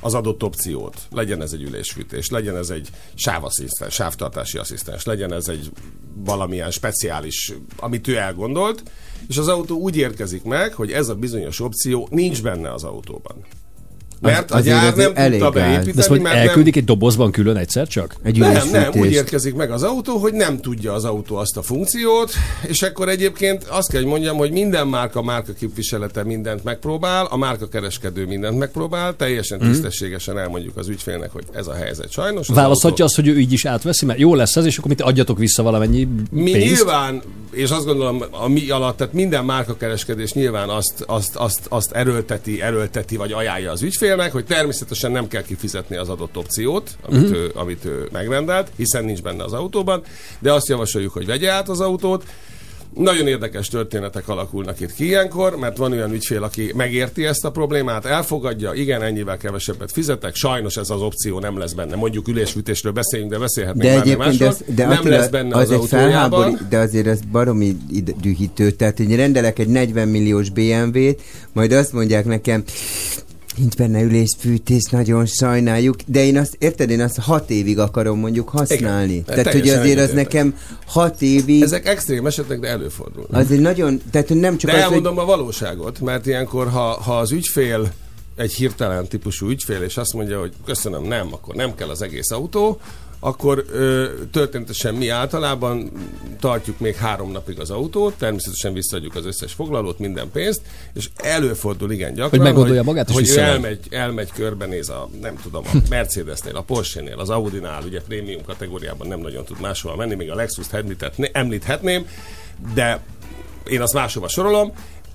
az adott opciót. Legyen ez egy ülésfűtés, legyen ez egy sávasszisztens, sávtartási asszisztens, legyen ez egy valamilyen speciális, amit ő elgondolt, és az autó úgy érkezik meg, hogy ez a bizonyos opció nincs benne az autóban. Mert a gyár nem tudta beépíteni. De ezt majd elküldik egy dobozban külön egyszer csak? Nem, úgy érkezik meg az autó, hogy nem tudja az autó azt a funkciót, és akkor egyébként azt kell, hogy mondjam, hogy minden márka képviselete mindent megpróbál, a márkakereskedő mindent megpróbál, teljesen tisztességesen elmondjuk az ügyfélnek, hogy ez a helyzet sajnos. Választhatja azt, hogy ő így is átveszi, mert jó lesz ez, és akkor mit adjatok vissza valamennyi pénzt? Mi nyilván, és azt gondolom, a mi alatt, tehát minden márkakereskedés nyilván azt erőlteti, vagy ajánlja az ügyfélnek, hogy természetesen nem kell kifizetni az adott opciót, amit ő megrendelt, hiszen nincs benne az autóban, de azt javasoljuk, hogy vegye át az autót. Nagyon érdekes történetek alakulnak itt ki ilyenkor, mert van olyan ügyfél, aki megérti ezt a problémát, elfogadja, igen, ennyivel kevesebbet fizetek, sajnos ez az opció nem lesz benne. Mondjuk ülésfűtésről beszéljünk, de beszélhetnénk bármi másról. Nem Attila, lesz benne az autójában. De azért ez baromi dühítő. Tehát, hogy rendelek egy 40 milliós BMW-t, majd azt mondják nekem, nincs benne ülésfűtés, nagyon sajnáljuk, de én azt 6 évig akarom mondjuk használni. Igen, tehát, hogy azért az nekem 6 évig... Ezek extrém esetek, de előfordul. Azért nagyon, tehát nem csak de elmondom a valóságot, mert ilyenkor, ha az ügyfél egy hirtelen típusú ügyfél, és azt mondja, hogy köszönöm, nem, akkor nem kell az egész autó, akkor történetesen mi általában tartjuk még 3 napig az autót, természetesen visszaadjuk az összes foglalót, minden pénzt, és előfordul igen gyakran, hogy meggondolja magát, hogy ő elmegy körbenéz a a Mercedesnél, a Porsche-nél, az Audinál, ugye prémium kategóriában nem nagyon tud máshova menni, még a Lexust említhetném, de én azt máshova sorolom,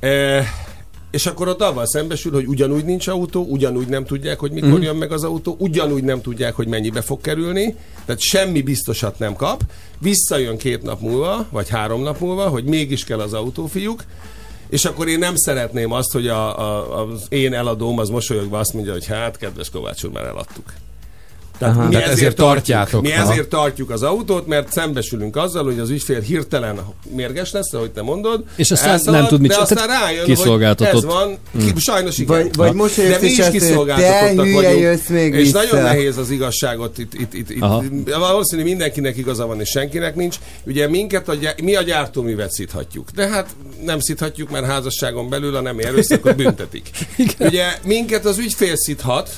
és akkor ott avval szembesül, hogy ugyanúgy nincs autó, ugyanúgy nem tudják, hogy mikor jön meg az autó, ugyanúgy nem tudják, hogy mennyibe fog kerülni, tehát semmi biztosat nem kap, visszajön 2 nap múlva, vagy 3 nap múlva, hogy mégis kell az autó, fiúk, és akkor én nem szeretném azt, hogy az én eladóm az mosolyogva azt mondja, hogy hát, kedves Kovács úr, már eladtuk. Tehát mi ezért tartjuk az autót, mert szembesülünk azzal, hogy az ügyfél hirtelen mérges lesz, ahogy te mondod, és aztán nem tud mit aztán rájön, hogy ez van, sajnos igen. Vagy most de mi is kiszolgáltatottak vagyunk, és nagyon nehéz az igazságot itt valószínű mindenkinek igaza van, és senkinek nincs. Ugye mi a gyártóművet szíthatjuk, de hát nem szíthatjuk, mert házasságon belül a nemi erőszakot büntetik. Ugye minket az ügyfél szíthat,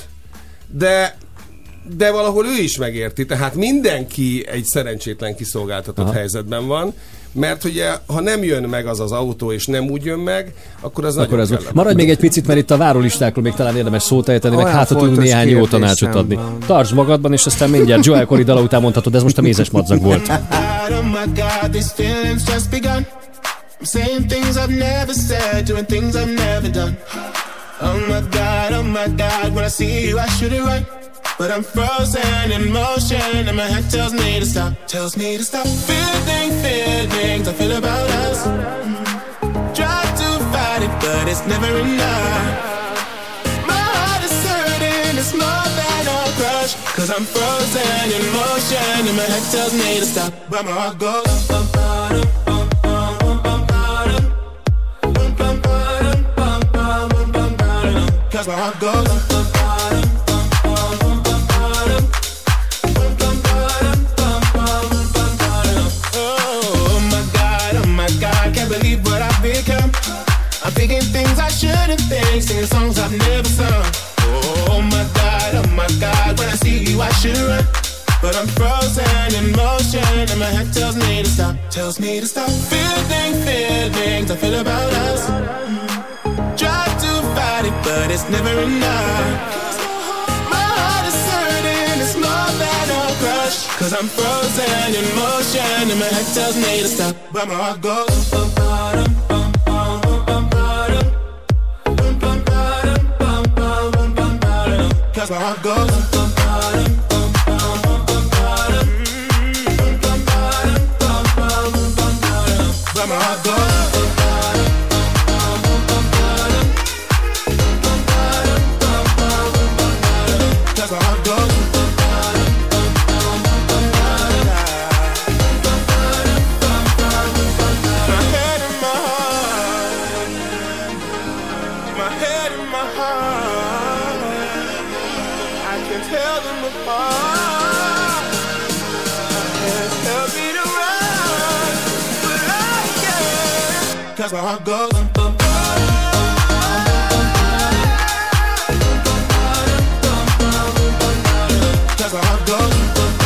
de valahol ő is megérti, tehát mindenki egy szerencsétlen kiszolgáltatott helyzetben van, mert ugye, ha nem jön meg az autó, és nem úgy jön meg, akkor az nagyon kellemetlen. Maradj még egy picit, mert itt a várólistákról még talán érdemes szót ejteni, meg hát tudunk néhány jó tanácsot adni. Tartsd magadban, és aztán mindjárt Joel Corey dala után mondhatod, ez most a mézes madzag volt. But I'm frozen in motion and my head tells me to stop. Tells me to stop. Feelings I feel about us. Try to fight it, but it's never enough. My heart is hurting, it's more than a crush. Cause I'm frozen in motion and my head tells me to stop. But my heart goes cause my heart goes I'm thinking things I shouldn't think, singing songs I've never sung. Oh my God, when I see you I should run. But I'm frozen in motion and my head tells me to stop. Tells me to stop. Feelings I feel about us. Try to fight it, but it's never enough. My heart is hurting, it's more than a crush. Cause I'm frozen in motion and my head tells me to stop. But my heart goes cause my heart goes but my heart goes cause my heart goes my head and my heart my head and my heart tell them apart. I can't help me to run, but I can't. 'Cause my heart goes. Cause my heart goes.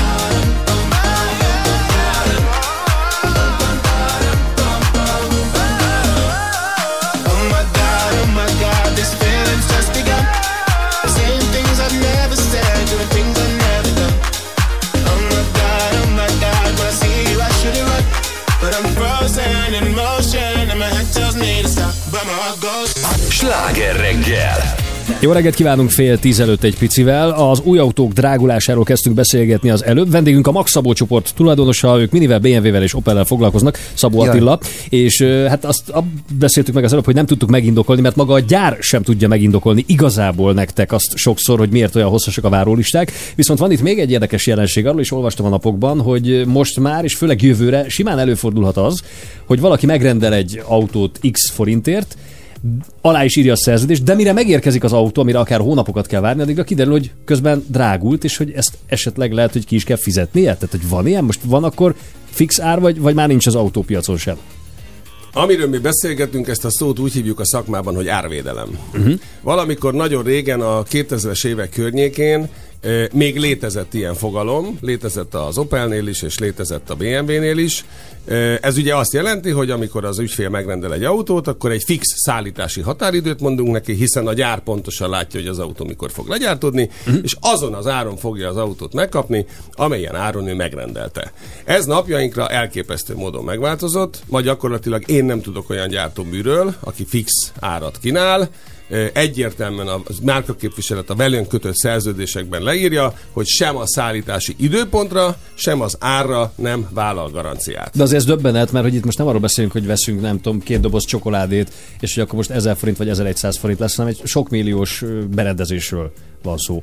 Oh my God, this feeling's just begun. Saying things I've never said, doing things I've never done. Oh my God, when I see you I should run. But I'm frozen in motion and my head tells me to stop, but my heart goes. Sláger reggel. Jó reggelt kívánunk 9:10 előtt egy picivel. Az új autók drágulásáról kezdtünk beszélgetni az előbb. Vendégünk a Max Szabó csoport tulajdonosa, ők minivel, BMW-vel és Opellel foglalkoznak, Szabó Attila. És hát azt beszéltük meg az előbb, hogy nem tudtuk megindokolni, mert maga a gyár sem tudja megindokolni igazából nektek azt sokszor, hogy miért olyan hosszasak a várólisták. Viszont van itt még egy érdekes jelenség, arról is olvastam a napokban, hogy most már és főleg jövőre simán előfordulhat az, hogy valaki megrendel egy autót X forintért, alá is írja a szerződést, de mire megérkezik az autó, amire akár hónapokat kell várni, addigra kiderül, hogy közben drágult, és hogy ezt esetleg lehet, hogy ki is kell fizetnie? Tehát, hogy van ilyen? Most van akkor fix ár, vagy már nincs az autópiacon sem? Amiről mi beszélgetünk, ezt a szót úgy hívjuk a szakmában, hogy árvédelem. Valamikor nagyon régen, a 2000-es évek környékén még létezett ilyen fogalom, létezett az Opelnél is, és létezett a BMW-nél is. Ez ugye azt jelenti, hogy amikor az ügyfél megrendel egy autót, akkor egy fix szállítási határidőt mondunk neki, hiszen a gyár pontosan látja, hogy az autó mikor fog legyártódni, és azon az áron fogja az autót megkapni, amelyen áron ő megrendelte. Ez napjainkra elképesztő módon megváltozott, ma gyakorlatilag én nem tudok olyan gyártóműről, aki fix árat kínál. Egyértelműen a márkaképviselet a velünk kötött szerződésekben leírja, hogy sem a szállítási időpontra, sem az árra nem vállal garanciát. De azért ez döbbenet, mert hogy itt most nem arról beszélünk, hogy veszünk, nem tudom, 2 doboz csokoládét, és hogy akkor most 1000 forint vagy 1100 forint lesz, hanem egy sok milliós berendezésről van szó.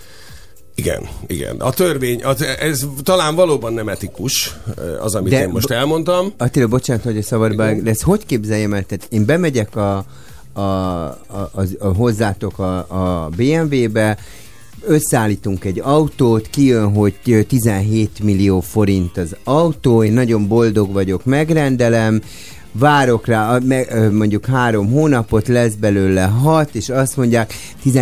Igen. A törvény, ez talán valóban nem etikus, az, amit én most elmondtam. Attila, bocsánat, hogy a szabadba, de ezt hogy képzeljem el? Tehát én bemegyek a hozzátok a BMW-be, összeállítunk egy autót, kijön, hogy 17 millió forint az autó, én nagyon boldog vagyok, megrendelem, várok rá mondjuk 3 hónapot, lesz belőle 6, és azt mondják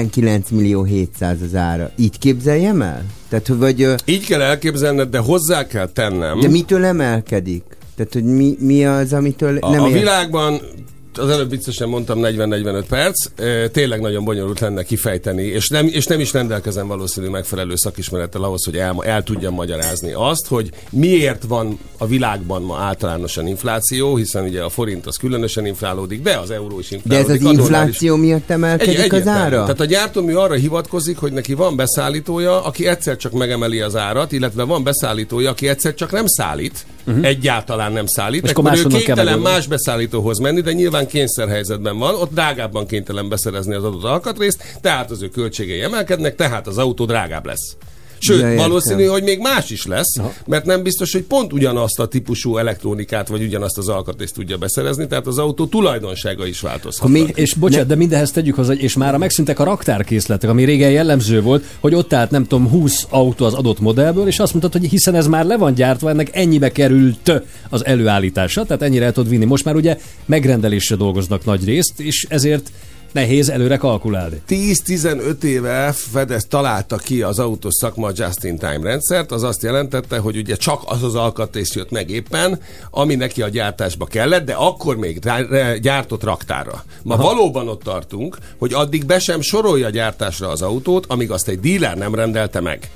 19 millió 700 az ára. Így képzeljem el? Tehát, vagy, így kell elképzelned, de hozzá kell tennem. De mitől emelkedik? Tehát, hogy mi az, amitől nem a világban az előbb viccesen mondtam 40-45 perc, tényleg nagyon bonyolult lenne kifejteni, és nem is rendelkezem valószínű megfelelő szakismerettel ahhoz, hogy el tudjam magyarázni azt, hogy miért van a világban ma általánosan infláció, hiszen ugye a forint az különösen inflálódik, de az euró is inflálódik. De ez az infláció miatt emelkedik az ára? Tehát a gyártómű arra hivatkozik, hogy neki van beszállítója, aki egyszer csak megemeli az árat, illetve van beszállítója, aki egyszer csak nem szállít, egyáltalán nem szállít, és akkor ő kénytelen más beszállítóhoz menni, de nyilván kényszerhelyzetben van, ott drágábban kénytelen beszerezni az adott alkatrészt, tehát az ő költségei emelkednek, tehát az autó drágább lesz. Sőt, valószínű, hogy még más is lesz, mert nem biztos, hogy pont ugyanazt a típusú elektronikát, vagy ugyanazt az alkatrészt tudja beszerezni, tehát az autó tulajdonsága is változhat. És bocsánat, de mindehez tegyük hozzá, és már megszűntek a raktárkészletek, ami régen jellemző volt, hogy ott állt nem tudom 20 autó az adott modellből, és azt mondtad, hogy hiszen ez már le van gyártva, ennek ennyibe került az előállítása, tehát ennyire el tudod vinni. Most már ugye megrendelésre dolgoznak nagy részt, és ezért nehéz előre kalkulálni. 10-15 éve találta ki az autós szakma a just-in-time rendszert, az azt jelentette, hogy ugye csak az alkatrész jött meg éppen, ami neki a gyártásba kellett, de akkor még gyártott raktárra. Ma valóban ott tartunk, hogy addig be sem sorolja gyártásra az autót, amíg azt egy díler nem rendelte meg.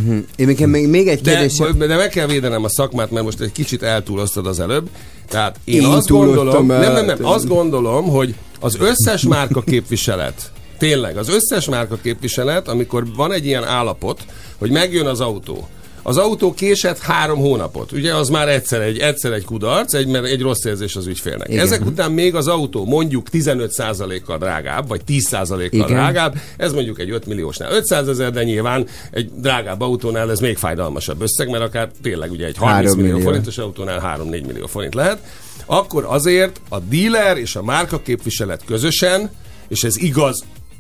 Én még egy kérdés. De meg kell védenem a szakmát, mert most egy kicsit eltúloztad az előbb. Tehát én azt gondolom, azt gondolom, hogy az összes márkaképviselet, tényleg az összes márkaképviselet, amikor van egy ilyen állapot, hogy megjön az autó késett 3 hónapot. Ugye az már egyszer egy kudarc, egy rossz érzés az ügyfélnek. Igen. Ezek után még az autó mondjuk 15%-kal drágább, vagy 10%-kal drágább, ez mondjuk egy 5 milliósnál 500 000, de nyilván egy drágább autónál ez még fájdalmasabb összeg, mert akár tényleg ugye egy 30 millió forintos autónál 3-4 millió forint lehet. Akkor azért a díler és a márkaképviselet közösen, és ez igaz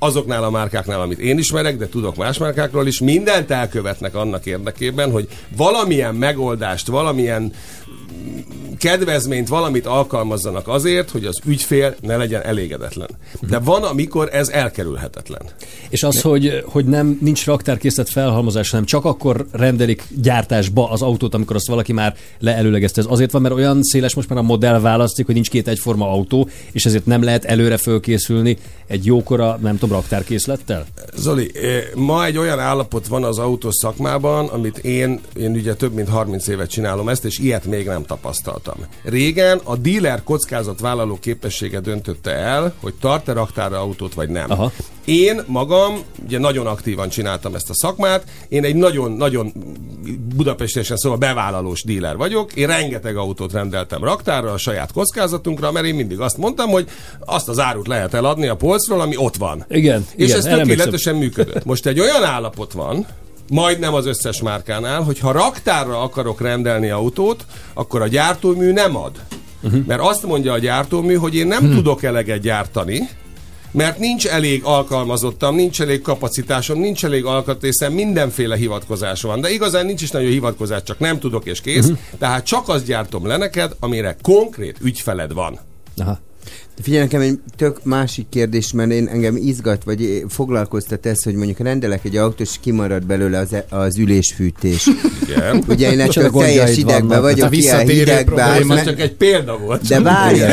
azoknál a márkáknál, amit én ismerek, de tudok más márkákról is, mindent elkövetnek annak érdekében, hogy valamilyen megoldást, valamilyen kedvezményt, valamit alkalmazzanak azért, hogy az ügyfél ne legyen elégedetlen. De van, amikor ez elkerülhetetlen. És az, hogy nincs raktárkészlet felhalmozás, hanem csak akkor rendelik gyártásba az autót, amikor azt valaki már leelőlegezte. Ez azért van, mert olyan széles most már a modell választik, hogy nincs két egyforma autó, és ezért nem lehet előre fölkészülni egy jókora, nem tudom, raktárkészlettel? Zoli, ma egy olyan állapot van az autós szakmában, amit én ugye több mint 30 évet csinálom ezt, és ilyet még nem tapasztaltam. Régen a díler kockázatvállaló képessége döntötte el, hogy tart-e raktárra autót, vagy nem. Aha. Én magam, ugye nagyon aktívan csináltam ezt a szakmát, én egy nagyon-nagyon budapestesen szóval bevállalós díler vagyok, én rengeteg autót rendeltem raktárra a saját kockázatunkra, mert én mindig azt mondtam, hogy azt az árut lehet eladni a polcról, ami ott van. Igen. És ez tökéletesen működött. Most egy olyan állapot van, majdnem az összes márkánál, hogy ha raktárra akarok rendelni autót, akkor a gyártómű nem ad. Mert azt mondja a gyártómű, hogy én nem tudok eleget gyártani, mert nincs elég alkalmazottam, nincs elég kapacitásom, nincs elég alkatrészem, mindenféle hivatkozásom van. De igazán nincs is nagyon hivatkozás, csak nem tudok és kész. Tehát csak azt gyártom le neked, amire konkrét ügyfeled van. Aha. Figyelj, nekem egy tök másik kérdés, mert engem izgat, vagy foglalkoztat ez, hogy mondjuk rendelek egy autót, és kimarad belőle az ülésfűtés. Igen. Ugye én ettől teljes idegben vagyok, ilyen hidegben. Ez csak egy példa volt. De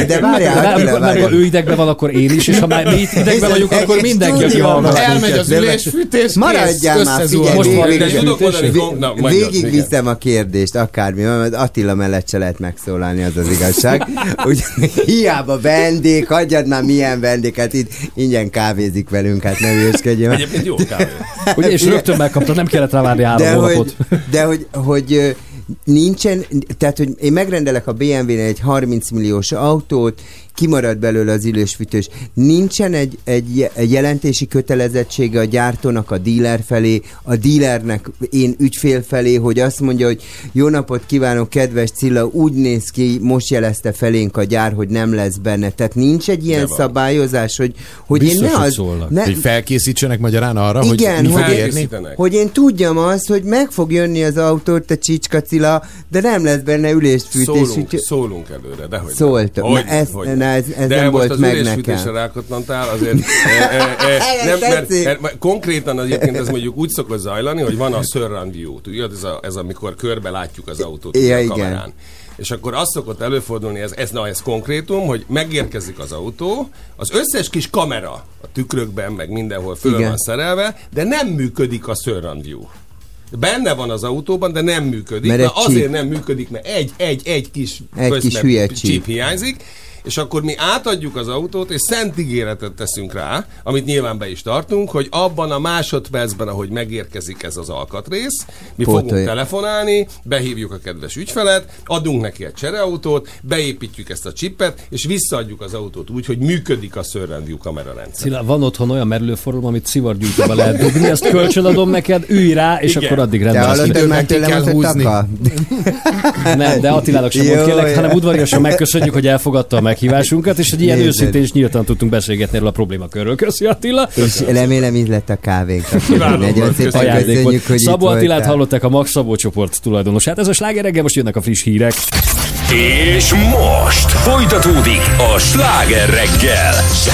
várjál. Ha ő idegben van, akkor én is, és ha már mi idegben vagyunk, akkor mindenki, aki hallgat. Elmegy az ülésfűtés, maradjál már, figyelj, végig viszem a kérdést, akármi, mert Attila mellett se lehet megszólalni, az az igazság. Hiába vendég, hagyjad már milyen vendéget, itt ingyen kávézik velünk, hát ne hülyeskedjél. Egyébként jó kávé. Ugye, és rögtön megkapta, nem kellett rá várni 3 hónapot. De hogy nincsen, tehát hogy én megrendelek a BMW-nél egy 30 milliós autót, kimarad belőle az ülésfűtés. Nincsen egy jelentési kötelezettsége a gyártónak a díler felé, a dílernek én ügyfél felé, hogy azt mondja, hogy jó napot kívánok, kedves Cilla, úgy néz ki, most jelezte felénk a gyár, hogy nem lesz benne. Tehát nincs egy ilyen szabályozás, hogy biztos, én ne az... hogy felkészítsenek magyarán arra, igen, hogy mi fog érni? Hogy én tudjam azt, hogy meg fog jönni az autót, te csicska Cilla, de nem lesz benne ülésfűtés. Szólunk előre, dehogy. Szóltam. Ez nem volt meg nekem. De most az ülésfűtésre rákattantál, azért mert konkrétan egyébként ez mondjuk úgy szokott zajlani, hogy van a surround view, tudod, ez amikor körbe látjuk az autót a kamerán. Igen. És akkor az szokott előfordulni, ez konkrétum, hogy megérkezik az autó, az összes kis kamera a tükrökben, meg mindenhol föl van szerelve, de nem működik a surround view. Benne van az autóban, de nem működik. Mert azért nem működik, mert egy kis hülye csíp hiányzik, és akkor mi átadjuk az autót, és szent ígéretet teszünk rá, amit nyilván be is tartunk, hogy abban a másodpercben, ahogy megérkezik ez az alkatrész, mi fogunk telefonálni, behívjuk a kedves ügyfelet, adunk neki egy csereautót, beépítjük ezt a csippet, és visszaadjuk az autót úgy, hogy működik a surround view kamerarendszer. Szilárd, van otthon olyan merülőforgalom, amit szivargyújtóba lehet dugni, ezt kölcsönadom neked, ülj rá, és akkor addig rendelsz. Ki kell húzni. Nem, de Attilának sem mond kérlek, hanem udvariasan megköszönjük, hogy elfogadta a meghívásunkat, és egy ilyen őszintén és nyíltan tudtunk beszélgetni erről a problémakörről. Köszi, Attila! És remélem, így lett a kávénk. Nagyon szépen köszönjük, hogy Szabó Attilát hallották, a Max Szabó csoport tulajdonosát. Ez a Sláger reggel, most jönnek a friss hírek. És most folytatódik a Sláger reggel.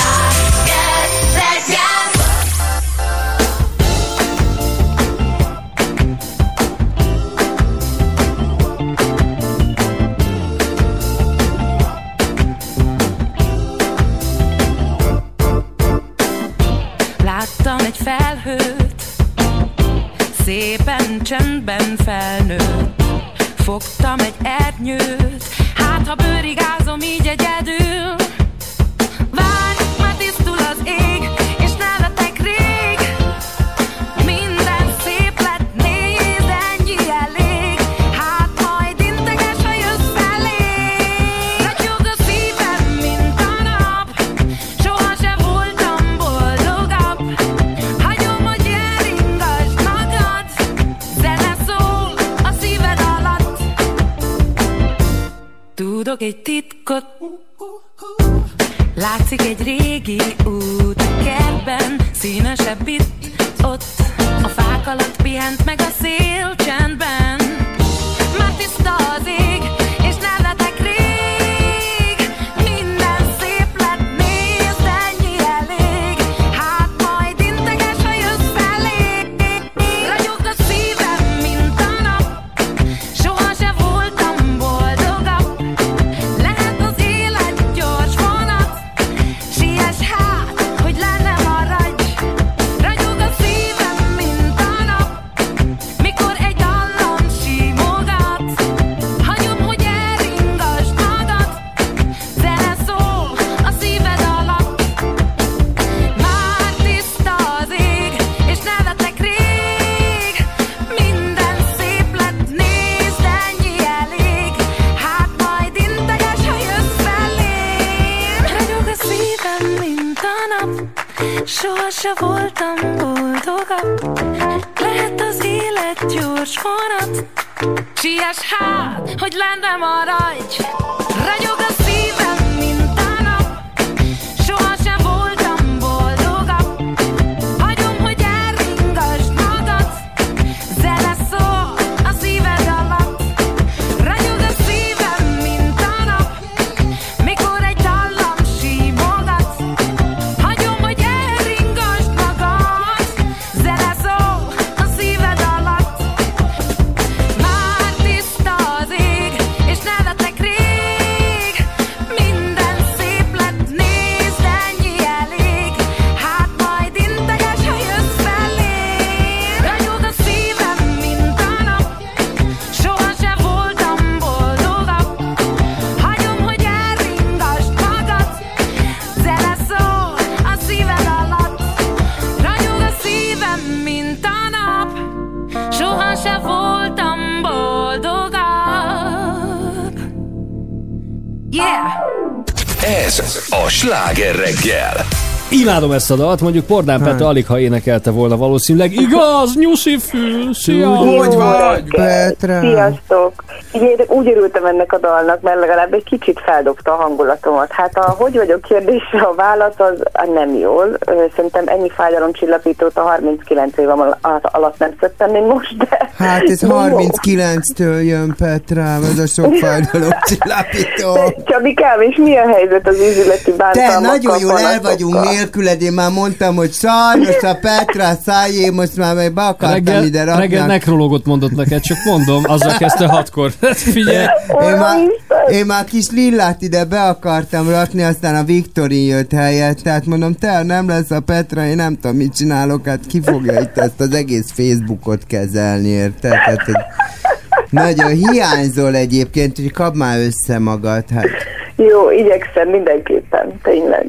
Láttam egy felhőt, szépen csendben felnőtt. Fogtam egy ernyőt, hát ha bőrigázom így egyedül. Várj, már tisztul az ég, és nevetek rég. Minden szép lett, nézd, ennyi elég. Hát majd integes, ha jössz elég. Ragyog a szívem, mint a nap, soha se voltam boldogabb. Hagyom, hogy elringasd magad, zene szól a szíved alatt. Tudok egy titkot, Látszik egy régi út a kertben, színesebb itt-ott. A fák alatt pihent meg a szél csendben. Már tiszta az ég, és nevetek rég. Minden szép lett, nézd, ennyi elég. Hát majd integes, ha jössz felé. Ragyog a szívem, mint a nap. Soha se voltam boldogabb. Lehet az élet gyors vonat. Siess hát, hogy lenne maradj. Ragyog a szívem, mint a nap. Mikor egy dallam simogat. Hagyom, hogy elringasd magad. Zene szól a szíved alatt. Már tiszta az ég, és nevetek rég. Minden szép lett, nézd, ennyi elég. Hát majd integes, ha jössz felém. Ragyog a szívem, mint a nap. Soha se voltam boldogabb. Lehet az élet gyors vonat. Siess hát, hogy lenne maradj. Ragyog a szívem, mint a nap. Soha se voltam boldogabb. Hagyom, hogy elringasd magad. Zene szól a szíved alatt. Ragyog a szívem, mint a nap. Mikor egy dallam simogat. Hagyom, hogy elringasd magad. Zene szól a szíved alatt. Már tiszta az ég, és nevetek rég. Minden szép lett, nézd, ennyi elég. Hát majd integes, ha jössz felém. Ragyog a szívem, mint a nap. Soha se voltam boldogabb. Hagyom, hogy elringasd magad. Zene szól a szíved alatt. Ragyog a szívem, mint a nap. Soha se voltam boldogabb. Yeah! Ez a Sláger reggel. Imádom ezt a dalt, mondjuk Pordán Petra alig ha énekelte volna valószínűleg. Igaz, nyuszi fül, szia! Hogy vagy, Petra? Sziasztok! Úgy örültem ennek a dalnak, mert legalább egy kicsit feldobta a hangulatomat. Hát a hogy vagyok kérdésre a válasz az nem jól. Szerintem ennyi fájdalomcsillapítót a 39 év alatt nem szedtem még most, de... Hát ez 39-től jön, Petrám, ez a sok fájdalomcsillapító. Csabikám, és mi a helyzet az üzleti bántalmakkal? Te nagyon jól el vagyunk nélküled, én már mondtam, hogy sajnos a Petra szájé, most már meg be akartam ide rakni. Reggel nekrológot mondott neked, csak mondom, azzal kezdte 6-kor. Figyelj! Én már kis Lillát ide be akartam rakni, aztán a Viktorin jött helyett, tehát mondom, te nem lesz a Petra, én nem tudom, mit csinálok, hát ki fogja itt ezt az egész Facebookot kezelni, érted? Tehát, nagyon hiányzol egyébként, hogy kapd már össze magad, hát. Jó, igyekszem mindenképpen, tényleg.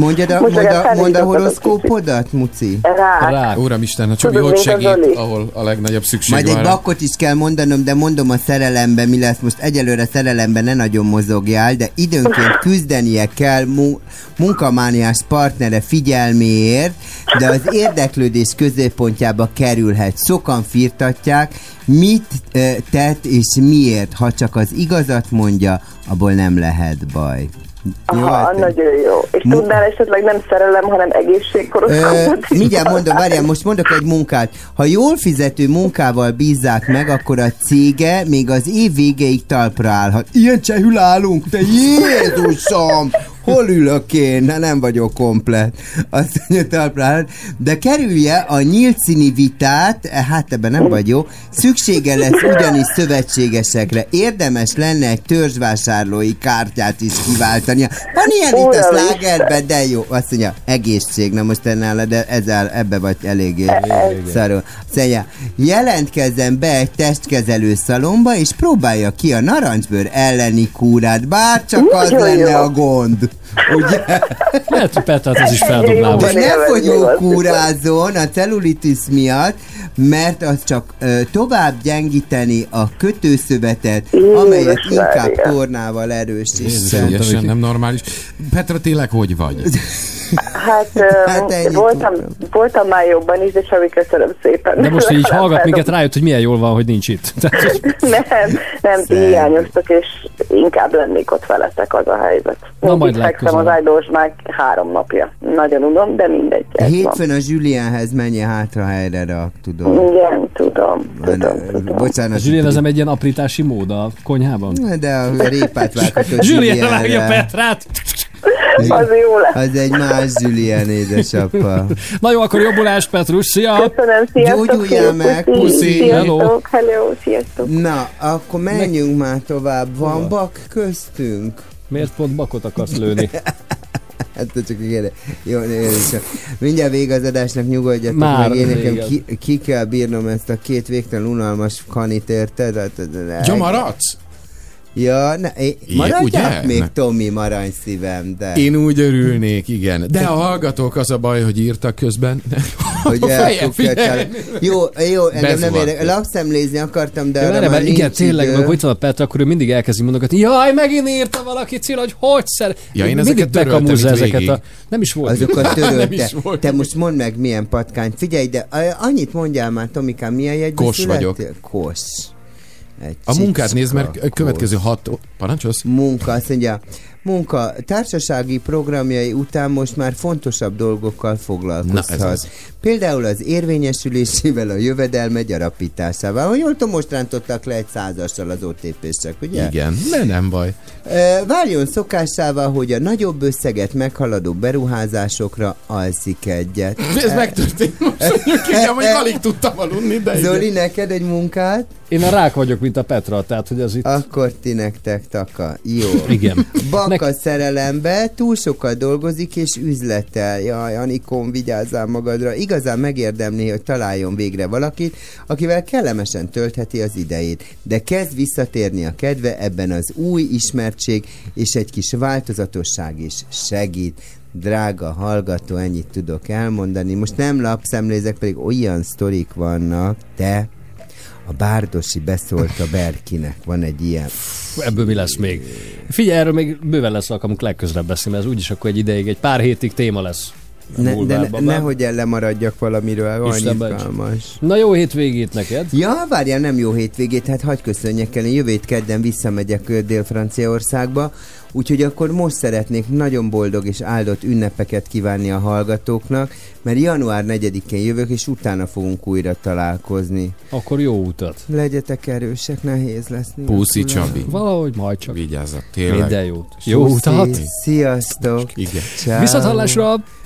Mondd a horoszkópodat, Muci? Rák. Uramisten, a Csabi hogy segít, ahol a legnagyobb szükség majd van. egy bakkot is kell mondanom, de mondom a szerelemben, mi lesz most. Egyelőre szerelemben ne nagyon mozogjál, de időnként küzdenie kell munkamániás partnere figyelméért, de az érdeklődés középpontjába kerülhet. Sokan firtatják, mit tett és miért, ha csak az igazat mondja, abból nem lehet baj. Aha, nagyon jó. És tudnál esetleg nem szerelem, hanem egészségkorosztályot? Mindjárt mondom, várjál, most mondok egy munkát. Ha jól fizető munkával bízzák meg, akkor a cége még az év végéig talpra állhat. Ilyen csehül állunk, te Jézusom! Hol ülök én? Nem vagyok komplett. Azt mondja, talpra állhat. De kerülje a nyílt színi vitát, hát ebben nem vagy jó, szüksége lesz ugyanis szövetségesekre. Érdemes lenne egy törzsvásárlói kártyát is kiváltania. Van ilyen itt a Slágerben, de jó. Azt mondja, egészség, na most ennála, de ebbe vagy eléggé szarul. Azt mondja, jelentkezzen be egy testkezelő szalomba, és próbálja ki a narancsbőr elleni kúrát, bár csak az lenne a gond. Ugye? Lehet, hogy Petrát az is feldobnám. De ne fogyókúrázzon a cellulitis miatt, mert az csak tovább gyengíteni a kötőszövetet, amelyet inkább tornával erősítsen. Nem normális. Petra, tényleg hogy vagy? voltam már jobban is, de semmi, köszönöm szépen. De most így hallgat minket, rájött, hogy milyen jól van, hogy nincs itt. Nem, ti hiányoztok, és inkább lennék ott veletek, az a helyzet. Na, majd fekszem az ágyból már 3 napja. Nagyon unom, de mindegy. Hétfőn a Julienhez menj hátra helyre rak, tudom. Igen, tudom. Bocsánat. A Julien, ez nem egy ilyen aprítási mód a konyhában? De a répát vághatod Julien vágja Petrát! Az jó lesz. Az egy más Julien édesapa. Na jó, akkor jobbulást, Petrus, szia! Köszönöm, sziasztok! Gyógyuljál meg, puszi! Hello, sziasztok! Na, akkor menjünk már tovább. Van bak köztünk? Miért pont bakot akarsz lőni? Hát csak igen. Jó, mindjárt vége az adásnak, nyugodjatok már meg. Én nekem ki kell bírnom ezt a 2 végtelen unalmas kanit, érted? Ja, maradsz? Ja, maradjak még, Tomi, maradj szívem, de... Én úgy örülnék, igen. De a hallgatók, az a baj, hogy írtak közben. Hogy Jó, engem nem érdekel. Lapszemlézni akartam, de arra már igen, tényleg, meg hogy van a Petra, akkor ő mindig elkezdi mondogatni, jaj, megint írta valaki, Cilla, hogy szer... Ja, én ezeket töröltem itt végig. Nem is volt. Azokat törölte. Te most mondd meg, milyen patkány. Figyelj, de annyit mondjál már, Tomikám, milyen jegyben Kos vagyok. Kos. A munkát nézd, mert következő 6... Parancsolsz? Munka, azt mondja, társasági programjai után most már fontosabb dolgokkal foglalkozhat. Például az érvényesülésével, a jövedelme gyarapításával. Hogy jól tudom, most rántottak le egy 100-assal az OTP-sek, ugye? Igen, de nem baj. Váljon szokásával, hogy a nagyobb összeget meghaladó beruházásokra alszik egyet. Ez megtörtént most, hogy alig tudtam aludni, de Zoli, neked egy munkát? Én a rák vagyok, mint a Petra, tehát hogy ez itt... Akkor ti nektek taka. Jó. Igen. Bak a szerelembe, túl sokat dolgozik és üzletel. Jaj, Anikóm, vigyázzál magadra. Igazán megérdemli, hogy találjon végre valakit, akivel kellemesen töltheti az idejét. De kezd visszatérni a kedve, ebben az új ismertség és egy kis változatosság is segít. Drága hallgató, ennyit tudok elmondani. Most nem lapszemlézek, pedig olyan sztorik vannak, de a Bárdosi beszólt a Berkinek. Van egy ilyen. Ebből mi lesz még? Figyelj, erről még bőven lesz alkalmunk legközelebb beszélni, mert ez úgyis akkor egy ideig, egy pár hétig téma lesz. Nehogy ellenmaradjak valamiről, annyit kalmas. Na, jó hétvégét neked. Ja, várjál, nem jó hétvégét, hát hagyj köszönjek el, én jövét kedden visszamegyek Dél-Franciaországba, úgyhogy akkor most szeretnék nagyon boldog és áldott ünnepeket kívánni a hallgatóknak, mert január 4-én jövök, és utána fogunk újra találkozni. Akkor jó utat. Legyetek erősek, nehéz lesz. Puszi, Csabi. Valahogy majd csak. Vigyázzak, tényleg. Minden jót. Jó utat. Sziasztok. Igen. Ciao. Viszonthallásra.